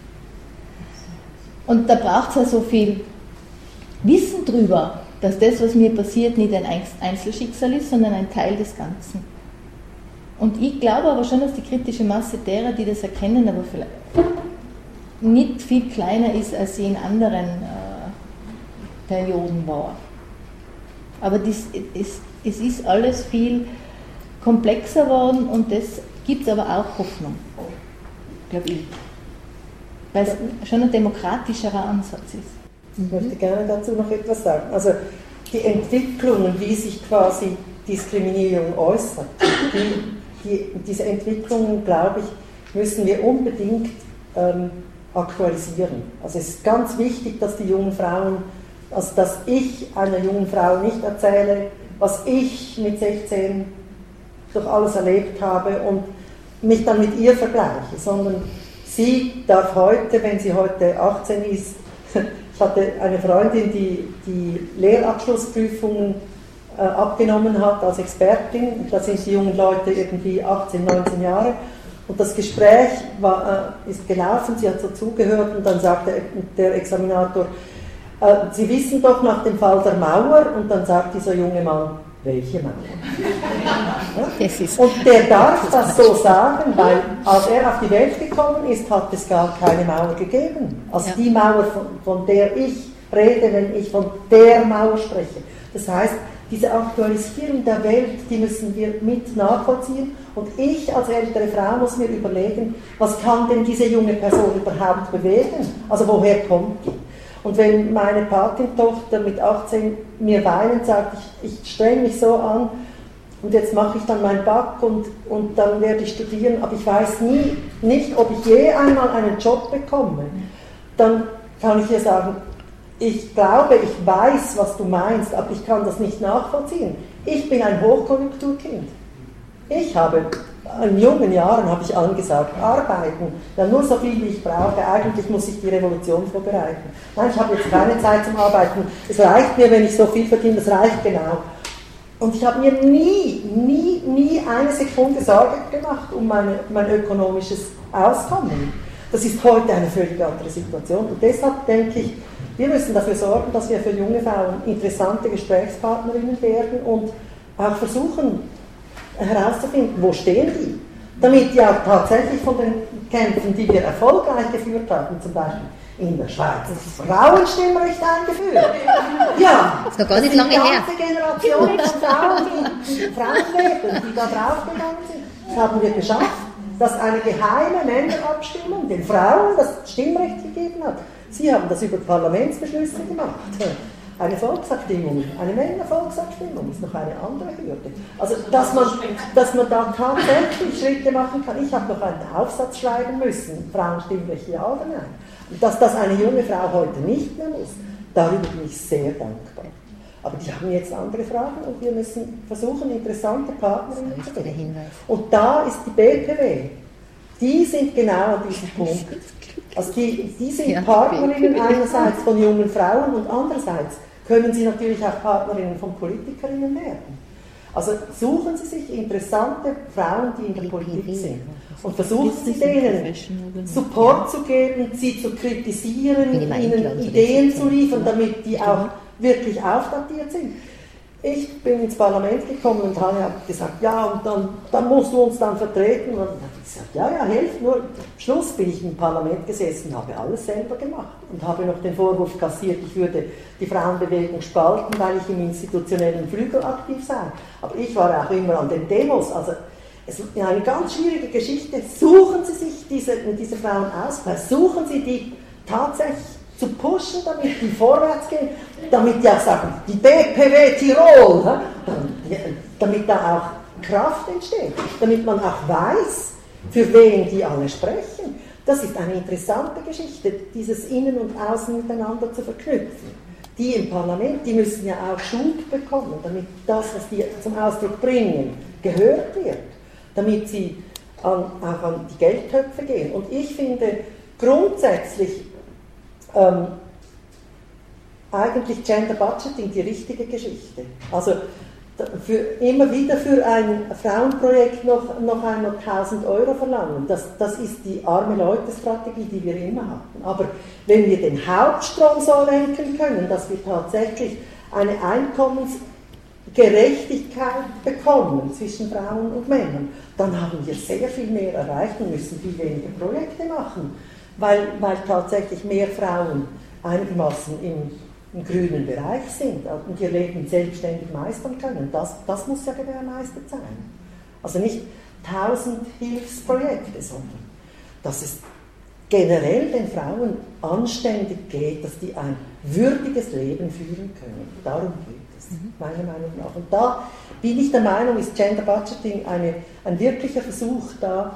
Und da braucht es ja so viel Wissen drüber, dass das, was mir passiert, nicht ein Einzelschicksal ist, sondern ein Teil des Ganzen. Und ich glaube aber schon, dass die kritische Masse derer, die das erkennen, aber vielleicht nicht viel kleiner ist, als sie in anderen Perioden war. Aber es ist alles viel komplexer geworden und das gibt aber auch Hoffnung, glaube ich. Weil es schon ein demokratischerer Ansatz ist. Ich möchte gerne dazu noch etwas sagen. Also die Entwicklungen, wie sich quasi Diskriminierung äußert, diese Entwicklungen, glaube ich, müssen wir unbedingt aktualisieren. Also es ist ganz wichtig, dass die jungen Frauen, also dass ich einer jungen Frau nicht erzähle, was ich mit 16 durch alles erlebt habe und mich dann mit ihr vergleiche, sondern sie darf heute, wenn sie heute 18 ist, ich hatte eine Freundin, die Lehrabschlussprüfungen abgenommen hat als Expertin, da sind die jungen Leute irgendwie 18, 19 Jahre und das Gespräch ist gelaufen, sie hat so zugehört und dann sagte der Examinator, Sie wissen doch nach dem Fall der Mauer und dann sagt dieser junge Mann, welche Mauer? Ja? Und der darf das so sagen, weil als er auf die Welt gekommen ist, hat es gar keine Mauer gegeben. Also die Mauer, von der ich rede, wenn ich von der Mauer spreche. Das heißt, diese Aktualisierung der Welt, die müssen wir mit nachvollziehen und ich als ältere Frau muss mir überlegen, was kann denn diese junge Person überhaupt bewegen? Also woher kommt die? Und wenn meine Patentochter mit 18 mir weinend sagt, ich streng mich so an und jetzt mache ich dann mein Back und dann werde ich studieren, aber ich weiß nicht, ob ich je einmal einen Job bekomme, dann kann ich ihr sagen, ich glaube, ich weiß, was du meinst, aber ich kann das nicht nachvollziehen. Ich bin ein Hochkonjunkturkind. Ich habe, in jungen Jahren habe ich angesagt, arbeiten, ja nur so viel, wie ich brauche, eigentlich muss ich die Revolution vorbereiten. Nein, ich habe jetzt keine Zeit zum Arbeiten, es reicht mir, wenn ich so viel verdiene, das reicht genau. Und ich habe mir nie eine Sekunde Sorge gemacht um mein ökonomisches Auskommen. Das ist heute eine völlig andere Situation und deshalb denke ich, wir müssen dafür sorgen, dass wir für junge Frauen interessante Gesprächspartnerinnen werden und auch versuchen herauszufinden, wo stehen die, damit die auch tatsächlich von den Kämpfen, die wir erfolgreich geführt haben, zum Beispiel in der Schweiz, das Frauenstimmrecht eingeführt. Ja, das ist noch gar nicht lange her. Die ganze Generation von Frauen, die Frauenrechte, die da draufgegangen sind, das haben wir geschafft, dass eine geheime Männerabstimmung den Frauen das Stimmrecht gegeben hat. Sie haben das über Parlamentsbeschlüsse gemacht. Eine Volksabstimmung, eine Männervolksabstimmung ist noch eine andere Hürde. Also, dass man da tatsächlich Schritte machen kann. Ich habe noch einen Aufsatz schreiben müssen, Frauenstimmrecht ja oder nein. Und dass das eine junge Frau heute nicht mehr muss, darüber bin ich sehr dankbar. Aber die haben jetzt andere Fragen und wir müssen versuchen, interessante Partnerinnen zu finden. Und da ist die BPW. Die sind genau an diesem Punkt. Also die sind Partnerinnen einerseits von jungen Frauen und andererseits können sie natürlich auch Partnerinnen von Politikerinnen werden. Also suchen Sie sich interessante Frauen, die in der Politik sind und versuchen Sie denen Support zu geben, sie zu kritisieren, ihnen Ideen zu liefern, damit die auch wirklich aufdatiert sind. ich bin ins Parlament gekommen und habe gesagt, ja, und dann musst du uns dann vertreten. Und dann habe ich gesagt, ja, helft, nur am Schluss bin ich im Parlament gesessen, habe alles selber gemacht und habe noch den Vorwurf kassiert, ich würde die Frauenbewegung spalten, weil ich im institutionellen Flügel aktiv sei. Aber ich war auch immer an den Demos, also es ist eine ganz schwierige Geschichte. Suchen Sie sich diese Frauen aus, versuchen Sie die tatsächlich zu pushen, damit die vorwärts gehen, damit die auch sagen, die BPW Tirol, damit da auch Kraft entsteht, damit man auch weiß, für wen die alle sprechen. Das ist eine interessante Geschichte, dieses Innen und Außen miteinander zu verknüpfen. Die im Parlament, die müssen ja auch Schub bekommen, damit das, was die zum Ausdruck bringen, gehört wird, damit sie auch an die Geldtöpfe gehen. Und ich finde grundsätzlich eigentlich Gender Budgeting die richtige Geschichte. Also immer wieder für ein Frauenprojekt noch einmal 1.000 Euro verlangen. Das ist die arme Leute-Strategie, die wir immer hatten. Aber wenn wir den Hauptstrom so lenken können, dass wir tatsächlich eine Einkommensgerechtigkeit bekommen zwischen Frauen und Männern, dann haben wir sehr viel mehr erreicht und müssen viel weniger Projekte machen. Weil tatsächlich mehr Frauen einigermaßen im grünen Bereich sind und ihr Leben selbstständig meistern können. Das muss ja gewährleistet sein. Also nicht 1000 Hilfsprojekte, sondern dass es generell den Frauen anständig geht, dass die ein würdiges Leben führen können. Darum geht es, meiner Meinung nach. Und da bin ich der Meinung, ist Gender Budgeting ein wirklicher Versuch, da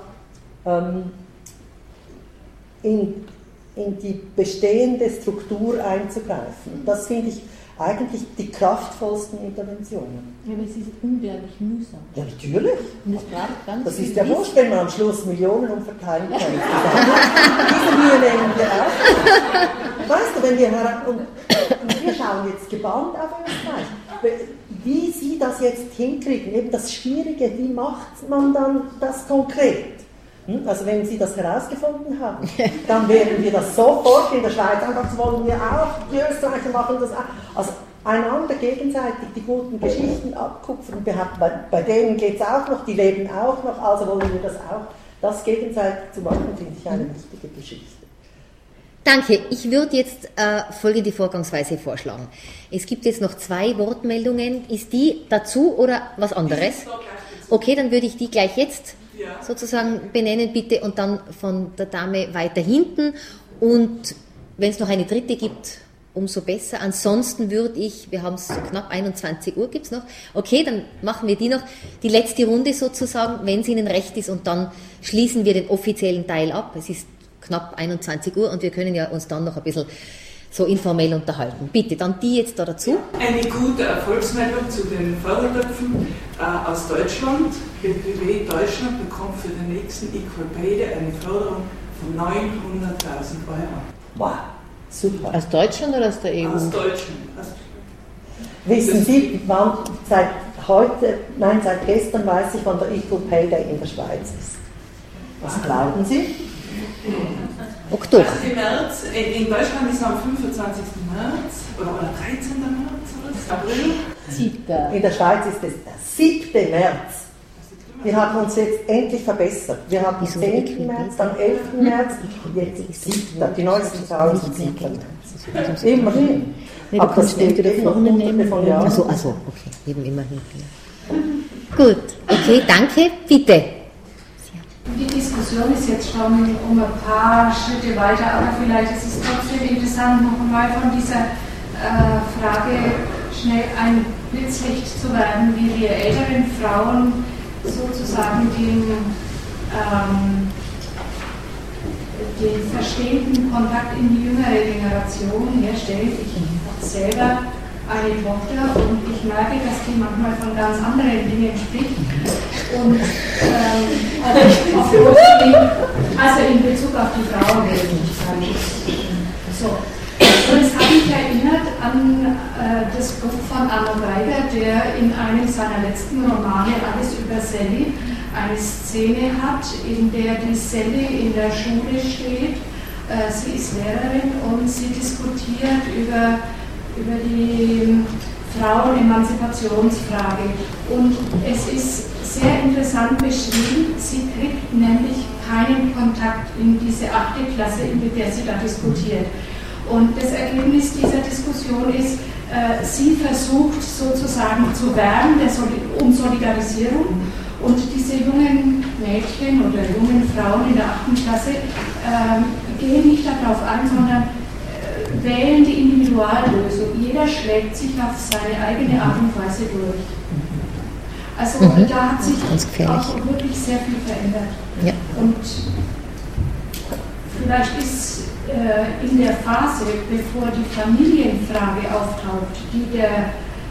in die bestehende Struktur einzugreifen. Das finde ich eigentlich die kraftvollsten Interventionen. Ja, aber es ist unglaublich mühsam. Ja, natürlich. Das ist ja wurscht, wenn man am Schluss Millionen umverteilen kann. Diese Mühe nehmen wir auf. Weißt du, wenn wir schauen jetzt gebannt auf Österreich, wie sie das jetzt hinkriegen, eben das Schwierige, wie macht man dann das konkret? Also wenn Sie das herausgefunden haben, dann werden wir das sofort in der Schweiz, das wollen wir auch, die Österreicher machen das auch. Also einander gegenseitig die guten Geschichten abkupfern, bei denen geht es auch noch, die leben auch noch, also wollen wir das auch. Das gegenseitig zu machen, finde ich eine wichtige Geschichte. Danke. Ich würde jetzt folgende Vorgangsweise vorschlagen. Es gibt jetzt noch 2 Wortmeldungen. Ist die dazu oder was anderes? Okay, dann würde ich die gleich jetzt sozusagen benennen, bitte, und dann von der Dame weiter hinten. Und wenn es noch eine dritte gibt, umso besser. Ansonsten würde ich, wir haben es knapp 21 Uhr, gibt es noch. Okay, dann machen wir die noch. Die letzte Runde sozusagen, wenn es Ihnen recht ist, und dann schließen wir den offiziellen Teil ab. Es ist knapp 21 Uhr und wir können ja uns dann noch ein bisschen so informell unterhalten. Bitte, dann die jetzt da dazu. Eine gute Erfolgsmeldung zu den Fördertöpfen aus Deutschland. BPW Deutschland bekommt für den nächsten Equal Pay Day eine Förderung von 900.000 Euro. Wow, super. Aus Deutschland oder aus der EU? Aus Deutschland. Wissen Sie, wann seit gestern weiß ich, wann der Equal Pay Day in der Schweiz ist. Was glauben Sie? Oktober. Also im März, in Deutschland ist es am 25. März oder 13. März oder April. 7. In der Schweiz ist es der 7. März. Wir haben uns jetzt endlich verbessert. Wir haben den 10. März, dann 11. März, jetzt 7. Die neuesten Zahlen sind 7. März. Immerhin. Nee, aber das steht wieder vorne nehmen. Also, okay, eben immerhin. Gut, okay, danke, bitte. Die Diskussion ist jetzt schon um ein paar Schritte weiter, aber vielleicht ist es trotzdem interessant, noch einmal von dieser Frage schnell ein Blitzlicht zu werden, wie wir älteren Frauen sozusagen den verstehenden Kontakt in die jüngere Generation herstellen. Ich habe selber eine Tochter und ich merke, dass die manchmal von ganz anderen Dingen spricht. Und also in Bezug auf die Frauenwelt. So. Und es hat mich erinnert an das Buch von Arno Geiger, der in einem seiner letzten Romane, Alles über Sally, eine Szene hat, in der die Sally in der Schule steht. Sie ist Lehrerin und sie diskutiert über über die Frauenemanzipationsfrage. Und es ist sehr interessant beschrieben, sie kriegt nämlich keinen Kontakt in diese 8. Klasse, mit der sie da diskutiert. Und das Ergebnis dieser Diskussion ist, sie versucht sozusagen zu werben um Solidarisierung, und diese jungen Mädchen oder jungen Frauen in der 8. Klasse gehen nicht darauf an, sondern wählen die Individuallösung. Jeder schlägt sich auf seine eigene Art und Weise durch. Also da hat sich auch wirklich sehr viel verändert. Ja. Und vielleicht ist in der Phase, bevor die Familienfrage auftaucht, die der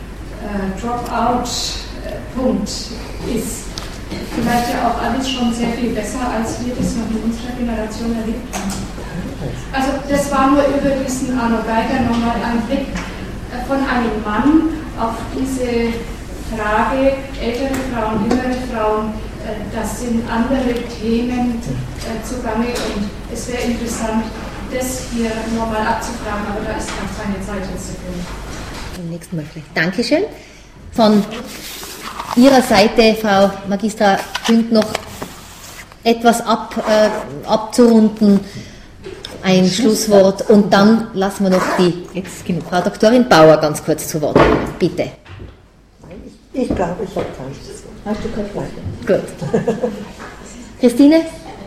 Dropout-Punkt ist, vielleicht ja auch alles schon sehr viel besser, als wir das noch in unserer Generation erlebt haben. Also das war nur über diesen Arno Geiger nochmal ein Blick von einem Mann auf diese Frage, ältere Frauen, jüngere Frauen, das sind andere Themen zugange, und es wäre interessant, das hier nochmal abzufragen, aber da ist noch keine Zeit jetzt dafür. Beim nächsten Mal vielleicht. Dankeschön. Von Ihrer Seite, Frau Magistra Küng, noch etwas abzurunden, ein Schlusswort, und dann lassen wir noch die Frau Doktorin Bauer ganz kurz zu Wort kommen. Bitte. Ich glaube, ich habe kein Schlusswort. Hast du kein Schlusswort? Gut. Christine?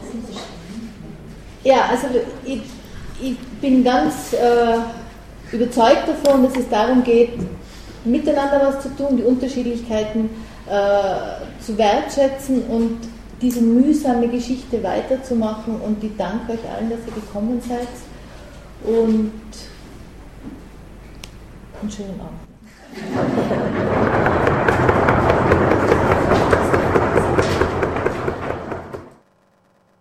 Ja, also ich bin ganz überzeugt davon, dass es darum geht, miteinander was zu tun, die Unterschiedlichkeiten zu wertschätzen und diese mühsame Geschichte weiterzumachen, und ich danke euch allen, dass ihr gekommen seid, und einen schönen Abend.